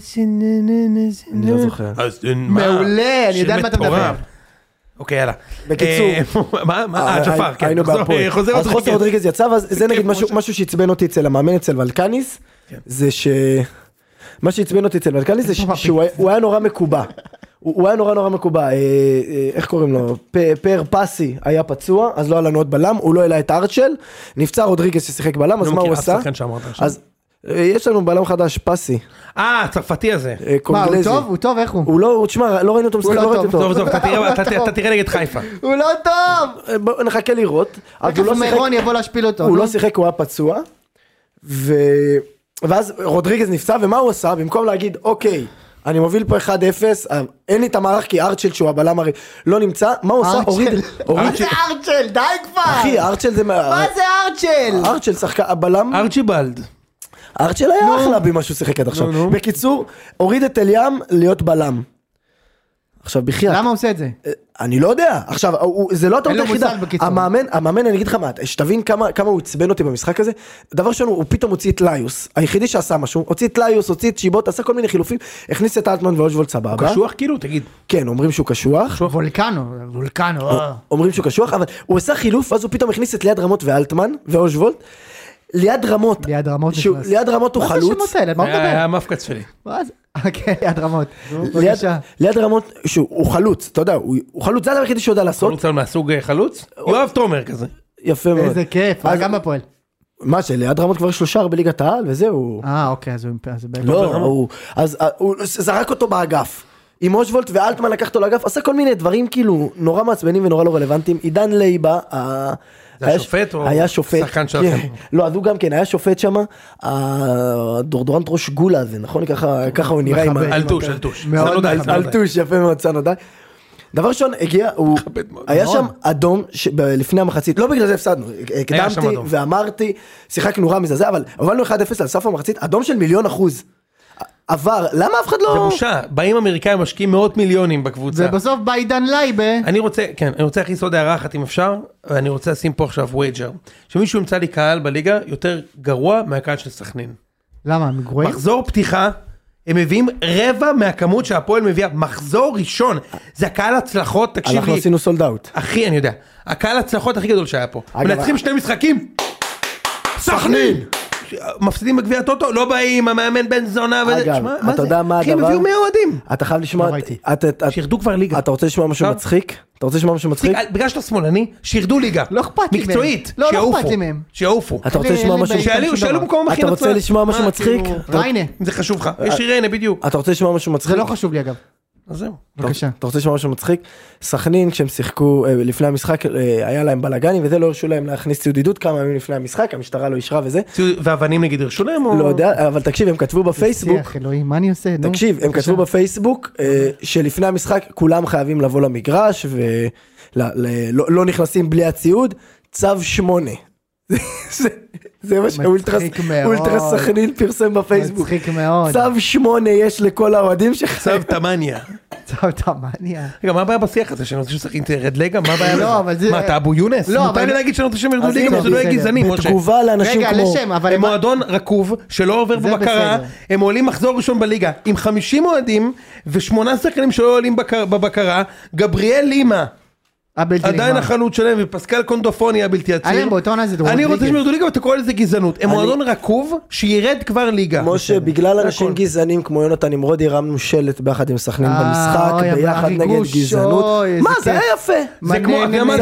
לא זוכר. מעולה, אני יודע על מה אתה מדבר. אוקיי, יאללה. בקיצור. מה? מה? ג'פר, כן. היינו בהפועל. אז חוסר רודריגז יצא, וזה נגיד משהו שעצבן אותי אצל המאמן אצל ולקניס, זה ש... מה שעצבן אותי אצל ולקניס זה שהוא היה נורא מקובע. הוא היה נורא נורא מקובע, איך קוראים לו? פר פסי היה פצוע, אז לא היה לנו עוד בלם, הוא לא העלה את ארצ'ל, נפצע רודריגז ששיחק בלם, אז מה הוא עשה? אז יש לנו בלם חדש, פסי. אה, הצרפתי הזה. מה, הוא טוב? הוא טוב, איך הוא? הוא לא, תשמע, לא ראינו אותו משחק, לא ראינו אותו. טוב, טוב, אתה תראה נגד חיפה. הוא לא טוב! בואו נחכה לראות. תכף מירון יבוא להשפיל אותו. הוא לא שיחק, הוא היה פצוע, ואז רודריגז נפצע, ומה הוא עשה? במקום להגיד, אוקיי, אני מוביל פה אחד אפס, אין לי את המערך כי ארצ'ל שהוא הבלם הרי לא נמצא, מה הוא עושה? מה זה ארצ'ל? די כבר! אחי, ארצ'ל זה... מה זה ארצ'ל? ארצ'ל שחקה, הבלם... ארצ'יבלד. ארצ'ל היה אחלה במה שהוא שיחק עד עכשיו. בקיצור, הוריד את אליאם להיות בלם. עכשיו בחייאת. למה הוא עושה את זה? אני לא יודע. עכשיו, זה לא הטעות היחידה. המאמן, המאמן, אני אגיד לך מה, שתבין כמה הוא עצבן אותי במשחק הזה. דבר ראשון, הוא פתאום הוציא את ליוס. היחידי שעשה משהו, הוציא את ליוס, הוציא את שיבות, עשה כל מיני חילופים, הכניס את אלטמן ואושבולט סבבה. הוא קשוח כאילו, תגיד. כן, אומרים שהוא קשוח. וולקנו, וולקנו. אומרים שהוא קשוח, אבל הוא עשה חילוף, אז הוא פתאום הכניס את ליד רמות ואלטמן ואושבולט. ליד רמות. ליד רמות נכנס. ליד רמות הוא חלוץ. מה זה השמות האלה? מה הוא מדבר? היה המפקץ שלי. מה זה? אוקיי, ליד רמות. ליד רמות, שהוא חלוץ, אתה יודע, הוא חלוץ, זה הדבר היחידי שהוא יודע לעשות. חלוץ מהסוג חלוץ? יואב תומר כזה. יפה מאוד. איזה כיף, גם בפועל. מה שליד רמות כבר שלושה בליגת העל, וזהו. אה, אוקיי, אז הוא... לא, אז הוא זרק אותו באגף. עם אושבולט ואלטמן לקח אותו לאגף, עשה כל מיני דברים כאילו נורא מעצבנים ונורא לא רלוונטיים. עידן לייבה, זה היה שופט או שחקן שלכם? לא, אז הוא גם כן, היה שופט שם, הדורדורנט ראש גולה הזה, נכון? ככה הוא נראה. אלטוש, אלטוש. אלטוש, יפה מאוד, צנודאי. דבר ראשון, הגיע, היה שם אדום לפני המחצית, לא בגלל זה הפסדנו, הקדמתי ואמרתי, שיחקנו רע מזה, אבל הובלנו אחד אפס על סף המחצית, אדום של מיליון אחוז. עבר, למה אף אחד לא... זה בושה, באים אמריקאים משקיעים מאות מיליונים בקבוצה. ובסוף בא עידן לייבה. אני רוצה, כן, אני רוצה להכניס עוד הערה אחת אם אפשר, ואני רוצה לשים פה עכשיו ווייג'ר, שמישהו ימצא לי קהל בליגה יותר גרוע מהקהל של סכנין. למה, הם גרועים? מחזור פתיחה, הם מביאים רבע מהכמות שהפועל מביאה, מחזור ראשון, זה הקהל הצלחות, תקשיב לי. אנחנו עשינו סולד אאוט. אחי, אני יודע, הקהל הצלחות הכי גדול שהיה פה. מנצחים שני משחקים, סכנין! מפסידים בגביע הטוטו, לא באים, המאמן בן זונה וזה, אגב, אתה יודע מה הדבר? אחי, הם הביאו מאה אוהדים. אתה חייב לשמוע, שירדו כבר ליגה. אתה רוצה לשמוע משהו מצחיק? אתה רוצה לשמוע משהו מצחיק? בגלל שאתה שמאלני, שירדו ליגה. לא אכפת לי מהם. מקצועית, לא אכפת לי מהם. שיעופו. אתה רוצה לשמוע משהו? שאלו מקום הכי אתה רוצה לשמוע משהו מצחיק? ריינה. זה חשוב לך, יש ריינה בדיוק. אתה רוצה לשמוע משהו מצחיק? זה לא חשוב לי אגב. אז זהו. בבקשה. אתה רוצה לשמוע משהו מצחיק? סכנין כשהם שיחקו לפני המשחק היה להם בלגנים וזה לא הרשו להם להכניס ציוד עידוד כמה ימים לפני המשחק, המשטרה לא אישרה וזה. ואבנים נגיד הרשו להם או? לא יודע, אבל תקשיב, הם כתבו בפייסבוק. אלוהים, מה אני עושה? תקשיב, הם כתבו בפייסבוק שלפני המשחק כולם חייבים לבוא למגרש ולא נכנסים בלי הציוד, צו שמונה. זה מה שאולטרס סכנין פרסם בפייסבוק. מצחיק מאוד. צו שמונה יש לכל האוהדים שלך. צו תמניה. צו תמניה. רגע, מה הבעיה בשיח הזה? שאני רוצה שסכנין תרד ליגה? מה הבעיה? לא, אבל זה... מה, אתה אבו יונס? לא, מותר לי להגיד שאני רוצה שהם ירדו ליגה, זה לא יהיה גזעני, משה. בתגובה לאנשים כמו... רגע, לשם, אבל... הם מועדון רקוב, שלא עובר בבקרה, הם עולים מחזור ראשון בליגה, עם חמישים אוהדים, ושמונה שחקנים שלא עולים בבקרה, גבריאל לימה. עדיין החלוץ שלהם ופסקל קונדופוני הבלתי עציר. אני רוצה שהם ירדו ליגה ואתה קורא לזה גזענות. הם מועדון רקוב שירד כבר ליגה. משה, בגלל אנשים גזענים כמו יונתן נמרודי הרמנו שלט ביחד עם סכנין במשחק ביחד נגד גזענות. מה זה היה יפה. זה כמו,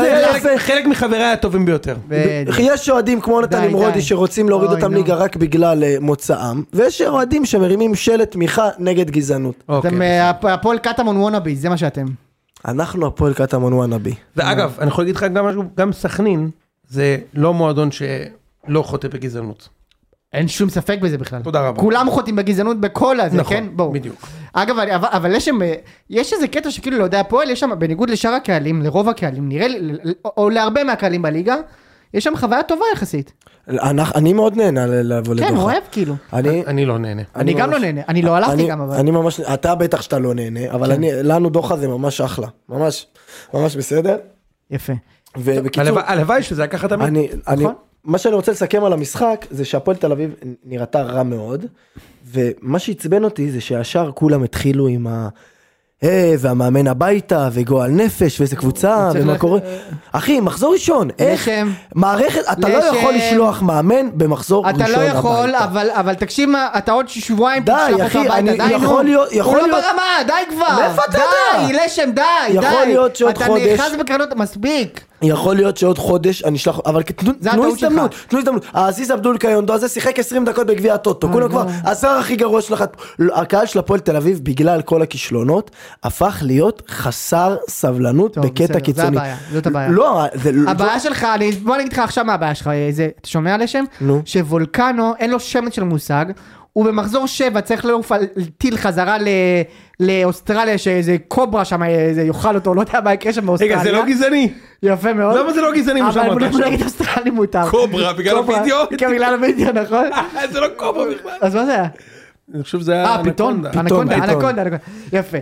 חלק מחבריי הטובים ביותר. יש אוהדים כמו יונתן נמרודי שרוצים להוריד אותם ליגה רק בגלל מוצאם, ויש אוהדים שמרימים שלט תמיכה נגד גזענות. אתם הפועל קטמון וונאבי, זה מה שאתם. אנחנו הפועל קטמון וונאבי. ואגב, אני יכול להגיד לך גם משהו, גם סכנין, זה לא מועדון שלא חוטא בגזענות. אין שום ספק בזה בכלל. תודה רבה. כולם חוטאים בגזענות בכל הזה, כן? נכון, בדיוק. אגב, אבל יש שם, יש איזה קטע שכאילו לא יודע, הפועל יש שם, בניגוד לשאר הקהלים, לרוב הקהלים, נראה, או להרבה מהקהלים בליגה, יש שם חוויה טובה יחסית. אני מאוד נהנה לבוא לדוחה. כן, אוהב כאילו. אני לא נהנה. אני גם לא נהנה, אני לא הלכתי גם אבל. אני ממש, אתה בטח שאתה לא נהנה, אבל לנו דוחה זה ממש אחלה. ממש, ממש בסדר. יפה. ובקיצור... הלוואי שזה היה ככה תמיד. מה שאני רוצה לסכם על המשחק, זה שהפועל תל אביב נראתה רע מאוד, ומה שהצבן אותי זה שהשאר כולם התחילו עם ה... אה, והמאמן הביתה, וגועל נפש, ואיזה קבוצה, ומה קורה. אחי, מחזור ראשון, איך? מערכת, אתה לא יכול לשלוח מאמן במחזור ראשון הביתה. אתה לא יכול, אבל תקשיב מה, אתה עוד שבועיים תשלח אותו הביתה, די, נו. הוא לא ברמה, די כבר. מאיפה אתה יודע? די, לשם, די, די. יכול להיות שעוד חודש. אתה נכנס בקרנות, מספיק. יכול להיות שעוד חודש אני אשלח, אבל תנו הזדמנות, תנו הזדמנות. העזיז אבדול קיונדו הזה שיחק עשרים דקות בגביע הטוטו, כולו כבר עשר הכי גרוע שלך. הקהל של הפועל תל אביב בגלל כל הכישלונות הפך להיות חסר סבלנות בקטע קיצוני. זאת הבעיה. הבעיה שלך, בוא נגיד לך עכשיו מה הבעיה שלך, אתה שומע לשם? שוולקנו אין לו שמץ של מושג, הוא במחזור שבע צריך לעוף על טיל חזרה לאוסטרליה, שאיזה קוברה שם יאכל אותו, לא יודע מה יקרה שם באוסטרליה. רגע, זה לא גזעני. יפה מאוד. למה זה לא גזעני? אבל הוא לא יגיד אוסטרלי מותר. קוברה, בגלל הווידאו? כן, בגלל הווידאו, נכון? זה לא קוברה בכלל. אז מה זה היה? אני חושב שזה היה אנקונדה. אנקונדה, אנקונדה. יפה.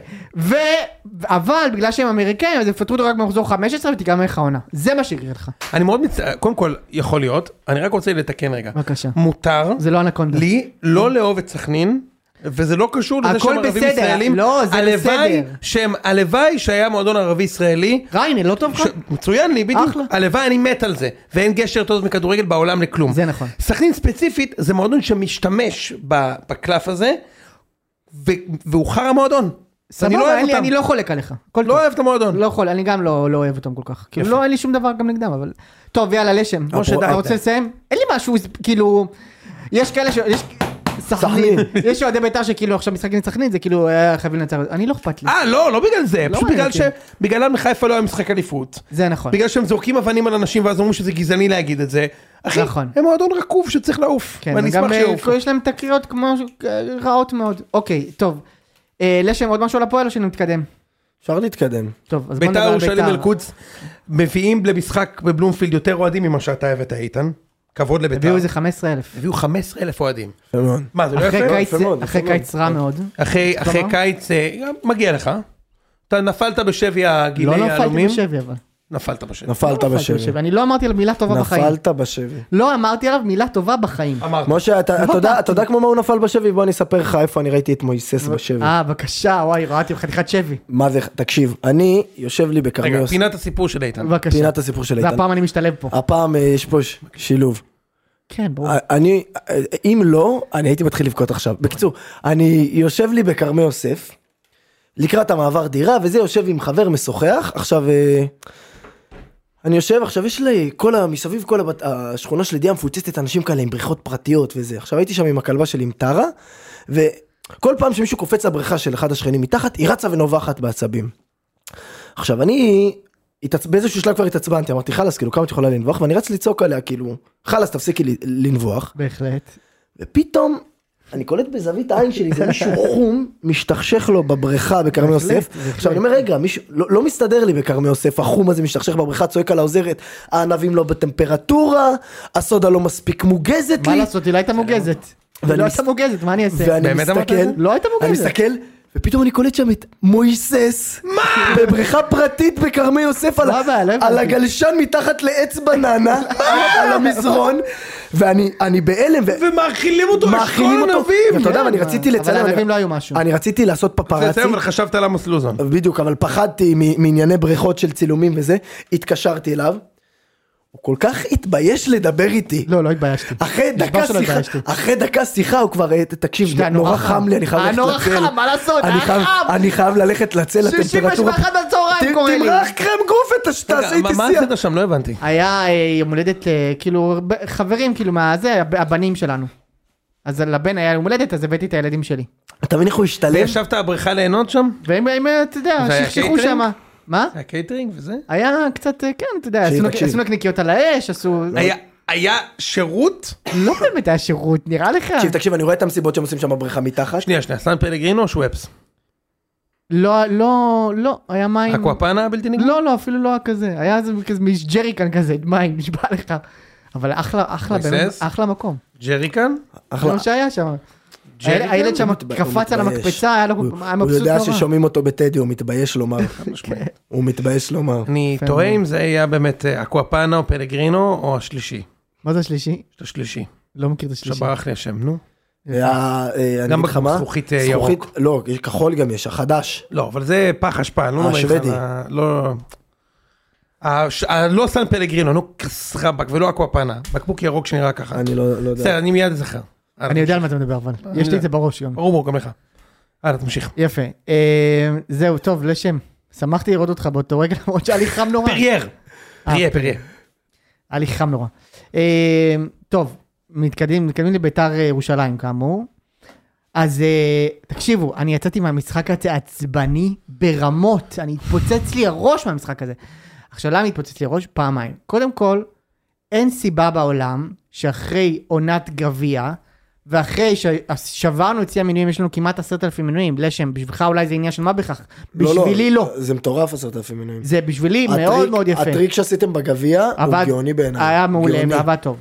אבל בגלל שהם אמריקאים, אז יפטרו אותו רק במחזור חמש עשרה ותיגמר לך עונה. זה מה שיקרה לך. אני מאוד מצטער, קודם כל, יכול להיות, אני רק רוצה לתקן רגע. בבקשה. מותר זה לא אנקונדה. לי לא לאהוב את סכנין, וזה לא קשור לזה שהם ערבים ישראלים. לא, זה בסדר. שהם, הלוואי שהיה מועדון ערבי ישראלי. ריינה, לא טוב לך? מצוין לי, בדיוק. הלוואי, אני מת על זה. ואין גשר טוב מכדורגל בעולם לכלום. זה נכון. סכנין ספציפית, זה מועדון שמשתמש בקלף הזה, והוא חר המועדון. סבבה, אני לא חולק עליך. לא אוהב את המועדון. לא חולק, אני גם לא אוהב אותם כל כך. כאילו לא, אין לי שום דבר גם נגדם, אבל... טוב, יאללה, לשם. אתה רוצה לסיים? אין לי משהו, כאילו... יש כאלה ש... סכנין. יש אוהדי בית"ר שכאילו עכשיו משחקים סכנין, זה כאילו חייבים לנצח. אני לא אכפת לי. אה, לא, לא בגלל זה. פשוט בגלל שבגללם מחיפה לא היה משחק אליפות. זה נכון. בגלל שהם זורקים אבנים על אנשים ואז אומרים שזה גזעני להגיד את זה. אחי, הם מועדון רקוב שצריך לעוף. ואני אשמח שיעוף. יש להם תקריות כמו רעות מאוד. אוקיי, טוב. לשם עוד משהו לפועל או שנתקדם? אפשר להתקדם. טוב, אז בוא נדבר על בית"ר. בית"ר ירושלים אל-קודס מביאים למשחק בבלומפילד יותר אוהדים ממה שאתה הבאת איתן. כבוד לבית"ר. הביאו איזה חמש עשרה אלף. הביאו חמש עשרה אלף אוהדים. מה, זה לא יפה? אחרי קיץ רע מאוד. אחרי קיץ, מגיע לך. אתה נפלת בשבי הגילי העלומים. לא נפלתי בשבי אבל. נפלת בשבי. נפלת בשבי. אני לא אמרתי עליו מילה טובה בחיים. נפלת בשבי. לא אמרתי עליו מילה טובה בחיים. משה, אתה יודע כמו מה הוא נפל בשבי? בוא אני אספר לך איפה אני ראיתי את מויסס בשבי. אה, בבקשה, וואי, ראיתי בחתיכת שבי. מה זה, תקשיב, אני יושב לי בקרמי רגע, פינת הסיפור של איתן. בבקשה. פינת הסיפור של איתן. והפעם אני משתלב פה. הפעם יש פה שילוב. כן, ברור. אני, אם לא, אני הייתי מתחיל לבכות עכשיו. בקיצור, אני יושב לי בקרמי יוסף, לקראת המעבר דירה, וזה יושב עם חבר משוחח. עכשיו, אני יושב, עכשיו יש לי, כל המסביב, כל השכונה של ידיעה מפוצצת אנשים כאלה עם בריכות פרטיות וזה. עכשיו הייתי שם עם הכלבה שלי, עם טרה, וכל פעם שמישהו קופץ לבריכה של אחד השכנים מתחת, היא רצה ונובחת בעצבים. עכשיו, אני... באיזשהו שלב כבר התעצבנתי, אמרתי חלס, כאילו כמה את יכולה לנבוח, ואני רץ לצעוק עליה, כאילו, חלס תפסיקי לנבוח. בהחלט. ופתאום אני קולט בזווית העין שלי, זה מישהו חום, משתכשך לו בבריכה בקרמי יוסף. עכשיו אני אומר, רגע, לא מסתדר לי בקרמי יוסף, החום הזה משתכשך בבריכה, צועק על העוזרת, הענבים לא בטמפרטורה, הסודה לא מספיק מוגזת לי. מה לעשות, היא לא הייתה מוגזת. היא לא הייתה מוגזת, מה אני אעשה? ואני מסתכל, לא הייתה מוגזת. אני מסתכל, ופתאום אני קולט שם את מויסס, בבריכה פרטית בקרמי יוסף, על הגלשן מתחת לעץ בננה, על המזרון, ואני באלם, ומאכילים אותו לשכון ענבים. ואתה יודע, ואני רציתי לצלם, אבל הענבים לא היו משהו. אני רציתי לעשות פפרצי. אבל חשבת על עמוס לוזון. בדיוק, אבל פחדתי מענייני בריכות של צילומים וזה, התקשרתי אליו, הוא כל כך התבייש לדבר איתי. לא, לא התביישתי. אחרי דקה שיחה, אחרי דקה שיחה הוא כבר, תקשיב, נורא חם לי, אני חייב ללכת לצל. נורא חם, מה לעשות? אני חייב ללכת לצל לטמפרטורה. שישים ושבע בצהריים קורא לי. תמרח קרם גוף, תעשה איתי מה עשית שם? לא הבנתי. היה יום הולדת, כאילו, חברים, כאילו, מה זה, הבנים שלנו. אז לבן היה יום הולדת, אז הבאתי את הילדים שלי. אתה מבין איך הוא השתלם? וישבת הבריכה ליהנות שם? והם, אתה יודע, שכחו שם. מה? היה קייטרינג וזה? היה קצת, כן, אתה יודע, עשו נקניקיות על האש, עשו... היה שירות? לא באמת היה שירות, נראה לך. תקשיב, תקשיב, אני רואה את המסיבות שהם עושים שם בבריכה מתחת. שנייה, שנייה, סן פלגרינו או שוואפס? לא, לא, לא, היה מים... אקוואפנה בלתי נגמר? לא, לא, אפילו לא היה כזה. היה איזה ג'ריקן כזה, מים, נשבע לך. אבל אחלה, אחלה, אחלה מקום. ג'ריקן? אחלה. זה שהיה שם. הילד שם קפץ על המקפצה, היה לו מבסוט נורא. הוא יודע ששומעים אותו בטדי, הוא מתבייש לומר. הוא מתבייש לומר. אני טועה אם זה היה באמת אקוואפנה או פלגרינו או השלישי. מה זה השלישי? זה השלישי. לא מכיר את השלישי. שברח לי השם, נו. גם בזכוכית ירוק. לא, כחול גם יש, החדש. לא, אבל זה פח השפעה. השוודי. לא סן פלגרינו, נו קסרבק ולא אקוואפנה. בקבוק ירוק שנראה ככה. אני לא יודע. בסדר, אני מיד אזכר. אני יודע על מה אתה מדבר, אבל יש לי את זה בראש גם. ברור, גם לך. הלאה, תמשיך. יפה. זהו, טוב, לשם. שמחתי לראות אותך באותו רגע, למרות שהיה לי חם נורא. פרייר. פרייר, פרייר. היה לי חם נורא. טוב, מתקדמים, מתקדמים לביתר ירושלים, כאמור. אז תקשיבו, אני יצאתי מהמשחק הזה עצבני ברמות. אני התפוצץ לי הראש מהמשחק הזה. עכשיו, למה התפוצץ לי הראש? פעמיים. קודם כל, אין סיבה בעולם שאחרי עונת גביע, ואחרי ששברנו את צי המינויים, יש לנו כמעט עשרת אלפים מינויים, לשם, בשבילך אולי זה עניין של מה בכך, בשבילי לא. זה מטורף עשרת אלפים מינויים. זה בשבילי מאוד מאוד יפה. הטריק שעשיתם בגביע הוא גאוני בעיניי. היה מעולה, ועבד טוב.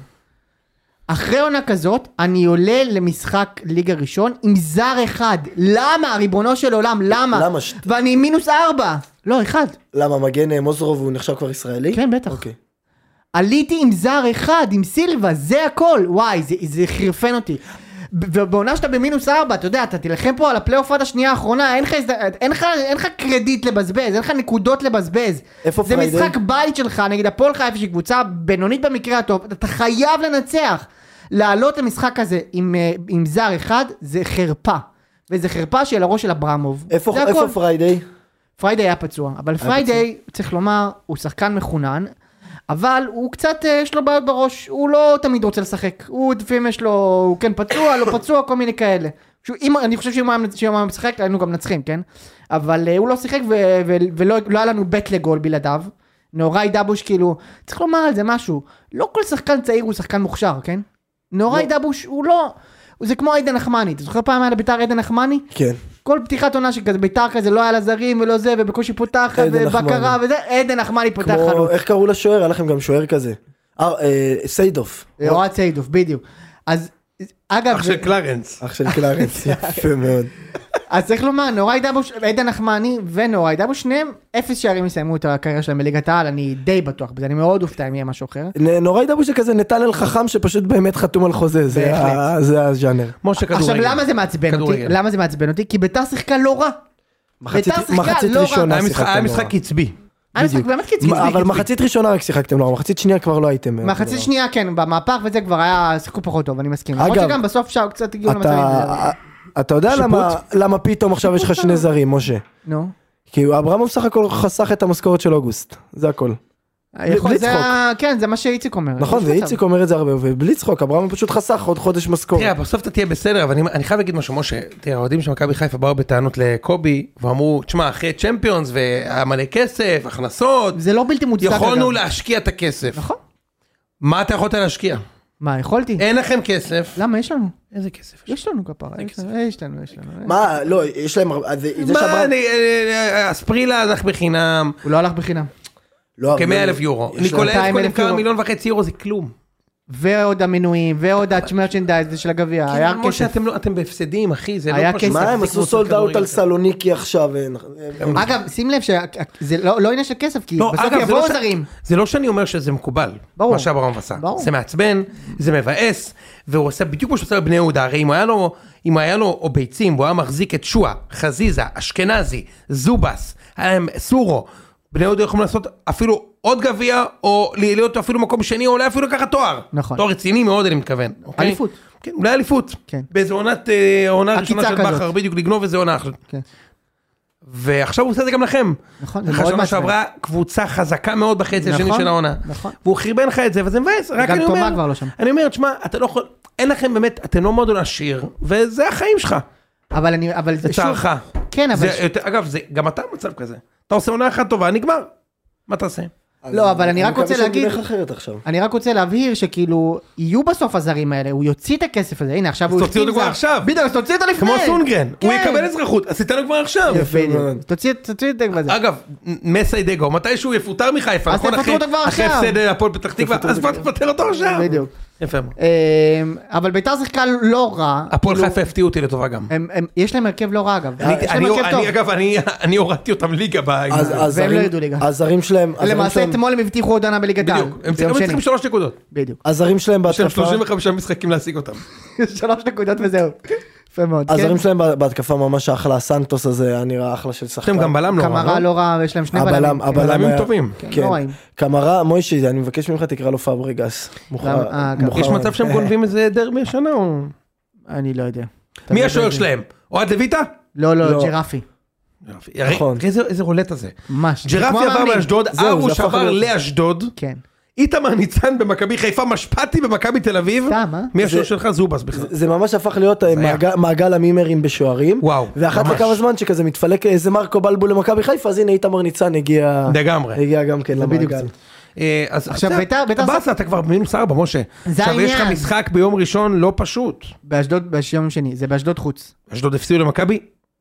אחרי עונה כזאת, אני עולה למשחק ליגה ראשון עם זר אחד. למה? ריבונו של עולם, למה? למה? ואני מינוס ארבע. לא, אחד. למה? מגן מוזרוב הוא נחשב כבר ישראלי? כן, בטח. אוקיי. עליתי עם זר אחד, עם סילבה, זה הכל. וואי, זה, זה חרפן אותי. ובעונה שאתה במינוס ארבע, אתה יודע, אתה תלחם פה על הפלייאוף עד השנייה האחרונה, אין לך, אין לך, אין לך קרדיט לבזבז, אין לך נקודות לבזבז. איפה זה פריידי? משחק בית שלך, נגיד הפועל חיפה שהיא קבוצה בינונית במקרה הטוב, אתה חייב לנצח. לעלות למשחק הזה עם, עם זר אחד, זה חרפה. וזה חרפה של הראש של אברמוב. איפה, איפה פריידי? פריידי היה פצוע, אבל פריידי, צריך לומר, הוא שחקן מחונן, אבל הוא קצת, יש לו בעיות בראש, הוא לא תמיד רוצה לשחק, הוא לפעמים יש לו, הוא כן פצוע, לא פצוע, כל מיני כאלה. אם, אני חושב שאם הוא היה משחק, היינו גם נצחים, כן? אבל הוא לא שיחק ו- ו- ולא לא היה לנו בית לגול בלעדיו. נוראי דבוש, כאילו, צריך לומר על זה משהו, לא כל שחקן צעיר הוא שחקן מוכשר, כן? נוראי לא. דבוש, הוא לא, זה כמו עדן נחמני, אתה זוכר פעם היה לביתר עדן נחמני? כן. כל פתיחת עונה שכזה, ביתר כזה לא היה לזרים ולא זה, ובקושי פותחת, ובקרה וזה, עדן נחמני פותח חנות. איך קראו לשוער? היה לכם גם שוער כזה. סיידוף. אוהד סיידוף, בדיוק. אז, אגב... אח של קלרנס. אח של קלרנס, יפה מאוד. אז צריך לומר, נוראי דבוש, עדן נחמני ונוראי דבוש, שניהם אפס שערים יסיימו את הקריירה שלהם בליגת העל, אני די בטוח בזה, אני מאוד אופתע אם יהיה משהו אחר. נוראי דבוש זה כזה נתנאל חכם שפשוט באמת חתום על חוזה, זה הז'אנר. עכשיו למה זה מעצבן אותי? למה זה מעצבן אותי? כי ביתר שיחקה לא רע. מחצית ראשונה היה משחק קצבי. אבל מחצית ראשונה רק שיחקתם לא, מחצית שנייה כבר לא הייתם. מחצית שנייה כן, במהפך וזה כבר היה שיחקו פחות טוב, אני מסכים. למרות שגם בסוף שעה קצת הגיעו למצבים. אתה יודע למה פתאום עכשיו יש לך שני זרים, משה? נו. כי אברמוב סך הכל חסך את המשכורת של אוגוסט, זה הכל. בלי צחוק. כן, זה מה שאיציק אומר. נכון, ואיציק אומר את זה הרבה, ובלי צחוק, אברמוב פשוט חסך עוד חודש משכורת. תראה, בסוף אתה תהיה בסדר, אבל אני חייב להגיד משהו, משה, תראה, האוהדים של מכבי חיפה באו בטענות לקובי, ואמרו, תשמע, אחרי צ'מפיונס, והמלא כסף, הכנסות, זה לא בלתי מוצדק. יכולנו להשקיע את הכסף. נכון. מה אתה יכולת להשקיע? מה, יכולתי? אין לכם כסף. למה, יש לנו? איזה כסף? יש לנו כפרה, יש לנו, יש לנו. מה, לא, יש להם... מה, הספרילה הלך בחינם. הוא לא הלך בחינם. כמאה אלף יורו. ניקולאסקו נמכר מיליון וחצי יורו, זה כלום. ועוד המנויים, ועוד המרצ'נדייז של הגביע, היה כסף. אתם בהפסדים, אחי, זה לא פשוט. מה, הם עשו סולד אאוט על סלוניקי עכשיו. אגב, שים לב שזה לא עניין של כסף, כי בסוף יבואו זרים. זה לא שאני אומר שזה מקובל, מה שאברהם עשה. זה מעצבן, זה מבאס, והוא עושה בדיוק כמו שעושה לבני יהודה, הרי אם היה לו או ביצים, והוא היה מחזיק את שואה, חזיזה, אשכנזי, זובס, סורו, בני יהודה יכולים לעשות אפילו עוד גביע, או להיות אפילו מקום שני, או אולי אפילו לקחת תואר. נכון. תואר רציני מאוד, אני מתכוון. אליפות. כן, אולי אליפות. כן. באיזו עונת, עונה ראשונה של בחר, בדיוק לגנוב איזה עונה. כן. ועכשיו הוא עושה את זה גם לכם. נכון, זה מאוד מעצבן. עכשיו שעברה קבוצה חזקה מאוד בחצי השני של העונה. נכון. והוא חירבן לך את זה, וזה מבאס. רק אני אומר, כבר לא שם. אני אומר, תשמע, אתה לא יכול, אין לכם באמת, אתם לא מאוד עשיר, וזה החיים שלך. אבל אני, אבל זה צערך. כן, אבל... אגב, גם אתה מצב כזה. אתה עושה עונה אחת טובה, נגמר. מה תעשה? לא, אבל אני רק רוצה להגיד, אני רק רוצה להבהיר שכאילו, יהיו בסוף הזרים האלה, הוא יוציא את הכסף הזה, הנה עכשיו הוא... תוציא אותו כבר עכשיו. בדיוק, אז תוציא אותו לפני. כמו סונגרן, הוא יקבל אזרחות, אז תיתן לו כבר עכשיו. תוציא את זה. אגב, מסיידגו, מתי שהוא יפוטר מחיפה, אז תפטרו אותו כבר עכשיו. אחרי הפסד הפועל פתח תקווה, אז כבר תפטר אותו עכשיו. בדיוק. יפה. אבל בית"ר שיחקה לא רע. הפועל חיפה הפתיעו אותי לטובה גם. יש להם הרכב לא רע אגב. אני אגב, אני הורדתי אותם ליגה. והם לא ידעו ליגה. הזרים שלהם... למעשה אתמול הם הבטיחו עוד עונה בליגת העל. בדיוק, הם צריכים שלוש נקודות. בדיוק. הזרים שלהם בהתקפה... יש להם שלושים וחמישה משחקים להשיג אותם. שלוש נקודות וזהו. יפה מאוד. הזרים שלהם בהתקפה ממש אחלה, סנטוס הזה נראה אחלה של שחקן. יש להם גם בלם לא רע. קמרה לא רע, יש להם שני בלמים. הבלמים טובים. כן, לא רעים. קמרה, מוישי, אני מבקש ממך תקרא לו פאברגס. יש מצב שהם גונבים איזה דרבי השנה או... אני לא יודע. מי השוער שלהם? אוהד לויטה? לא, לא, ג'רפי. נכון. איזה רולט הזה. ממש. ג'רפי עבר מאשדוד, ארוש עבר לאשדוד. כן. איתמר ניצן במכבי חיפה, משפטי במכבי תל אביב. סתם, אה? מי השוער שלך? זובס בכלל. זה ממש הפך להיות מעגל המימרים בשוערים. וואו. ואחת לכמה זמן שכזה מתפלק איזה מרקו בלבול למכבי חיפה, אז הנה איתמר ניצן הגיע... לגמרי. הגיע גם כן למעגל. אז עכשיו ביתר, באסה אתה כבר מינוס ארבע, משה. עכשיו יש לך משחק ביום ראשון לא פשוט. באשדוד, ביום שני, זה באשדוד חוץ. אשדוד הפסידו למכבי.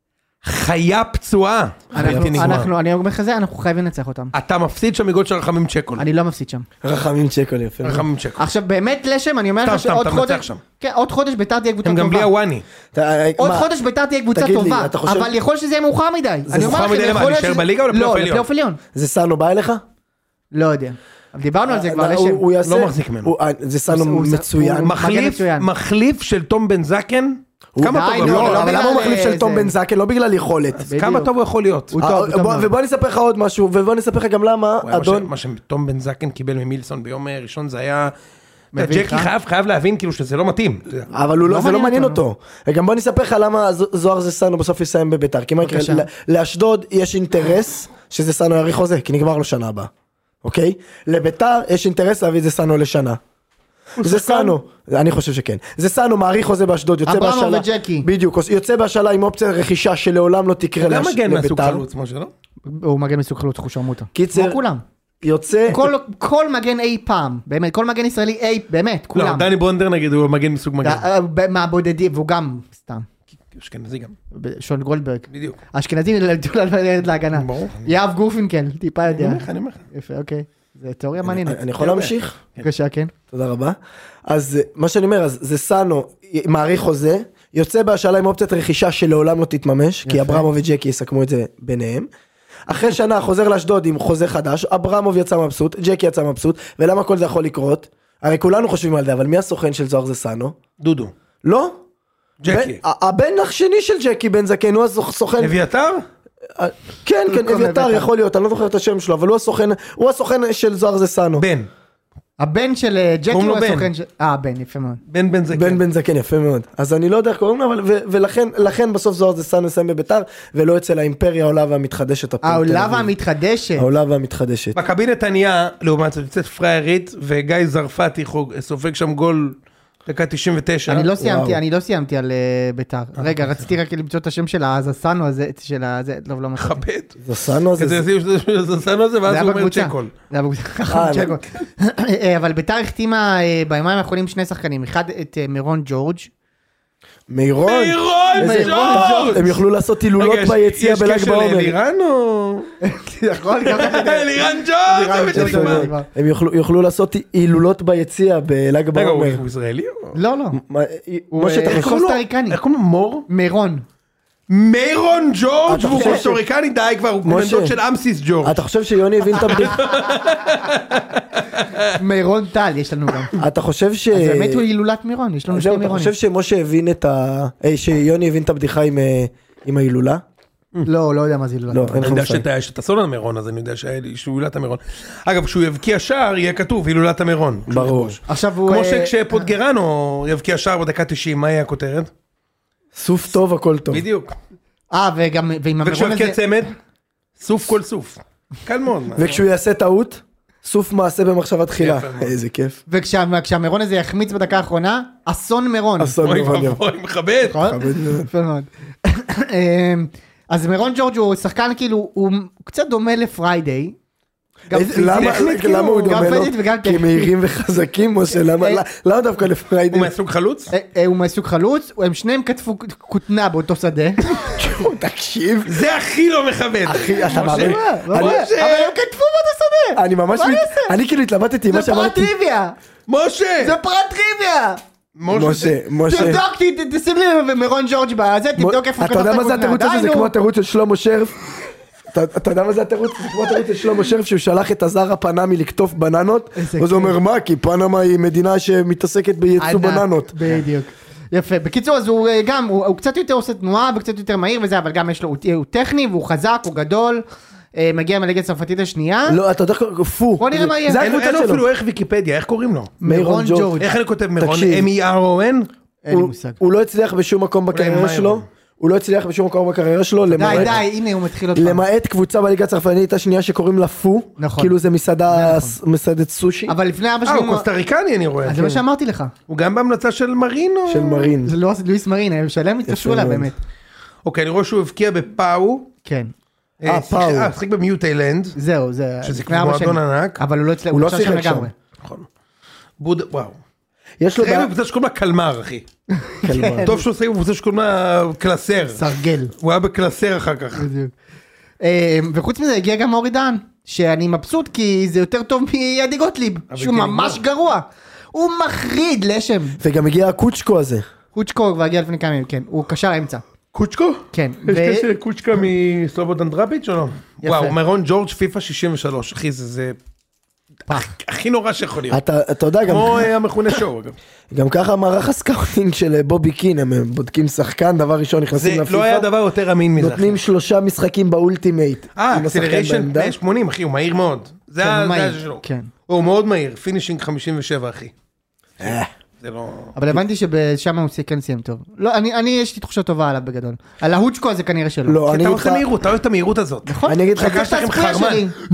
חיה פצועה. אנחנו, אני אומר לך זה, אנחנו חייבים לנצח אותם. אתה מפסיד שם מגול של רחמים צ'קול. אני לא מפסיד שם. רחמים צ'קול, יפה. רחמים צ'קול. עכשיו באמת לשם, אני אומר לך שעוד חודש, כן, עוד חודש ביתר תהיה קבוצה טובה. הם גם בלי הוואני. עוד חודש ביתר תהיה קבוצה טובה, אבל יכול שזה יהיה מאוחר מדי. זה מאוחר מדי למה, להישאר בליגה או לפלייאוף עליון? זה סאנו בא אליך? לא יודע. דיברנו על זה כבר לשם. לא מחזיק ממנו. זה סאנו מצוין. מחליף של תום בן זקן. כמה טוב הוא יכול, אבל למה הוא מחליף של תום בן זקן, לא בגלל יכולת. כמה טוב הוא יכול להיות. ובוא אני אספר לך עוד משהו, ובוא אני אספר לך גם למה, אדון. מה שתום בן זקן קיבל ממילסון ביום ראשון זה היה, ג'קי חייב להבין כאילו שזה לא מתאים. אבל זה לא מעניין אותו. גם בוא אני אספר לך למה זוהר זה סאנו בסוף יסיים בביתר, כי מה יקרה, לאשדוד יש אינטרס שזה סאנו יאריך חוזה, כי נגמר לו שנה הבאה. אוקיי? לביתר יש אינטרס להביא את זה סאנו לשנה. זה סאנו, אני חושב שכן. זה סאנו, מעריך חוזה באשדוד, יוצא בהשאלה. אברמוב וג'קי. בדיוק, יוצא בהשאלה עם אופציה רכישה שלעולם לא תקרה לביתר. הוא גם מגן מסוג חלוץ, משה, לא? הוא מגן מסוג חלוץ, חוש עמותה. קיצר, כמו כולם. יוצא... כל מגן אי פעם, באמת, כל מגן ישראלי אי, באמת, כולם. לא, דני בונדר נגיד, הוא מגן מסוג מגן. מהבודדים, והוא גם, סתם. אשכנזי גם. שון גולדברג. בדיוק. אשכנזי להגנה. יאב גורפינקל, טיפה יודע. אני אומר לך, אני אומר לך. יפה, אוקיי. זה תיאוריה מעניינת. אני יכול להמשיך? בבקשה, כן. תודה רבה. אז מה שאני אומר, אז זה סאנו מעריך חוזה, יוצא בהשאלה עם אופציית רכישה שלעולם לא תתממש, כי אברמוב וג'קי יסכמו את זה ביניהם. אחרי שנה חוזר לאשדוד עם חוזה חדש, אברמוב יצא מבסוט, ג'קי יצא מבסוט, ולמה כל זה יכול לקרות? הרי כולנו חושבים על זה, אבל מי הסוכן של זוהר זה סאנו? דודו. לא? ג'קי. הבן השני של ג'קי בן זקן, הוא הסוכן... אביתר? כן, כן, אביתר יכול להיות, אני לא זוכר את השם שלו, אבל הוא הסוכן, הוא הסוכן של זוהר זה סאנו. בן. הבן של ג'קי הוא הסוכן של... אה, בן, יפה מאוד. בן בן זקן. בן בן זקן, יפה מאוד. אז אני לא יודע איך קוראים לו, ולכן, לכן בסוף זוהר זה סאנו יסיים בביתר, ולא אצל האימפריה העולה והמתחדשת. העולה והמתחדשת. העולה והמתחדשת. מכבי נתניה, לעומת זאת, יוצאת פריירית, וגיא זרפתי סופג שם גול דקה תשעים ותשע. אני לא סיימתי, אני לא סיימתי על ביתר. רגע, רציתי רק למצוא את השם של הזסנו הזה, של הזה, לא, לא מצאתי. חבד. זסנו הזה. זסנו הזה, ואז הוא אומר צ'קול. זה היה בקבוצה, צ'קול. אבל ביתר החתימה ביומיים האחרונים שני שחקנים, אחד את מירון ג'ורג'. מירון? מירון ג'ורג'! הם יוכלו לעשות הילולות ביציאה בל"ג בעומר. יש קשר לאלירן או... יכול, גם אלירן ג'ורג'! הם יוכלו לעשות הילולות ביציאה בל"ג בעומר. רגע, הוא ישראלי או... לא, לא. הוא קוסטריקני. איך קוראים לו? מור? מירון. מירון ג'ורג' והוא קוסטריקני, די כבר, הוא בנדות של אמסיס ג'ורג'. אתה חושב שיוני הבין את הבדיחה? מירון טל, יש לנו גם. אתה חושב ש... אז באמת הוא הילולת מירון, יש לנו שני מירונים. אתה חושב שמשה הבין את ה... שיוני הבין את הבדיחה עם ההילולה? לא, לא יודע מה זה הילולת מירון. אני יודע שיש את אסון המירון, אז אני יודע שהוא הילולת המירון. אגב, כשהוא יבקיע שער, יהיה כתוב הילולת המירון. ברור. כמו שכשפוטגרנו יבקיע שער בדקה תשעים, מה יהיה הכותרת? סוף טוב, הכל טוב. בדיוק. אה, וגם, ועם המירון הזה... וכשהוא יבקיע צמד, סוף כל סוף. קל מאוד. וכשהוא יעשה טעות, סוף מעשה במחשבה תחילה. איזה כיף. וכשהמירון הזה יחמיץ בדקה האחרונה, אסון מירון. אסון מירון. אוי, מכבד. יפה מאוד. אז מירון ג'ורג' הוא שחקן כאילו, הוא קצת דומה לפריידיי. למה הוא דומה לו? כי מהירים וחזקים, משה, למה דווקא לפריידי? הוא מהסוג חלוץ? הוא מהסוג חלוץ, הם שניהם כתבו כותנה באותו שדה. תקשיב. זה הכי לא מכבד. אחי, אתה מאמין? אבל הם כתבו באותו שדה. אני ממש, אני כאילו התלבטתי מה שאמרתי. זה פרט טריוויה. משה! זה פרט טריוויה. משה, משה. תבדוק, תשים לי מירון ג'ורג' בזה, תבדוק איפה אתה יודע מה זה התירוץ הזה? זה כמו התירוץ של שלמה שרף. אתה יודע מה זה התירוץ? זה כמו התירוץ של שלמה שרף שהוא שלח את הזר הפנמי לקטוף בננות, וזה אומר מה? כי פנמה היא מדינה שמתעסקת בייצוא בננות. בדיוק. יפה. בקיצור, אז הוא גם, הוא קצת יותר עושה תנועה וקצת יותר מהיר וזה, אבל גם יש לו, הוא טכני והוא חזק, הוא גדול, מגיע מהליגה הצרפתית השנייה. לא, אתה יודע, פו. בוא נראה מה יהיה. זה הקבוצה שלו. אין שלו. אפילו איך ויקיפדיה, איך קוראים לו? מירון ג'ורג'. איך אני כותב מירון? M-E-R-O-N? אין לי מושג. הוא לא הצליח בשום מקום בקריירה שלו. הוא לא הצליח בשום מקום בקריירה שלו, די, די, הנה הוא מתחיל עוד פעם. למעט קבוצה בליגה הצרפתית השנייה שקוראים לה פו, כאילו זה מסעדה, מסעדת סושי. אבל לפני אבא שלי... אה, הוא קוסטריקני אני רואה. אז זה מה שאמרתי לך. הוא גם בהמלצה של מרין או... של מרין. זה לא לואיס מרין, הם שלם התקשרו לה באמת. אוקיי, אני רואה שהוא הבקיע בפאו. כן. אה, פאו. אה, שחק במיוטיילנד. זהו, זה... שזה כמו מועדון ענק. אבל הוא לא הצליח, הוא לא שיחק שם. נכון. בוד... וואו. יש לו... זה היה בקבוצה שקוראים לה קלמר, אחי. טוב שהוא עושה בקבוצה שקוראים לה קלסר. סרגל. הוא היה בקלסר אחר כך. וחוץ מזה הגיע גם אורי דהן, שאני מבסוט כי זה יותר טוב מידי גוטליב, שהוא ממש גרוע. הוא מחריד לשם. וגם הגיע הקוצ'קו הזה. קוצ'קו כבר הגיע לפני כמה ימים, כן. הוא קשר אמצע. קוצ'קו? כן. יש קשר קוצ'קה מסלובודן דראביץ' או לא? וואו, מירון ג'ורג' פיפה שישים ושלוש, אחי, זה... הכי נורא שיכול להיות. אתה יודע גם... כמו המכונה שואו, אגב. גם ככה מערך הסקאוטינג של בובי קין, הם בודקים שחקן, דבר ראשון נכנסים לפיפה. זה לא היה דבר יותר אמין מזה. נותנים שלושה משחקים באולטימייט. אה, אקסלריישן שמונים, אחי, הוא מהיר מאוד. זה היה שלו. הוא מאוד מהיר, פינישינג חמישים ושבע, אחי. זה לא... אבל הבנתי שבשם הוא כן סיים טוב. לא, אני, יש לי תחושה טובה עליו בגדול. על ההוצ'קו הזה כנראה שלא. לא, אני אגיד לך... אתה אוהב את המהירות הזאת. נכון? אני אגיד לך... חכה שלכם חרמן.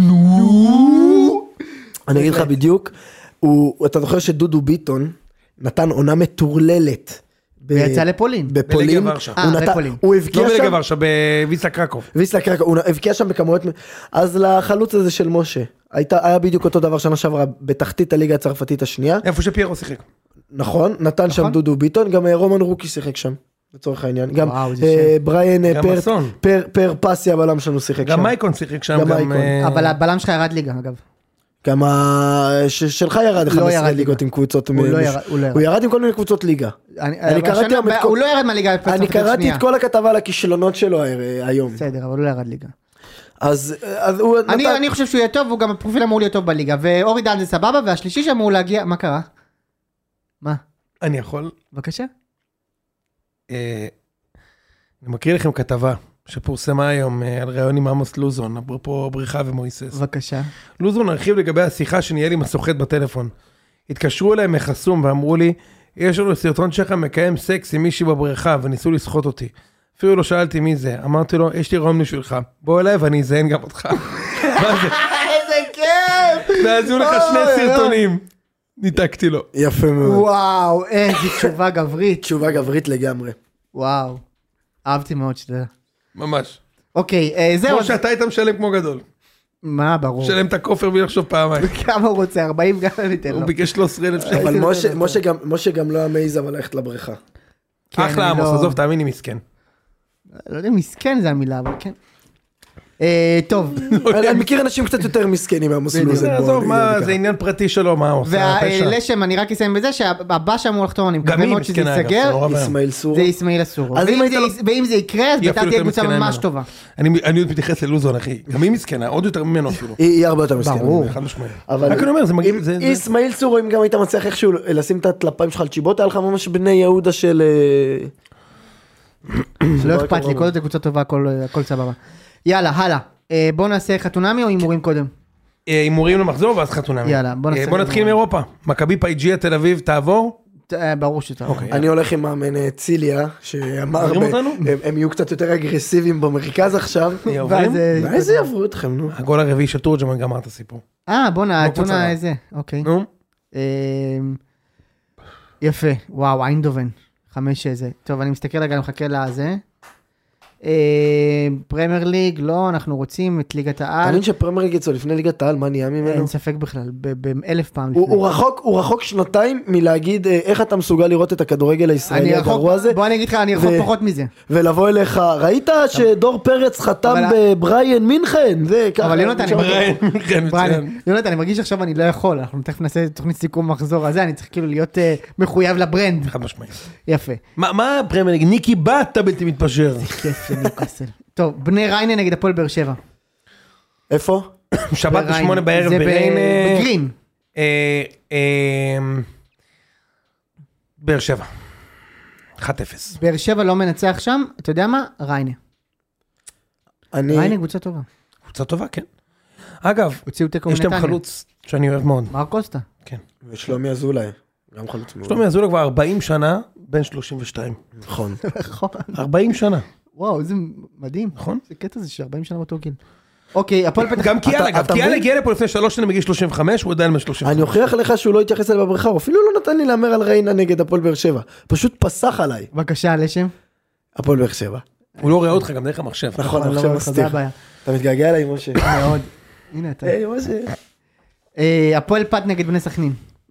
אני אגיד לך בדיוק, אתה זוכר שדודו ביטון נתן עונה מטורללת. ויצא לפולין. בפולין. הוא הבקיע שם. לא בליגה ורשה, בוויסלה קרקוב. ויסלה קרקוב, הוא הבקיע שם בכמויות. אז לחלוץ הזה של משה, היה בדיוק אותו דבר שנה שעברה בתחתית הליגה הצרפתית השנייה. איפה שפיירו שיחק. נכון, נתן שם דודו ביטון, גם רומן רוקי שיחק שם. לצורך העניין, גם בריין פר פסי הבלם שלנו שיחק שם. גם מייקון שיחק שם. אבל הבלם שלך ירד ליגה אגב. גם שלך ירד חמש עשרה ליגות עם קבוצות, הוא ירד עם כל מיני קבוצות ליגה. הוא לא ירד מהליגה. אני קראתי את כל הכתבה על הכישלונות שלו היום. בסדר, אבל הוא לא ירד ליגה. אז הוא... אני חושב שהוא יהיה טוב, והוא גם הפרופיל אמור להיות טוב בליגה, ואורי דן זה סבבה, והשלישי שאמור להגיע, מה קרה? מה? אני יכול? בבקשה. אני מקריא לכם כתבה שפורסמה היום על ראיון עם עמוס לוזון, אפרופו בריחה ומויסס. בבקשה. לוזון הרחיב לגבי השיחה שניהל עם הסוחט בטלפון. התקשרו אליי מחסום ואמרו לי, יש לנו סרטון שלך מקיים סקס עם מישהי בבריכה וניסו לסחוט אותי. אפילו לא שאלתי מי זה, אמרתי לו, יש לי רום בשבילך, בוא אליי ואני אזיין גם אותך. איזה כיף! ועזו לך שני סרטונים. ניתקתי לו. יפה מאוד. וואו, איזה תשובה גברית. תשובה גברית לגמרי. וואו. אהבתי מאוד שתדע. ממש. אוקיי, זהו. כמו שאתה היית משלם כמו גדול. מה, ברור. משלם את הכופר בלי לחשוב פעמיים. כמה הוא רוצה? ארבעים גם ניתן לו. הוא ביקש שלוש עשרה אלף שקל. אבל משה גם לא המעיז אבל ללכת לבריכה. אחלה עמוס, עזוב, תאמין לי מסכן. לא יודע, מסכן זה המילה, אבל כן. טוב. אני מכיר אנשים קצת יותר מסכנים מהמסלול הזה. זה עניין פרטי שלו, מה הוא עושה? ולשם, אני רק אסיים בזה שהבא שאמור לחתום, אני מקווה מאוד שזה ייסגר. איסמעיל סורו. זה איסמעיל סורו. ואם זה יקרה, אז ביתר תהיה קבוצה ממש טובה. אני עוד מתייחס ללוזון, אחי. גם היא מסכנה, עוד יותר ממנו אפילו. היא הרבה יותר מסכנה. ברור. רק אני אומר, זה מגיע... איסמעיל סורו, אם גם היית מצליח איכשהו לשים את הטלפיים שלך על צ'יבוט, היה לך ממש בני יהודה של... לא אכפת לי, כל זה קבוצה טובה, הכל סבבה. יאללה, הלאה. בוא נעשה חתונמי או אימורים קודם? אימורים למחזור ואז חתונמי. יאללה, בוא נעשה. בוא נתחיל מאירופה. מכבי פייג'יה תל אביב תעבור? ברור שתעבור. אני הולך עם מאמן ציליה, שאמר, הם יהיו קצת יותר אגרסיביים במרכז עכשיו. איזה יעברו אתכם, נו. הגול הרביעי של תורג'מן גמר את הסיפור. אה, בוא נעתונה איזה, אוקיי. נו. יפה, וואו, איינדובן. חמש איזה. טוב, אני מסתכל רגע, אני מחכה לזה. פרמייר ליג, לא, אנחנו רוצים את ליגת העל. תאמין שפרמייר ליג יצאו לפני ליגת העל, מה נהיה ממנו? אין ספק בכלל, באלף פעם לפני. הוא רחוק, הוא רחוק שנתיים מלהגיד איך אתה מסוגל לראות את הכדורגל הישראלי הגרוע הזה. בוא אני אגיד לך, אני רחוק פחות מזה. ולבוא אליך, ראית שדור פרץ חתם בבריין מינכן? אבל יונתן, יונתן, אני מרגיש עכשיו אני לא יכול, אנחנו תכף נעשה תוכנית סיכום מחזור הזה, אני צריך כאילו להיות מחויב לברנד. חד משמעית. יפה. מה פרמייר ליג? ניקי בת בלתי מתפשר. טוב, בני ריינה נגד הפועל באר שבע. איפה? שבת בשמונה בערב בריינה. בגרין. באר שבע. אחת אפס. באר שבע לא מנצח שם, אתה יודע מה? ריינה. ריינה קבוצה טובה. קבוצה טובה, כן. אגב, יש להם חלוץ שאני אוהב מאוד. מר קוסטה. כן. ושלומי אזולאי. גם חלוץ מאוד. שלומי אזולאי כבר ארבעים שנה, בין שלושים ושתיים. נכון. ארבעים שנה. וואו, זה מדהים. נכון? זה קטע זה ש-ארבעים שנה באותו גיל. אוקיי, הפועל פתח... גם קיאל, אגב, קיאל הגיע לפה לפני שלוש שנים בגיל שלושים וחמש, הוא עדיין מ-שלושים וחמש. אני אוכיח לך שהוא לא התייחס אליי בבריכה, הוא אפילו לא נתן לי לאמר על ריינה נגד הפועל באר שבע. פשוט פסח עליי. בבקשה, לשם. הפועל באר שבע. הוא לא רואה אותך גם דרך המחשב. נכון, המחשב מסתיר. אתה מתגעגע אליי, משה. מאוד. הנה אתה. היי, משה. הפועל פת נגד בני סכנין.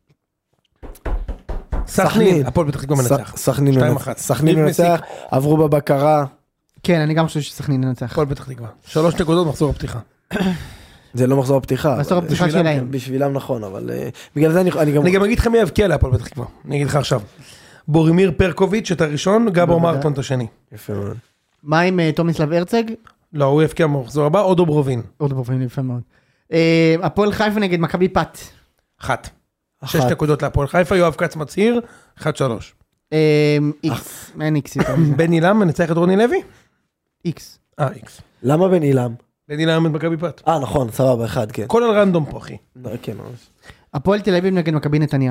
סכנין. הפועל פתח תקווה מנצח. סכנין מנצח, עברו בבקרה. כן, אני גם חושב שסכנין ננצח. הפועל פתח תקווה. שלוש נקודות מחזור הפתיחה. זה לא מחזור הפתיחה. מחזור הפתיחה שלהם. בשבילם נכון, אבל בגלל זה אני גם... אני גם אגיד לך מי יבקיע להפועל פתח תקווה. אני אגיד לך עכשיו. בורימיר פרקוביץ' את הראשון, גבור מרטון את השני. יפה מאוד. מה עם תומיסלב הרצג? לא, הוא יבקיע במחזור הבא, או דוברובין. או דוברובין, יפה מאוד. הפועל חיפה נגד מכבי פת. אחת. שש נקודות להפועל חיפה, יואב קץ מצהיר, אחת שלוש. איקס, אין איקס. בן אילם מנצח את רוני לוי? איקס. אה, איקס. למה בן אילם? בן אילם את מכבי פת. אה, נכון, סבבה, אחד, כן. כל על רנדום פה, אחי. כן, הפועל תל אביב נגד מכבי נתניה.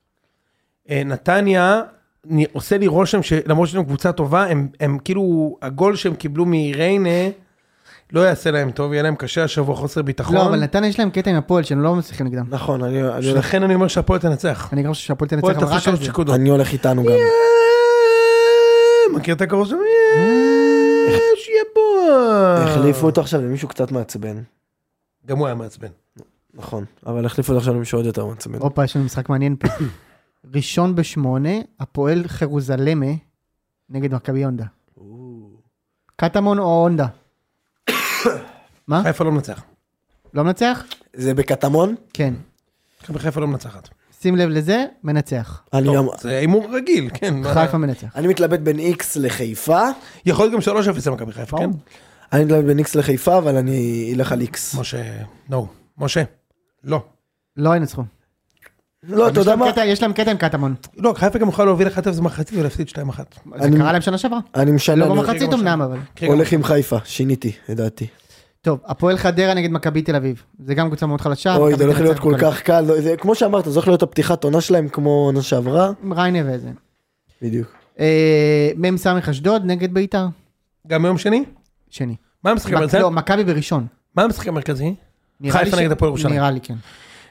נתניה, עושה לי רושם שלמרות שהם קבוצה טובה, הם כאילו, הגול שהם קיבלו מריינה, לא יעשה להם טוב, יהיה להם קשה השבוע חוסר ביטחון. לא, אבל נתניה יש להם קטע עם הפועל, שהם לא מצליחים נגדם. נכון, אני... לכן אני אומר שהפועל תנצח. אני גם חושב שהפועל תנצח, אבל רק על זה. אני הולך איתנו גם. מכיר את הקורס? שיהיה בו. החליפו אותו עכשיו למישהו קצת מעצבן. גם הוא היה מעצבן. נכון, אבל החליפו אותו עכשיו למישהו עוד יותר מעצבן. אופה, יש לנו משחק מעניין פה. ראשון בשמונה, הפועל חרוזלמה נגד מכבי הונדה. קטמון או הונדה? מה? חיפה לא מנצח. לא מנצח? זה בקטמון? כן. חיפה לא מנצחת. שים לב לזה, מנצח. זה אימור רגיל, כן. חיפה מנצח. אני מתלבט בין איקס לחיפה. יכול להיות גם שלוש אפס למכבי חיפה, כן? אני מתלבט בין איקס לחיפה, אבל אני אלך על איקס. משה, לא. משה, לא. לא ינצחו. לא, אתה יודע מה? יש להם קטע עם קטמון. לא, חיפה גם יכולה להוביל אחת אפס במחצית ולהפסיד שתיים אחת. זה קרה להם שנה שעברה. אני משנה. לא במחצית אמנם, אבל. הולך עם חיפה, שיניתי, לדעתי. טוב, הפועל חדרה נגד מכבי תל אביב. זה גם קבוצה מאוד חלשה. אוי, זה הולך להיות כל כך קל. כמו שאמרת, זה הולך להיות הפתיחת עונה שלהם כמו עונה שעברה. ריינה וזה. בדיוק. מם סמך אשדוד נגד ביתר. גם ביום שני? שני. מה המשחק המרכזי? לא, מכבי בראשון. מה המשחק המרכזי? חיפה נגד הפועל ירושלים. נראה לי, כן.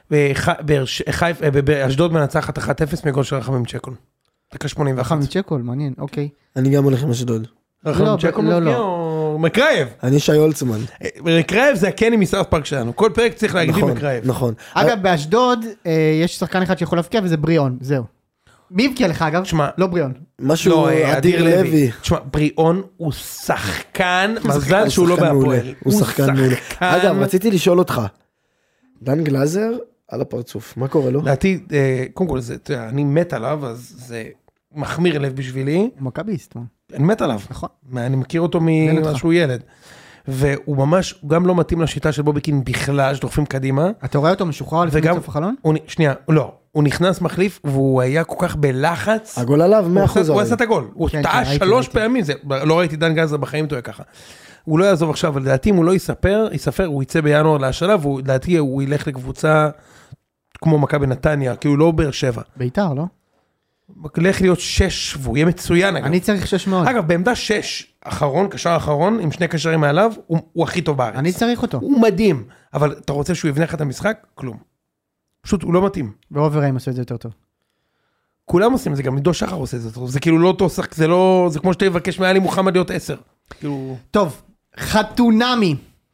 באשדוד מנצחת אחת אפס מגול של רחמים צ'קול. דקה שמונים ואחת. רחמים צ'קול, מעניין, אוקיי. אני גם הולך עם אשדוד. רחמים צ'קול מפגיע או מקרייב? אני שי אולצמן. מקרייב זה הקני מסארט פארק שלנו. כל פרק צריך להגיד לי מקרייב. נכון. אגב, באשדוד יש שחקן אחד שיכול להפקיע וזה בריאון, זהו. מי הבקיע לך אגב? לא בריאון. משהו אדיר לוי. תשמע, בריאון הוא שחקן, מזל שהוא לא בהפועל. הוא שחקן מעולה. אגב, רציתי לשאול אותך, דן גלאזר על הפרצוף, מה קורה לו? לדעתי, קודם כל, אני מת עליו, אז זה מחמיר לב בשבילי. הוא מכביסט. אני מת עליו. נכון. אני מכיר אותו ממשהו ילד. והוא ממש, הוא גם לא מתאים לשיטה של בוביקין בכלל, שדוחפים קדימה. אתה רואה אותו משוחרר לפני סוף החלון? שנייה, לא. הוא נכנס מחליף, והוא היה כל כך בלחץ. הגול עליו, מאה אחוז. הוא עשה את הגול. הוא טעה שלוש פעמים, לא ראיתי דן גלאזר בחיים טועה ככה. הוא לא יעזוב עכשיו, אבל לדעתי אם הוא לא יספר, יספר, הוא יצא בינואר להשאלה, ולדעתי הוא ילך לקבוצה כמו מכבי נתניה, כי הוא לא באר שבע. ביתר, לא? הולך להיות שש, והוא יהיה מצוין. אני צריך שש מאוד. אגב, בעמדה שש, אחרון, קשר אחרון, עם שני קשרים מעליו, הוא הכי טוב בארץ. אני צריך אותו. הוא מדהים, אבל אתה רוצה שהוא יבנה לך את המשחק? כלום. פשוט הוא לא מתאים. ואוברהיים עשו את זה יותר טוב. כולם עושים את זה, גם עידו שחר עושה את זה טוב. זה כאילו לא אותו שחק, זה לא, זה כמו שתבקש מעלי מוחמד להיות עשר. טוב, חתונמי.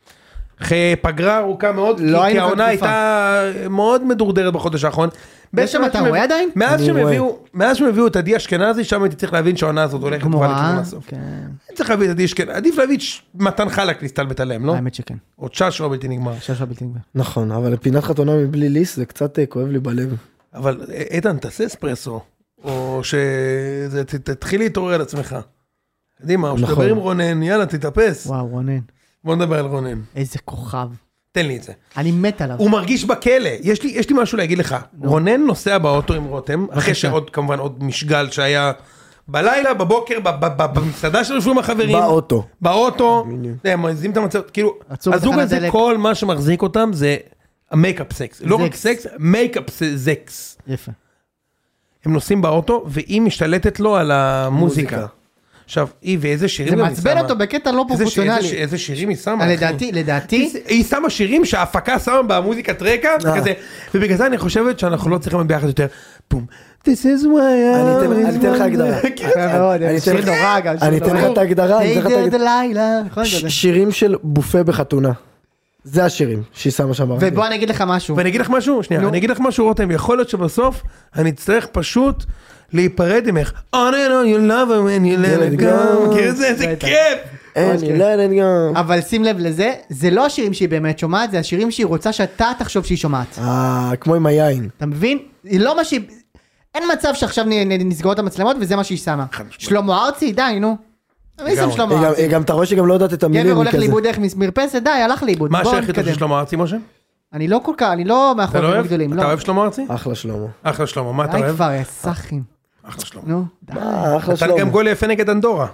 פגרה ארוכה מאוד, כי העונה הייתה מאוד מדורדרת בחודש האחרון. יש שם אתה רואה עדיין? מאז שהם הביאו את עדי אשכנזי, שם הייתי צריך להבין שהעונה הזאת הולכת כבר לכיוון הסוף. אני צריך להבין את עדי אשכנזי, עדיף להבין מתן חלק להסתלבט עליהם, לא? האמת שכן. עוד שש לא בלתי נגמר. שש לא בלתי נגמר. נכון, אבל פינת חתונמי בלי ליס זה קצת כואב לי בלב. אבל איתן, תעשה אספרסו, או שתתחיל להתעורר על עצמך. קדימה, או שתדבר עם רונן, יאללה, תתאפס. וואו, רונן. בוא נדבר על רונן. איזה כוכב. תן לי את זה. אני מת עליו. הוא מרגיש בכלא. יש לי, יש לי משהו להגיד לך. רונן נוסע באוטו עם רותם, אחרי שעוד, כמובן, עוד משגל שהיה בלילה, בבוקר, במסעדה שלנו עם החברים. באוטו. באוטו. הם מזיזים את המצב. כאילו, הזוג הזה, כל מה שמחזיק אותם זה המייקאפ סקס. לא רק סקס, מייקאפ סקס. יפה. הם נוסעים באוטו, והיא משתלטת לו על המוזיקה. עכשיו, היא ואיזה שירים זה מעצבן אותו בקטע לא פרופורציונלי. איזה שירים היא שמה? לדעתי, לדעתי. היא שמה שירים שההפקה שמה במוזיקת רקע, ובגלל זה אני חושבת שאנחנו לא צריכים ביחד יותר. פום. This is why אני אתן לך הגדרה. אני אתן לך את ההגדרה. שירים של בופה בחתונה. זה השירים שהיא שמה שם. ובוא אני אגיד לך משהו. ואני אגיד לך משהו, שנייה, אני אגיד לך משהו, רותם, יכול להיות שבסוף אני אצטרך פשוט להיפרד עמך. On and on you love her when you let it go. מכיר את זה? איזה כיף. And you let it go. אבל שים לב לזה, זה לא השירים שהיא באמת שומעת, זה השירים שהיא רוצה שאתה תחשוב שהיא שומעת. אה, כמו עם היין. אתה מבין? היא לא מה שהיא... אין מצב שעכשיו נסגור את המצלמות וזה מה שהיא שמה. שלמה ארצי, די, נו. גם אתה רואה שגם לא יודעת את המילים. גבר הולך לאיבוד דרך מרפסת, די, הלך לאיבוד. מה השייך איתו של שלמה ארצי, משה? אני לא כל כך, אני לא מאחורים הגדולים. אתה אוהב שלמה ארצי? אחלה שלמה. אחלה שלמה, מה אתה אוהב? די כבר, סחים. אחלה שלמה. נו, די. אתה גם גול יפה נגד אנדורה.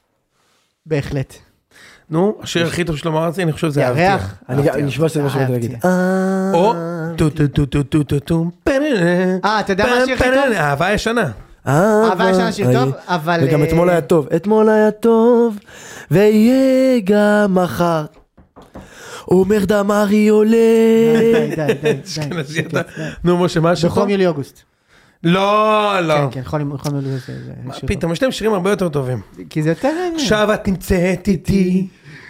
בהחלט. נו, השיר הכי טוב שלמה ארצי, אני חושב שזה ירח. אני נשמע שזה מה שאני להגיד. או, טו טו טו טו טו טו טו אה, אתה יודע מה השיר הכי טוב? אהבה ישנה. אהבה ישנה שיר טוב, אבל... וגם אתמול היה טוב. אתמול היה טוב, ויהיה גם מחר. אומר דמרי עולה. די, די, די, די. נו, משה, מה השיר? בחום יולי אוגוסט. לא, לא. כן, כן, חום יולי אוגוסט. פתאום, יש להם שירים הרבה יותר טובים. כי זה יותר... עכשיו את נמצאת איתי,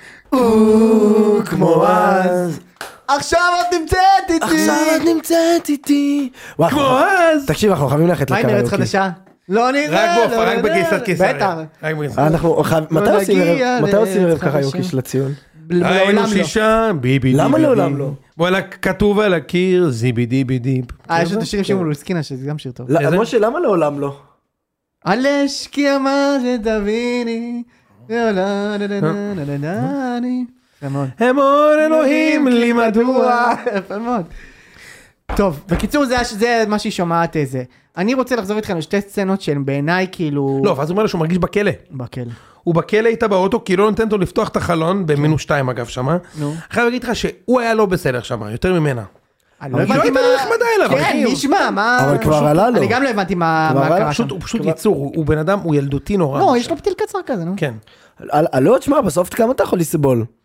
כמו אז. עכשיו את נמצאת איתי. עכשיו את נמצאת איתי. כמו אז. תקשיב, אנחנו חייבים ללכת לקראוקיי. מה עם ארץ חדשה? לא נראה. רק בוא, רק בגיסת קיסריה. בטח. אנחנו, מתי עושים ערב קראוקיי של הציון? היינו שישה, ביבי דיבי. למה לעולם לא? וואלה, כתוב על הקיר, זיבי דיבי דיב. אה, יש את השירים של מולוסקינה, שזה גם שיר טוב. משה, למה לעולם לא? על השקיע מה שתביני. המון אלוהים לי מדוע. יפה מאוד. טוב, בקיצור זה מה שהיא שומעת איזה. אני רוצה לחזור איתכם לשתי סצנות שהן בעיניי כאילו... לא, ואז הוא אומר לו שהוא מרגיש בכלא. בכלא. הוא בכלא איתה באוטו, כי לא נותן אותו לפתוח את החלון, במינוס שתיים אגב שמה. אני חייב להגיד לך שהוא היה לא בסדר שמה, יותר ממנה. אני לא הבנתי מה... כן, נשמע, מה... אבל כבר עלה לו. אני גם לא הבנתי מה קרה שם. הוא פשוט יצור, הוא בן אדם, הוא ילדותי נורא. לא, יש לו פתיל קצר כזה, נו. כן. לא, תשמע, בסוף כמה אתה יכול לסבול?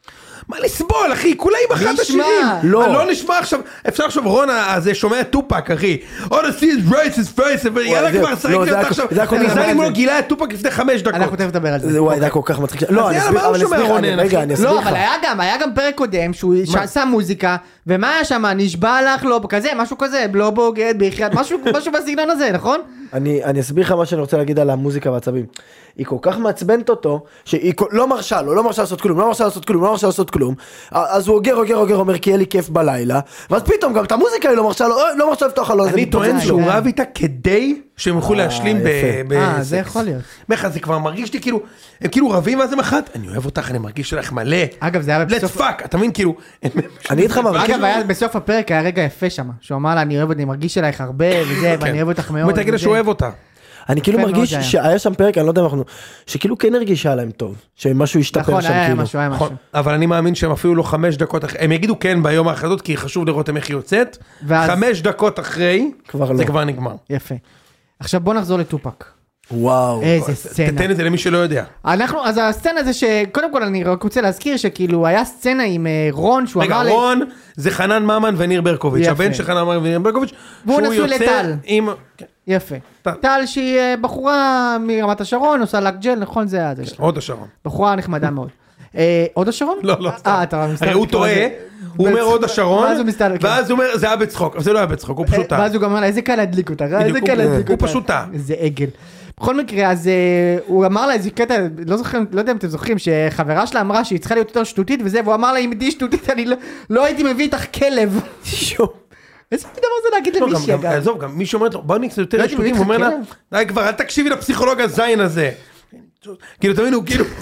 מה לסבול, אחי? כולה עם אחת השירים. לא. לא נשמע עכשיו, אפשר עכשיו רון הזה שומע טופק, אחי. All the seas racist face, יאללה כבר, שחק אותה עכשיו. זה היה לי מולו גילה את טופק לפני חמש דקות. אנחנו תכף נדבר על זה. וואי, זה היה כל כך מצחיק. לא, אני אסביר, אבל אני אסביר, רגע, אני אסביר לך. לא, אבל היה גם, היה גם פרק קודם, שהוא עשה מוזיקה, ומה היה שם? נשבע לך, לא, כזה, משהו כזה, לא בוגד, ביחיד, משהו בסגנון הזה, נכון? אני, אני אסביר לך מה שאני רוצה להגיד על המוזיקה והעצבים. היא כל כך מעצבנת אותו, שהיא לא מרשה לו, לא מרשה לעשות כלום, לא מרשה לעשות כלום, לא מרשה לעשות כלום. אז הוא אוגר, אוגר, אוגר, אומר, כי יהיה לי כיף בלילה, ואז פתאום גם את המוזיקה היא לא מרשה לו, לא מרשה לפתוח לו. אני טוען שהוא רב איתה כדי שהם יוכלו להשלים ב... אה, זה יכול להיות. מחה, זה כבר מרגיש לי כאילו, הם כאילו רבים ואז הם אחת, אני אוהב אותך, אני מרגיש שלך מלא. אגב, זה היה בסוף... let's fuck, אתה מבין, כאילו... אני איתך מרגיש... אגב, היה בסוף הפרק, היה רגע יפה שם, שהוא אמר לה, אני אוהב אותך, אני מרגיש שלך הרבה, וזה, ואני אוהב אותך מאוד. הוא מתגיד שהוא אוהב אותה. אני כאילו מרגיש שהיה שם פרק, אני לא יודע מה אנחנו... שכאילו כן הרגישה להם טוב, שמשהו השתפר שם כאילו. נכון, היה משהו, היה משהו. אבל אני מאמין שהם אפילו לא חמש דקות אחרי, הם יגידו כן ביום האחדות, כי חשוב לראות איך היא יוצאת, חמש דקות אחרי, זה כבר נגמר. יפה. עכשיו בוא נחזור לטופק. וואו. איזה סצנה. תתן את זה למי שלא יודע. אנחנו, אז הסצנה זה שקודם כל אני רק רוצה להזכיר שכאילו היה סצנה עם רון שהוא אמר... רגע, רון זה חנן ממן וניר ברקוביץ', הבן של חנן ממן וניר ברקוביץ', והוא נשוי לטל. עם... יפה. טל שהיא בחורה מרמת השרון, עושה לק ג'ל, נכון זה היה זה. הוד השרון. בחורה נחמדה מאוד. הוד השרון? לא, לא. הרי הוא טועה, הוא אומר הוד השרון, ואז הוא אומר זה היה בצחוק, אבל זה לא היה בצחוק, הוא פשוט טעה. ואז הוא גם אמר לה, איזה קל להדליק אותה, איזה קל להדליק אותה. הוא פשוט טעה. איזה עגל. בכל מקרה, אז הוא אמר לה איזה קטע, לא זוכרים, לא יודע אם אתם זוכרים, שחברה שלה אמרה שהיא צריכה להיות יותר שטותית וזה, והוא אמר לה, אם תהיי שטותית, אני לא הייתי מביא איתך כלב. איזה דבר זה להגיד למישהי, אגב? עזוב, גם מישהו אומר לו, בוא נקצת יותר שטותים, הוא אומר לה, די כבר, אל תקשיבי לפסיכולוג הזין הזה. כאילו, תמיד הוא כאילו,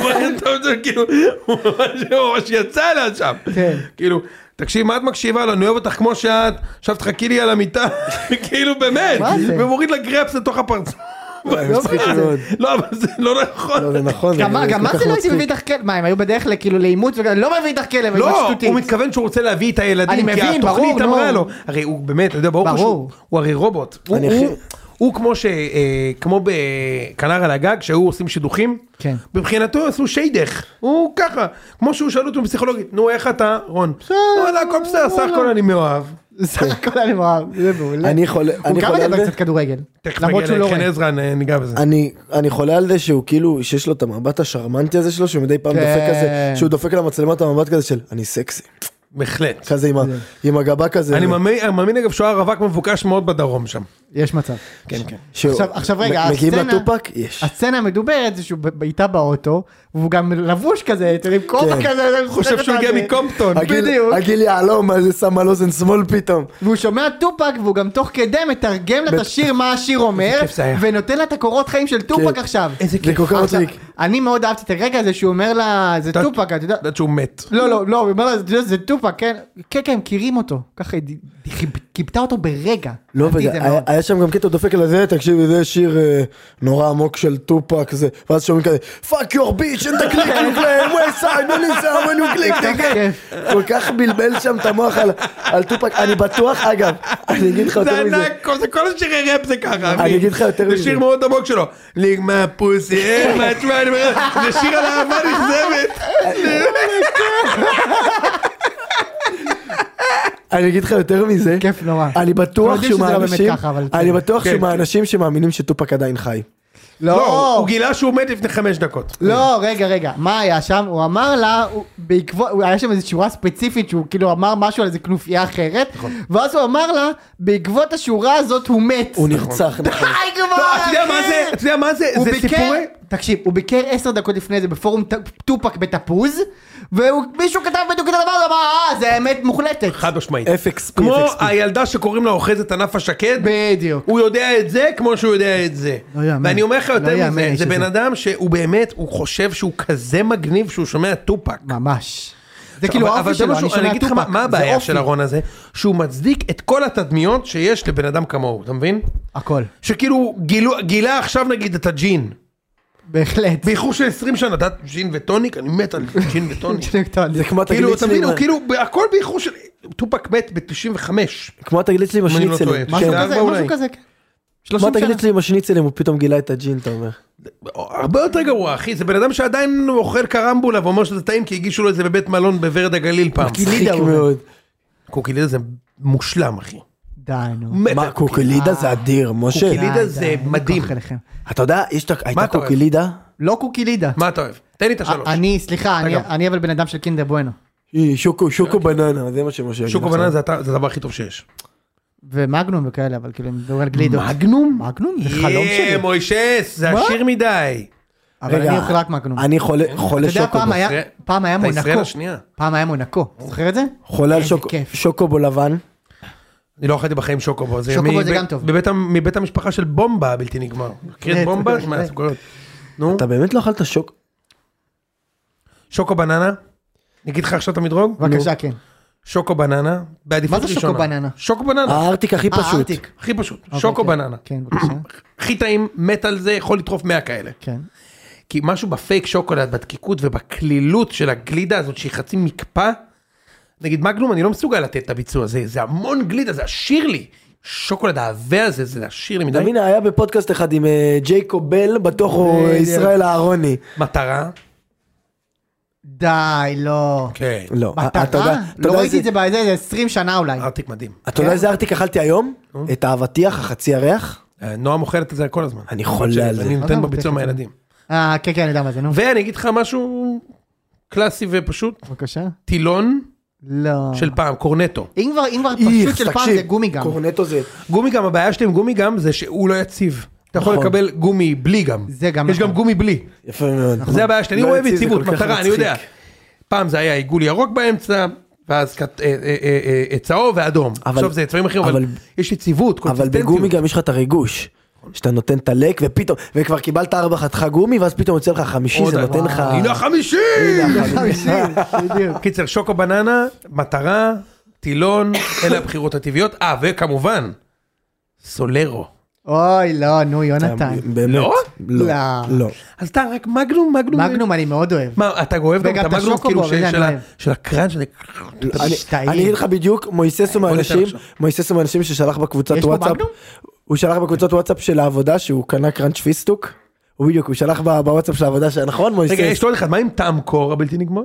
הוא ממש יצא לה שם. כאילו, תקשיב, מה את מקשיבה לו? אני אוהב אותך כמו שאת, עכשיו תחכי לי על המיטה, כאילו באמת, ומוריד לה גרפס לתוך הפרצוף. לא, אבל זה לא נכון. זה נכון. גם מה זה לא הייתי מביא איתך כלב? מה, הם היו בדרך כאילו לאימוץ וגם לא מביא איתך כלב, לא, הוא מתכוון שהוא רוצה להביא את הילדים, כי התוכנית אמרה לו. הרי הוא באמת, אתה יודע, ברור הוא הרי רובוט. הוא כמו ש... כמו בקנר על הגג, שהיו עושים שידוכים, בבחינתו עשו שיידך, הוא ככה, כמו שהוא שאלו אותו בפסיכולוגית, נו איך אתה, רון? וואלה, הכל בסדר, סך הכל אני מאוהב. סך הכל אני מאוהב, זה מעולה. אני חולה, הוא גם מדבר קצת כדורגל, למרות שהוא לא רואה. חן עזרא, ניגע בזה. אני חולה על זה שהוא כאילו, שיש לו את המבט השרמנטי הזה שלו, שהוא מדי פעם דופק כזה, שהוא דופק למצלמת המבט כזה של, אני סקסי. בהחלט. כזה עם הגבה כזה. אני מאמין אגב שהוא היה רווק מבוקש מאוד בדרום שם. יש מצב. כן, כן. עכשיו רגע, מגיעים לטופק, יש. הסצנה המדוברת זה שהוא איתה באוטו, והוא גם לבוש כזה, אתה יודע, עם כובע כזה. חושב שהוא הגיע מקומפטון. בדיוק. הגיל יעלום, מה זה שם על אוזן שמאל פתאום. והוא שומע טופק, והוא גם תוך כדי מתרגם לה את השיר, מה השיר אומר, ונותן לה את הקורות חיים של טופק עכשיו. איזה כיף. זה כל כך מצחיק. אני מאוד אהבתי את הרגע הזה שהוא אומר לה, זה טופק, אתה יודע. יודעת שהוא מת. לא, לא, לא, הוא אומר לה, זה טופק, כן, כן, כן, מכירים אותו. ככה היא קיבתה אותו ברגע. לא, היה שם גם קטע דופק על זה, תקשיבי, זה שיר נורא עמוק של טופק, ואז שומעים כזה, fuck your bitch, and the click, you claim, west side, when you say, when you click, כל כך בלבל שם את המוח על טופק, אני בטוח, אגב, אני אגיד לך יותר מזה. זה ענק, זה כל השירי ראפ זה ככה, אני אגיד לך יותר מזה. זה שיר מאוד עמוק שלו, ליג מהפוסי, איך מה, זה שיר על אהבה נכזבת. אני אגיד לך יותר מזה, כיף נורא. אני בטוח שהוא מהאנשים, אני בטוח שהוא מהאנשים שמאמינים שטופק עדיין חי. לא, הוא גילה שהוא מת לפני חמש דקות. לא, רגע, רגע, מה היה שם? הוא אמר לה, בעקבות, היה שם איזו שורה ספציפית שהוא כאילו אמר משהו על איזו כנופיה אחרת, ואז הוא אמר לה, בעקבות השורה הזאת הוא מת. הוא נרצח, נכון. אתה יודע מה זה? אתה יודע מה זה? זה סיפורי? תקשיב, הוא ביקר עשר דקות לפני זה בפורום טופק בתפוז, ומישהו כתב בדיוק את הדבר, הוא אמר, אה, זה האמת מוחלטת. חד משמעית. אף אקס פי. כמו הילדה שקוראים לה אוחזת ענף השקד. בדיוק. הוא יודע את זה כמו שהוא יודע את זה. ואני אומר לך יותר מזה, זה בן אדם שהוא באמת, הוא חושב שהוא כזה מגניב שהוא שומע טופק. ממש. זה כאילו האופי שלו, אני שומע טופק. מה הבעיה של הרון הזה? שהוא מצדיק את כל התדמיות שיש לבן אדם כמוהו, אתה מבין? הכל. שכאילו גילה עכשיו נגיד את הג'ין. בהחלט. באיחור של עשרים שנה, אתה ג'ין וטוניק, אני מת על ג'ין וטוניק. זה כמו התגלית שלי. כאילו, כאילו, הכל באיחור של... טופק מת ב-תשעים וחמש. כמו התגלית שלי בשניצלים. משהו כזה, משהו כזה. מה תגיד אצלי עם השניצלים, הוא פתאום גילה את הג'ין, אתה אומר. הרבה יותר גרוע, אחי, זה בן אדם שעדיין אוכל קרמבולה, ואומר שזה טעים, כי הגישו לו את זה בבית מלון בוורד הגליל פעם. קוקילידה מאוד. קוקילידה זה מושלם, אחי. די, נו. מה, קוקילידה זה אדיר, משה. קוקילידה זה מדהים. אתה יודע, הייתה קוקילידה? לא קוקילידה. מה אתה אוהב? תן לי את השלוש. אני, סליחה, אני אבל בן אדם של קינדר בואנו. שוקו בננה, זה מה שמשה. שוקו בננה זה הדבר הכי טוב שיש. ומגנום וכאלה, אבל כאילו, מדבר על גלידות. מגנום? מגנום? זה חלום שלי. יאה, מוישס, זה עשיר מדי. אבל אני אוכל רק מגנום. אני חולה שוקו. אתה יודע, פעם היה מונקו. אתה ישראל השנייה. פעם היה מונקו. זוכר את זה? חולה על שוקובו לבן. אני לא אכלתי בחיים שוקובו. שוקובו זה גם טוב. מבית המשפחה של בומבה בלתי נגמר. מכיר את בומבה? אתה באמת לא אכלת שוק? שוקו בננה? אני אגיד לך עכשיו את המדרוג? בבקשה, כן. שוקו בננה, בעדיפות ראשונה. מה זה שוקו בננה? שוקו בננה. הארטיק הכי פשוט. הכי פשוט. שוקו בננה. כן, בבקשה. הכי טעים, מת על זה, יכול לטרוף מאה כאלה. כן. כי משהו בפייק שוקולד, בדקיקות ובכלילות של הגלידה הזאת, שהיא חצי מקפה, נגיד מגנום, אני לא מסוגל לתת את הביצוע, זה, זה המון גלידה, זה עשיר לי. שוקולד העווה הזה, זה עשיר לי מדי. תמיד היה בפודקאסט אחד עם ג'ייקוב בל, בתוך ישראל הארוני. מטרה. די, לא. כן. לא. מטרה? לא ראיתי את זה באיזה עשרים שנה אולי. ארטיק מדהים. אתה יודע איזה ארטיק אכלתי היום? את האבטיח, החצי הריח? נועם אוכלת את זה כל הזמן. אני חולה על זה. אני נותן בביצוע מהילדים. אה, כן, כן, אני יודע מה זה, נו. ואני אגיד לך משהו קלאסי ופשוט. בבקשה. טילון. לא. של פעם, קורנטו. אם כבר, אם כבר פשוט של פעם זה גומי גם. קורנטו זה... גומי גם, הבעיה שלי עם גומי גם זה שהוא לא יציב. אתה יכול לקבל גומי בלי גם. זה גם יש גם גומי בלי. יפה מאוד. זה הבעיה שלי, אני אוהב יציבות, מטרה, אני יודע. פעם זה היה עיגול ירוק באמצע, ואז צהוב ואדום. עכשיו זה צבעים אחרים, אבל יש יציבות, קונסיסטנטיות. אבל בגומי גם יש לך את הריגוש. שאתה נותן את הלק ופתאום, וכבר קיבלת ארבע חתך גומי, ואז פתאום יוצא לך חמישי, זה נותן לך... הנה החמישי! הנה החמישי, בדיוק. קיצר, שוקו בננה, מטרה, טילון, אלה הבחירות הטבעיות. אה, וכמובן, סולרו. אוי, לא, נו, יונתן. באמת? לא? לא. אז אתה רק מגנום, מגנום. מגנום אני מאוד אוהב. מה, אתה אוהב גם את המגנום כאילו של הקראנץ' הזה? אני אגיד לך בדיוק, מויסס הוא מהאנשים, מויסס הוא מהאנשים ששלח בקבוצת וואטסאפ. יש פה מגנום? הוא שלח בקבוצת וואטסאפ של העבודה שהוא קנה קראנץ' פיסטוק. הוא בדיוק, הוא שלח בוואטסאפ של העבודה, נכון מויסס? רגע, יש לו עוד אחד, מה עם טעם קור הבלתי נגמר?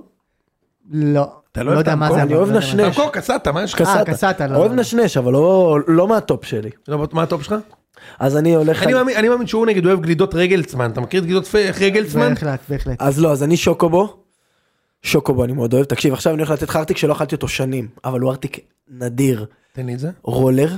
לא. אתה לא יודע מה זה. אני אוהב נשנש. טעם קור, קסטה, מה יש לך? אה, קסטה, לא. אוהב נשנש, אבל לא מהטופ שלי. מה הטופ שלך? אז אני הולך... אני מאמין שהוא נגד אוהב גלידות רגלצמן, אתה מכיר את גלידות רגלצמן? בהחלט, בהחלט. אז לא, אז אני שוקובו, שוקובו אני מאוד אוהב, תקשיב, עכשיו אני הולך לתת לך ארטיק שלא אכלתי אותו שנים, אבל הוא ארטיק נדיר. תן לי את זה. רולר.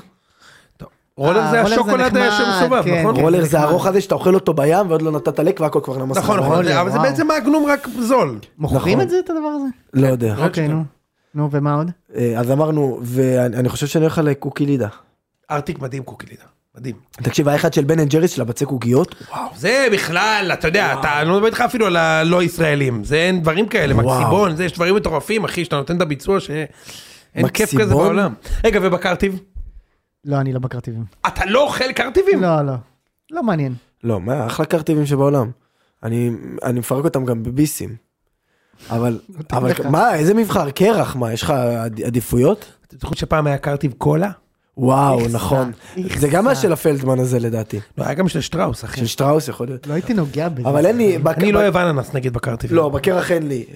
רולר זה השוקולד שמסובב, נכון? רולר זה הארוך הזה שאתה אוכל אותו בים ועוד לא נתת לק והכל כבר נמס. נכון, נכון, אבל זה בעצם מגנום רק זול. מוכרים את זה, את הדבר הזה? לא יודע. אוקיי, נו. נו, ומה עוד? אז אמרנו, ואני חושב שאני הולך לקוקילידה. ארטיק מדהים קוקילידה. מדהים. תקשיב, האחד של בן אנד ג'ריס של הבצק עוגיות. וואו, זה בכלל, אתה יודע, אתה לא מדבר איתך אפילו על הלא ישראלים, זה אין דברים כאלה, מקסיבון, זה יש דברים מטורפים, אחי, שאתה נותן את הביצוע שאין כיף כזה בעולם. רגע, ובקרטיב? לא, אני לא בקרטיבים. אתה לא אוכל קרטיבים? לא, לא. לא מעניין. לא, מה, אחלה קרטיבים שבעולם. אני מפרק אותם גם בביסים. אבל, אבל מה, איזה מבחר, קרח, מה, יש לך עדיפויות? אתה זוכר שפעם היה קרטיב קולה? וואו, נכון. זה גם מה של הפלדמן הזה לדעתי. לא, היה גם של שטראוס, אחי. של שטראוס יכול להיות. לא הייתי נוגע בזה. אבל אין לי... אני לא אוהב אננס נגיד בקרטיבים. לא, בקרח אין לי.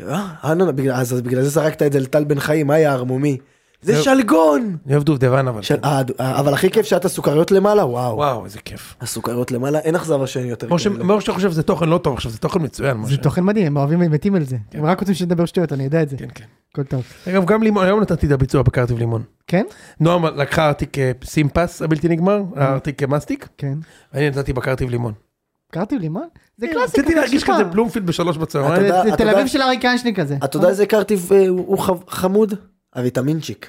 אז בגלל זה זרקת את זה לטל בן חיים, מה היה הרמומי? זה שלגון! אני אוהב דובדבן אבל. אבל הכי כיף שאת הסוכריות למעלה, וואו. וואו, איזה כיף. הסוכריות למעלה, אין אכזבה שאין יותר. מראש שאתה חושב שזה תוכן לא טוב, עכשיו זה תוכן מצוין. זה תוכן מדהים, הם אוהבים ומתים על זה. הם רק רוצים שנדבר שטויות, אני יודע את זה. כן, כן. כל טוב. אגב, גם לימון, היום נתתי את הביצוע בקרטיב לימון. כן? נועם לקחה ארטיק סימפס הבלתי נגמר, ארטיק מסטיק. כן. אני נתתי בקרטיב לימון. קרטיב לימון? זה קלאסיקה. רציתי להרגיש כזה בלומפילד בשלוש בצהריים. זה תל אביב של אריק איינשטיין כזה. אתה יודע איזה קרטיב הוא חמוד? הוויטמינצ'יק.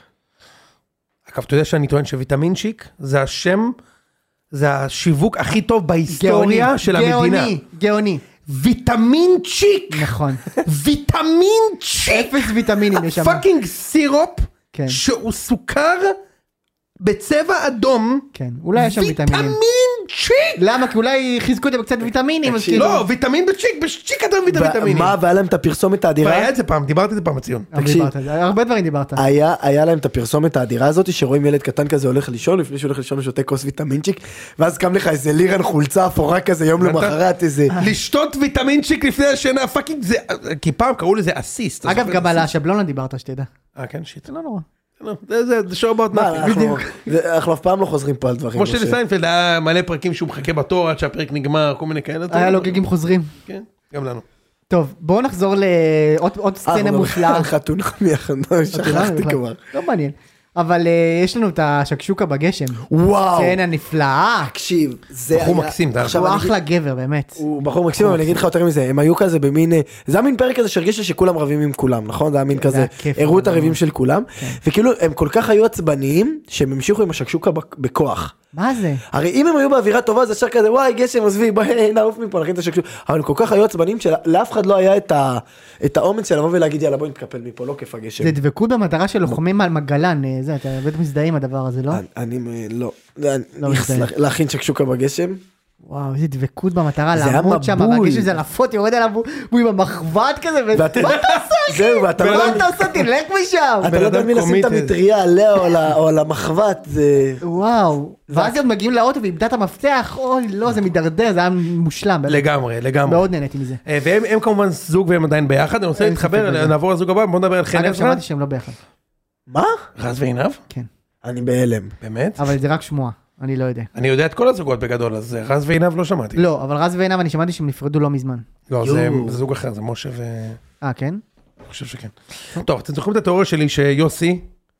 אגב, אתה יודע שאני טוען שוויטמינצ'יק זה השם, זה השיווק הכי טוב בהיסטוריה של המדינה. גאוני, גאוני. ויטמינצ'יק. נכון. ויטמינצ'יק. אפס ויטמינים יש שם. פאקינג סירופ, שהוא סוכר בצבע אדום. כן, אולי יש שם ויטמינים. צ'יק! למה? כי אולי חיזקו את זה בקצת ויטמינים, אז כאילו... לא, ויטמין בצ'יק, בצ'יק אתה מביא את הוויטמינים. מה, והיה להם את הפרסומת האדירה? היה את זה פעם, דיברתי את זה פעם בציון. הרבה דברים דיברת. היה להם את הפרסומת האדירה הזאת, שרואים ילד קטן כזה הולך לישון, לפני שהוא הולך לישון הוא שותה כוס ויטמינצ'יק, ואז קם לך איזה לירן חולצה אפורה כזה, יום למחרת איזה... לשתות ויטמינצ'יק לפני השינה, פאקינג זה... כי פעם קראו לזה אסיסט. אגב, גם על השבלונה דיברת, שתדע. אה, כן, שיט. לא נורא. זה show about nothing. אנחנו אף פעם לא חוזרים פה על דברים. כמו שלי סיינפלד היה מלא פרקים שהוא מחכה בתור עד שהפרק נגמר, כל מיני כאלה. היה לו גיגים חוזרים. כן, גם לנו. טוב, בואו נחזור לעוד סצנה מופלאה. על חתונה מיחד, שכחתי כבר. לא מעניין. אבל יש לנו את השקשוקה בגשם. וואו. סצנה נפלאה. תקשיב, זה היה... בחור מקסים. הוא אחלה גבר, באמת. הוא בחור מקסים, אבל אני אגיד לך יותר מזה, הם היו כזה במין... זה היה מין פרק כזה שהרגיש שכולם רבים עם כולם, נכון? זה היה מין כזה, הראו את הריבים של כולם, וכאילו הם כל כך היו עצבניים, שהם המשיכו עם השקשוקה בכוח. מה זה? הרי אם הם היו באווירה טובה, זה אפשר כזה, וואי, גשם, עזבי, בואי, נעוף מפה, נכין את השקשוקה. אבל הם כל כך היו עצבניים, שלאף אחד לא היה את האומץ של לבוא ולהגיד, יאללה, בואי נתקפל מפה, לא כיף הגשם. זה דבקות במטרה של לוחמים על מגלן, זה, אתה בטח מזדהה עם הדבר הזה, לא? אני, לא, להכין שקשוקה בגשם. וואו, איזה דבקות במטרה, לעמוד שם, והגשם זה לפות, יורד עליו, הוא עם המחבת כזה, מה אתה עושה, אחי? מה אתה עושה, תלך משם. אתה לא יודע מי לשים את המטריה עליה או על המחבת. וואו, ואז הם מגיעים לאוטו ואיבדה את המפתח, אוי, לא, זה מדרדר, זה היה מושלם. לגמרי, לגמרי. מאוד נהניתי מזה. והם כמובן זוג והם עדיין ביחד, אני רוצה להתחבר, נעבור לזוג הבא, בוא נדבר על חן עזרא. אגב, שמעתי שהם לא ביחד. מה? רז ועינב? כן. אני בהלם. באמת? אבל זה רק שמועה, אני לא יודע. אני יודע את כל הזוגות בגדול, אז רז ועינב לא שמעתי. לא, אבל רז ועינב אני שמעתי שהם נפרדו לא מזמן. לא, זה זוג אחר, זה משה ו... אה, כן? אני חושב שכן. טוב, אתם זוכרים את התיאוריה שלי שיוסי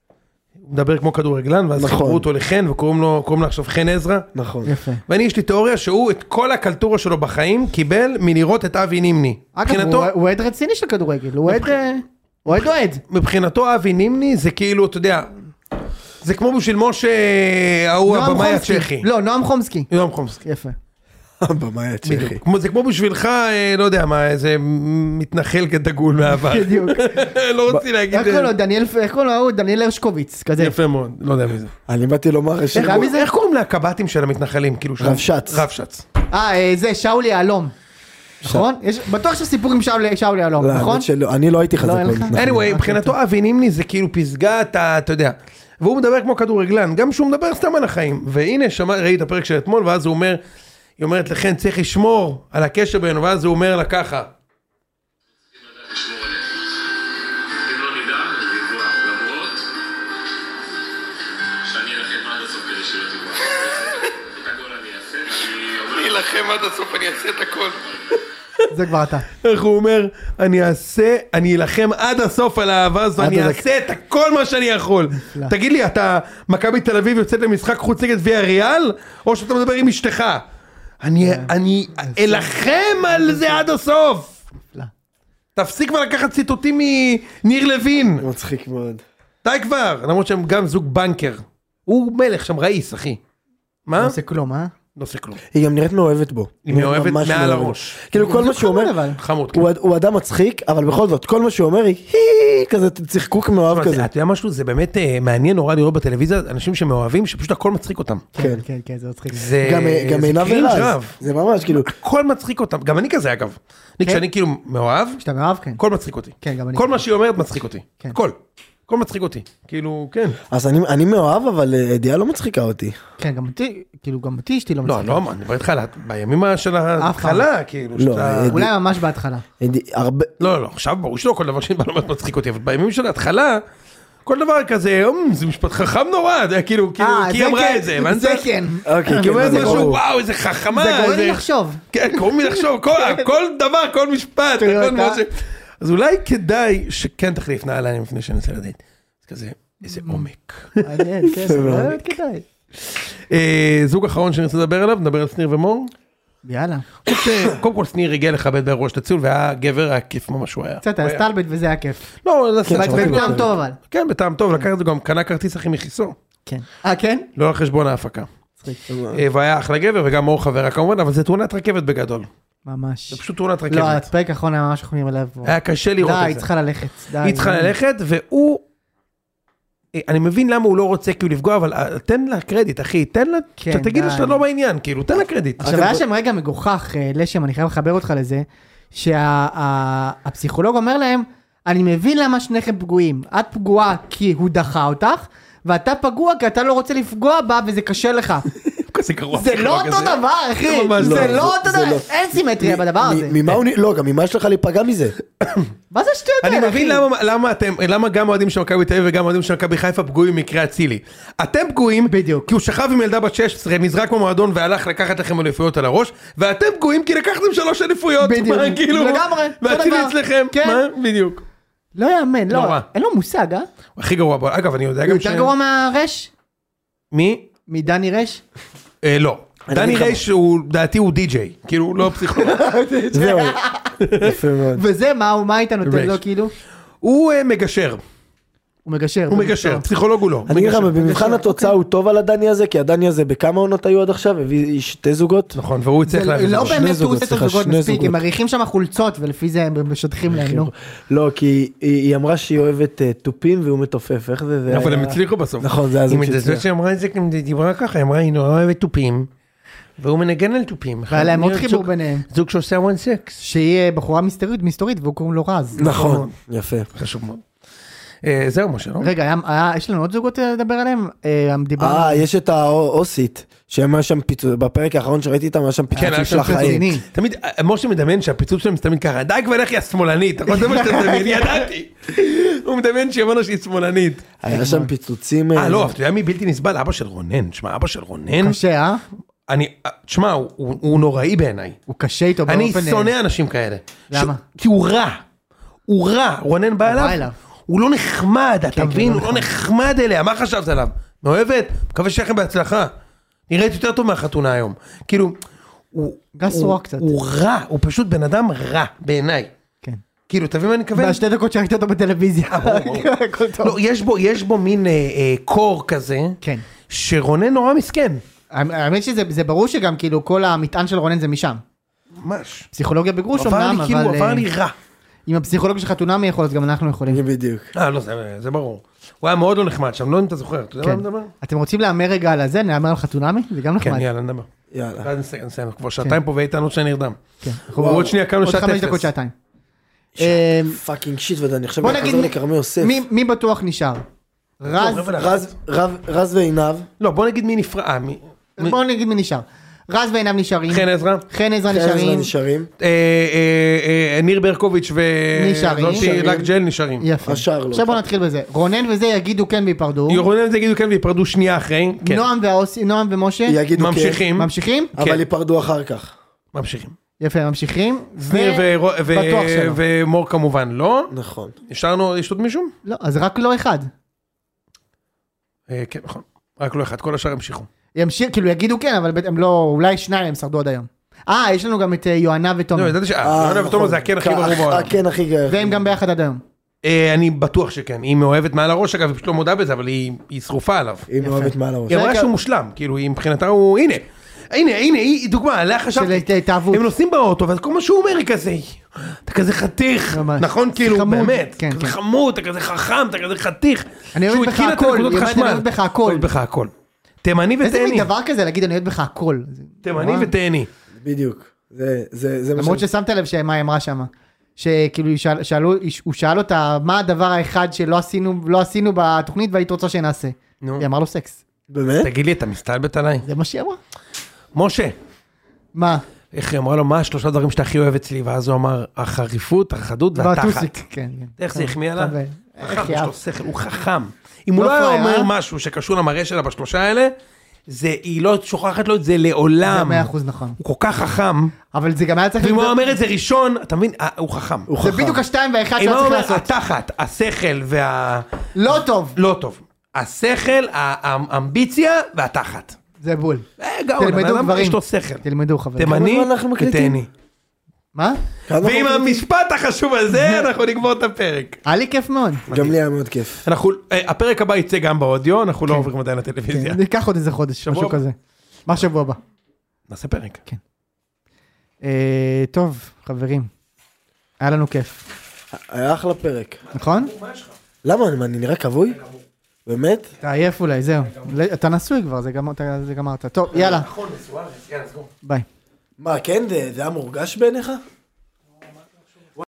מדבר כמו כדורגלן, ואז חיברו אותו לחן, וקוראים לו עכשיו חן עזרא. נכון. יפה. ואני יש לי תיאוריה שהוא את כל הקלטורה שלו בחיים קיבל מלראות את אבי נימני. אגב, הוא עד רציני של כדורגל, הוא עד אוהד אוהד. מבחינתו אבי נימני זה כאילו, אתה יודע, זה כמו בשביל משה, ההוא הבמאי הצ'כי. לא, נועם חומסקי. נועם חומסקי. יפה. הבמאי הצ'כי. זה כמו בשבילך, לא יודע מה, איזה מתנחל כדגול מהעבר. בדיוק. לא רוצי להגיד... איך קוראים לו, דניאל, איך קוראים לו, דניאל הרשקוביץ, כזה. יפה מאוד, לא יודע מי זה. אני באתי לומר... איך קוראים להקבטים של המתנחלים? רב שץ. רב שץ. אה, זה, שאולי יהלום. נכון? בטוח שסיפור עם שאולי יהלום, נכון? אני לא הייתי חזק. anyway, מבחינתו אבי נימני זה כאילו פסגה, אתה יודע. והוא מדבר כמו כדורגלן, גם שהוא מדבר סתם על החיים. והנה, ראי את הפרק של אתמול, ואז הוא אומר, היא אומרת לכן, צריך לשמור על הקשר בינו, ואז הוא אומר לה ככה. אני אלחם עד הסוף, אני אעשה את הכל. זה כבר אתה. איך הוא אומר, אני אעשה, אני אלחם עד הסוף על האהבה הזו, אני אעשה את כל מה שאני יכול. תגיד לי, אתה מכבי תל אביב יוצאת למשחק חוץ נגד ויה ריאל, או שאתה מדבר עם אשתך? אני אלחם על זה עד הסוף. תפסיק כבר לקחת ציטוטים מניר לוין. מצחיק מאוד. די כבר, למרות שהם גם זוג בנקר. הוא מלך שם ראיס, אחי. מה? לא עושה כלום, אה? לא עושה כלום. היא גם נראית מאוהבת בו. היא מאוהבת מעל הראש. כאילו כל מה שהוא אומר, הוא אדם מצחיק, אבל בכל זאת, כל מה שהוא אומר היא כזה צחקוק מאוהב כזה. אתה יודע משהו, זה באמת מעניין נורא לראות בטלוויזיה, אנשים שמאוהבים, שפשוט הכל מצחיק אותם. כן, כן, כן, זה מצחיק. גם עיניו ורז. זה ממש כאילו. הכל מצחיק אותם, גם אני כזה אגב. כשאני כאילו מאוהב, כשאתה מאוהב, כן. הכל מצחיק אותי. כן, גם אני. כל מה שהיא אומרת מצחיק אותי. הכל. הכל מצחיק אותי, כאילו, כן. אז אני, אני מאוהב, אבל ידיעה לא מצחיקה אותי. כן, גם אותי, כאילו, גם אותי אשתי לא מצחיקה. לא, לא, אני אומר לך, בימים של ההתחלה, כאילו, לא, שאתה... אולי ממש בהתחלה. הרבה... לא, לא, עכשיו ברור שלא כל דבר שאני בא לומד מצחיק אותי, אבל בימים של ההתחלה, כל דבר כזה, זה משפט חכם נורא, זה כאילו, כי היא אמרה את זה, זה כן. אוקיי, היא אומרת משהו, וואו, איזה חכמה. זה גורם לי לחשוב. כן, גורם לי לחשוב, כל דבר, כל משפט, אז אולי כדאי שכן תחליף נעליים לפני שנצא לדייט. זה כזה, איזה עומק. מעניין, כן, זה באמת כדאי. זוג אחרון שאני רוצה לדבר עליו, נדבר על שניר ומור. יאללה. קודם כל שניר הגיע לכבד בראש לציון, והיה גבר, היה כיף ממש שהוא היה. קצת, הסטלבט וזה היה כיף. לא, בטעם טוב אבל. כן, בטעם טוב, לקח את זה גם, קנה כרטיס הכי מכיסו. כן. אה, כן? לא על חשבון ההפקה. והיה אחלה גבר, וגם מור חברה כמובן, אבל זה תאונת רכבת בגדול. ממש. זה פשוט תאונת רכבת. לא, הפרק האחרון היה ממש חכמים עליו. היה קשה לראות את זה. די, היא צריכה ללכת. היא צריכה ללכת, והוא אני מבין למה הוא לא רוצה כאילו לפגוע, אבל תן לה קרדיט, אחי, תן לה, תגיד לה שאתה לא בעניין, כאילו, תן לה קרדיט. עכשיו היה שם רגע מגוחך, לשם, אני חייב לחבר אותך לזה, שהפסיכולוג אומר להם, אני מבין למה שניכם פגועים, את פגועה כי הוא דחה אותך, ואתה פגוע כי אתה לא רוצה לפגוע בה, וזה קשה לך. זה לא אותו דבר, אחי, זה לא אותו דבר, אין סימטריה בדבר הזה. לא, גם ממה שלך להיפגע מזה. מה זה שטויות האלה, אני מבין למה אתם, למה גם אוהדים של מכבי תל אביב וגם אוהדים של מכבי חיפה פגועים מקרה אצילי. אתם פגועים, בדיוק. כי הוא שכב עם ילדה בת שש עשרה, נזרק במועדון והלך לקחת לכם אליפויות על הראש, ואתם פגועים כי לקחתם שלוש אליפויות. בדיוק, לגמרי. ואצילי אצלכם, מה? בדיוק. לא יאמן, לא, אין לו מושג, אה? הכי גרוע בו, אגב, אני יודע גם ש... יותר גרוע מהרש? מי? מדני רש? לא. דני רש הוא, דעתי הוא די-ג'יי, כאילו לא פסיכולוג. זהו, יפה מאוד. וזה מה, מה היית נותן לו כאילו? הוא מגשר. הוא מגשר. הוא מגשר, פסיכולוג הוא לא. אני אגיד לך, במבחן התוצאה הוא טוב על הדני הזה, כי הדני הזה בכמה עונות היו עד עכשיו, הביא שתי זוגות. נכון, והוא יצטרך להביא לא באמת הוא עושה זוגות מספיק, הם מריחים שם חולצות, ולפי זה הם משדכים להם, נו. לא, כי היא אמרה שהיא אוהבת טופים, והוא מתופף, איך זה? אבל הם הצליחו בסוף. נכון, זה היה זוג שצליח. זאת שאמרה את זה, דיברה ככה, אמרה, היא נורא אוהבת טופים, והוא מנגן על טופים. והיה להם עוד חיבור ביניהם. זוג שעושה וואן סקס. שהיא בחורה מסתורית, והוא קוראים לו רז. נכון, יפה. חשוב מאוד. זהו משה, לא? רגע, יש לנו עוד זוגות לדבר עליהם? אה, יש את האוסית, שהם היה שם פיצוץ, בפרק האחרון שראיתי איתם, היה שם פיצוצים של החיים. תמיד, משה מדמיין שהפיצוץ שלהם מסתמיד ככה, די כבר איך היא השמאלנית, נכון? זה מה שאתה מדמיין, ידעתי. הוא מדמיין שיבנו שהיא שמאלנית. היה שם פיצוצים... אה, לא, אתה יודע מי בלתי נסבל? אבא של רונן, תשמע, אבא של רונן... קשה, אה? אני, תשמע, הוא נוראי בעיניי. הוא קשה איתו באופן... אני שונא אנשים כאלה. למה? כי הוא רע. הוא רע, רונן בא אליו. הוא לא נחמד, אתה מבין? הוא לא נחמד אליה, מה חשבת עליו? מאוהבת? מקווה שיחם בהצלחה. נראית יותר טוב מהחתונה היום. כאילו, גס רוע קצת. הוא רע, הוא פשוט בן אדם רע בעיניי. כן. כאילו, תבין מה אני מכוון? בשתי דקות שראית אותו בטלוויזיה. לא, יש בו מין קור כזה, שרונן נורא מסכן. האמת שזה ברור שגם כאילו כל המטען של רונן זה משם. ממש. פסיכולוגיה בגרוש אומנם, אבל... הוא עבר לי רע. עם הפסיכולוג של חתונמי יכול להיות, גם אנחנו יכולים. בדיוק. אה, לא, זה ברור. הוא היה מאוד לא נחמד שם, לא אם אתה זוכר. אתה יודע מה מדבר? אתם רוצים להאמר רגע על הזה? נאמר על חתונמי? זה גם נחמד. כן, יאללה, נדבר. יאללה. ואז נסיים, כבר שעתיים פה ואיתן עוד שנרדם. כן. עוד שנייה קמנו שעת עוד חמש דקות שעתיים. פאקינג שיט, ואני חושב לחזור לקרמי יוסף. מי בטוח נשאר? רז ועינב. לא, בוא נגיד מי נפרע. בוא נגיד מי נשאר. רז ועינב נשארים. חן עזרא. חן עזרא נשארים. נשארים. ניר ברקוביץ' וזאתי לג'ל נשארים. יפה. עכשיו בוא נתחיל בזה. רונן וזה יגידו כן ויפרדו. רונן וזה יגידו כן ויפרדו שנייה אחרי. נועם ומשה. יגידו כן. ממשיכים. ממשיכים? אבל ייפרדו אחר כך. ממשיכים. יפה, ממשיכים. ניר ומור כמובן לא. נכון. השארנו, יש עוד מישהו? לא, אז רק לא אחד. כן, נכון. רק לא אחד, כל השאר המשיכו. ימשיך, כאילו יגידו כן, אבל הם לא, אולי שניים הם שרדו עד היום. אה, יש לנו גם את יואנה ותומר. לא, ידעתי ש... יואנה ותומר זה הכן הכי ברור בעולם. הכן הכי גרח. והם גם ביחד עד היום. אני בטוח שכן, היא מאוהבת מעל הראש, אגב, היא פשוט לא מודע בזה, אבל היא שרופה עליו. היא מאוהבת מעל הראש. היא אמרה שהוא מושלם, כאילו, היא מבחינתה הוא, הנה, הנה, הנה, היא דוגמה, עליה חשבתי. הם נוסעים באוטו, ואז כל מה שהוא אומר כזה, אתה כזה חתיך, נכון? כאילו, באמת, כזה חמוד, אתה כזה חכם, אתה כזה חתיך. אני אוהב בך הכל, אני אוהב בך הכל. אוהב בך הכל. תימני ותהני. איזה מין דבר כזה להגיד אני אוהב בך הכל. תימני ותהני. בדיוק. למרות ששמת לב שמה היא אמרה שם. שכאילו הוא שאל אותה מה הדבר האחד שלא עשינו בתוכנית והיית רוצה שנעשה. היא אמרה לו סקס. באמת? תגיד לי, אתה מסתלבט עליי? זה מה שהיא אמרה. משה. מה? איך היא אמרה לו, מה השלושה דברים שאתה הכי אוהב אצלי? ואז הוא אמר, החריפות, החדות והתחת. איך זה החמיא עליו? הוא חכם. אם הוא לא היה אומר משהו שקשור למראה שלה בשלושה האלה, היא לא שוכחת לו את זה לעולם. זה מאה אחוז נכון. הוא כל כך חכם. אבל זה גם היה צריך... ואם הוא אומר את זה ראשון, אתה מבין? הוא חכם. זה בדיוק השתיים והאחד שהיה צריך לעשות. התחת, השכל וה... לא טוב. לא טוב. השכל, האמביציה והתחת. זה בול. תלמדו דברים. יש לו שכל. תלמדו חברים. תימני ותהני. מה? ועם המשפט החשוב הזה אנחנו נגמור את הפרק. היה לי כיף מאוד. גם לי היה מאוד כיף. הפרק הבא יצא גם באודיו, אנחנו לא עוברים עדיין לטלוויזיה. ניקח עוד איזה חודש, משהו כזה. מה שבוע הבא? נעשה פרק. כן. טוב, חברים. היה לנו כיף. היה אחלה פרק. נכון? למה? אני נראה כבוי? באמת? אתה עייף אולי, זהו. אתה נשוי כבר, זה גמרת. טוב, יאללה. נכון, מסוארץ, יאללה, סגור. ביי. מה, כן, זה היה מורגש בעיניך?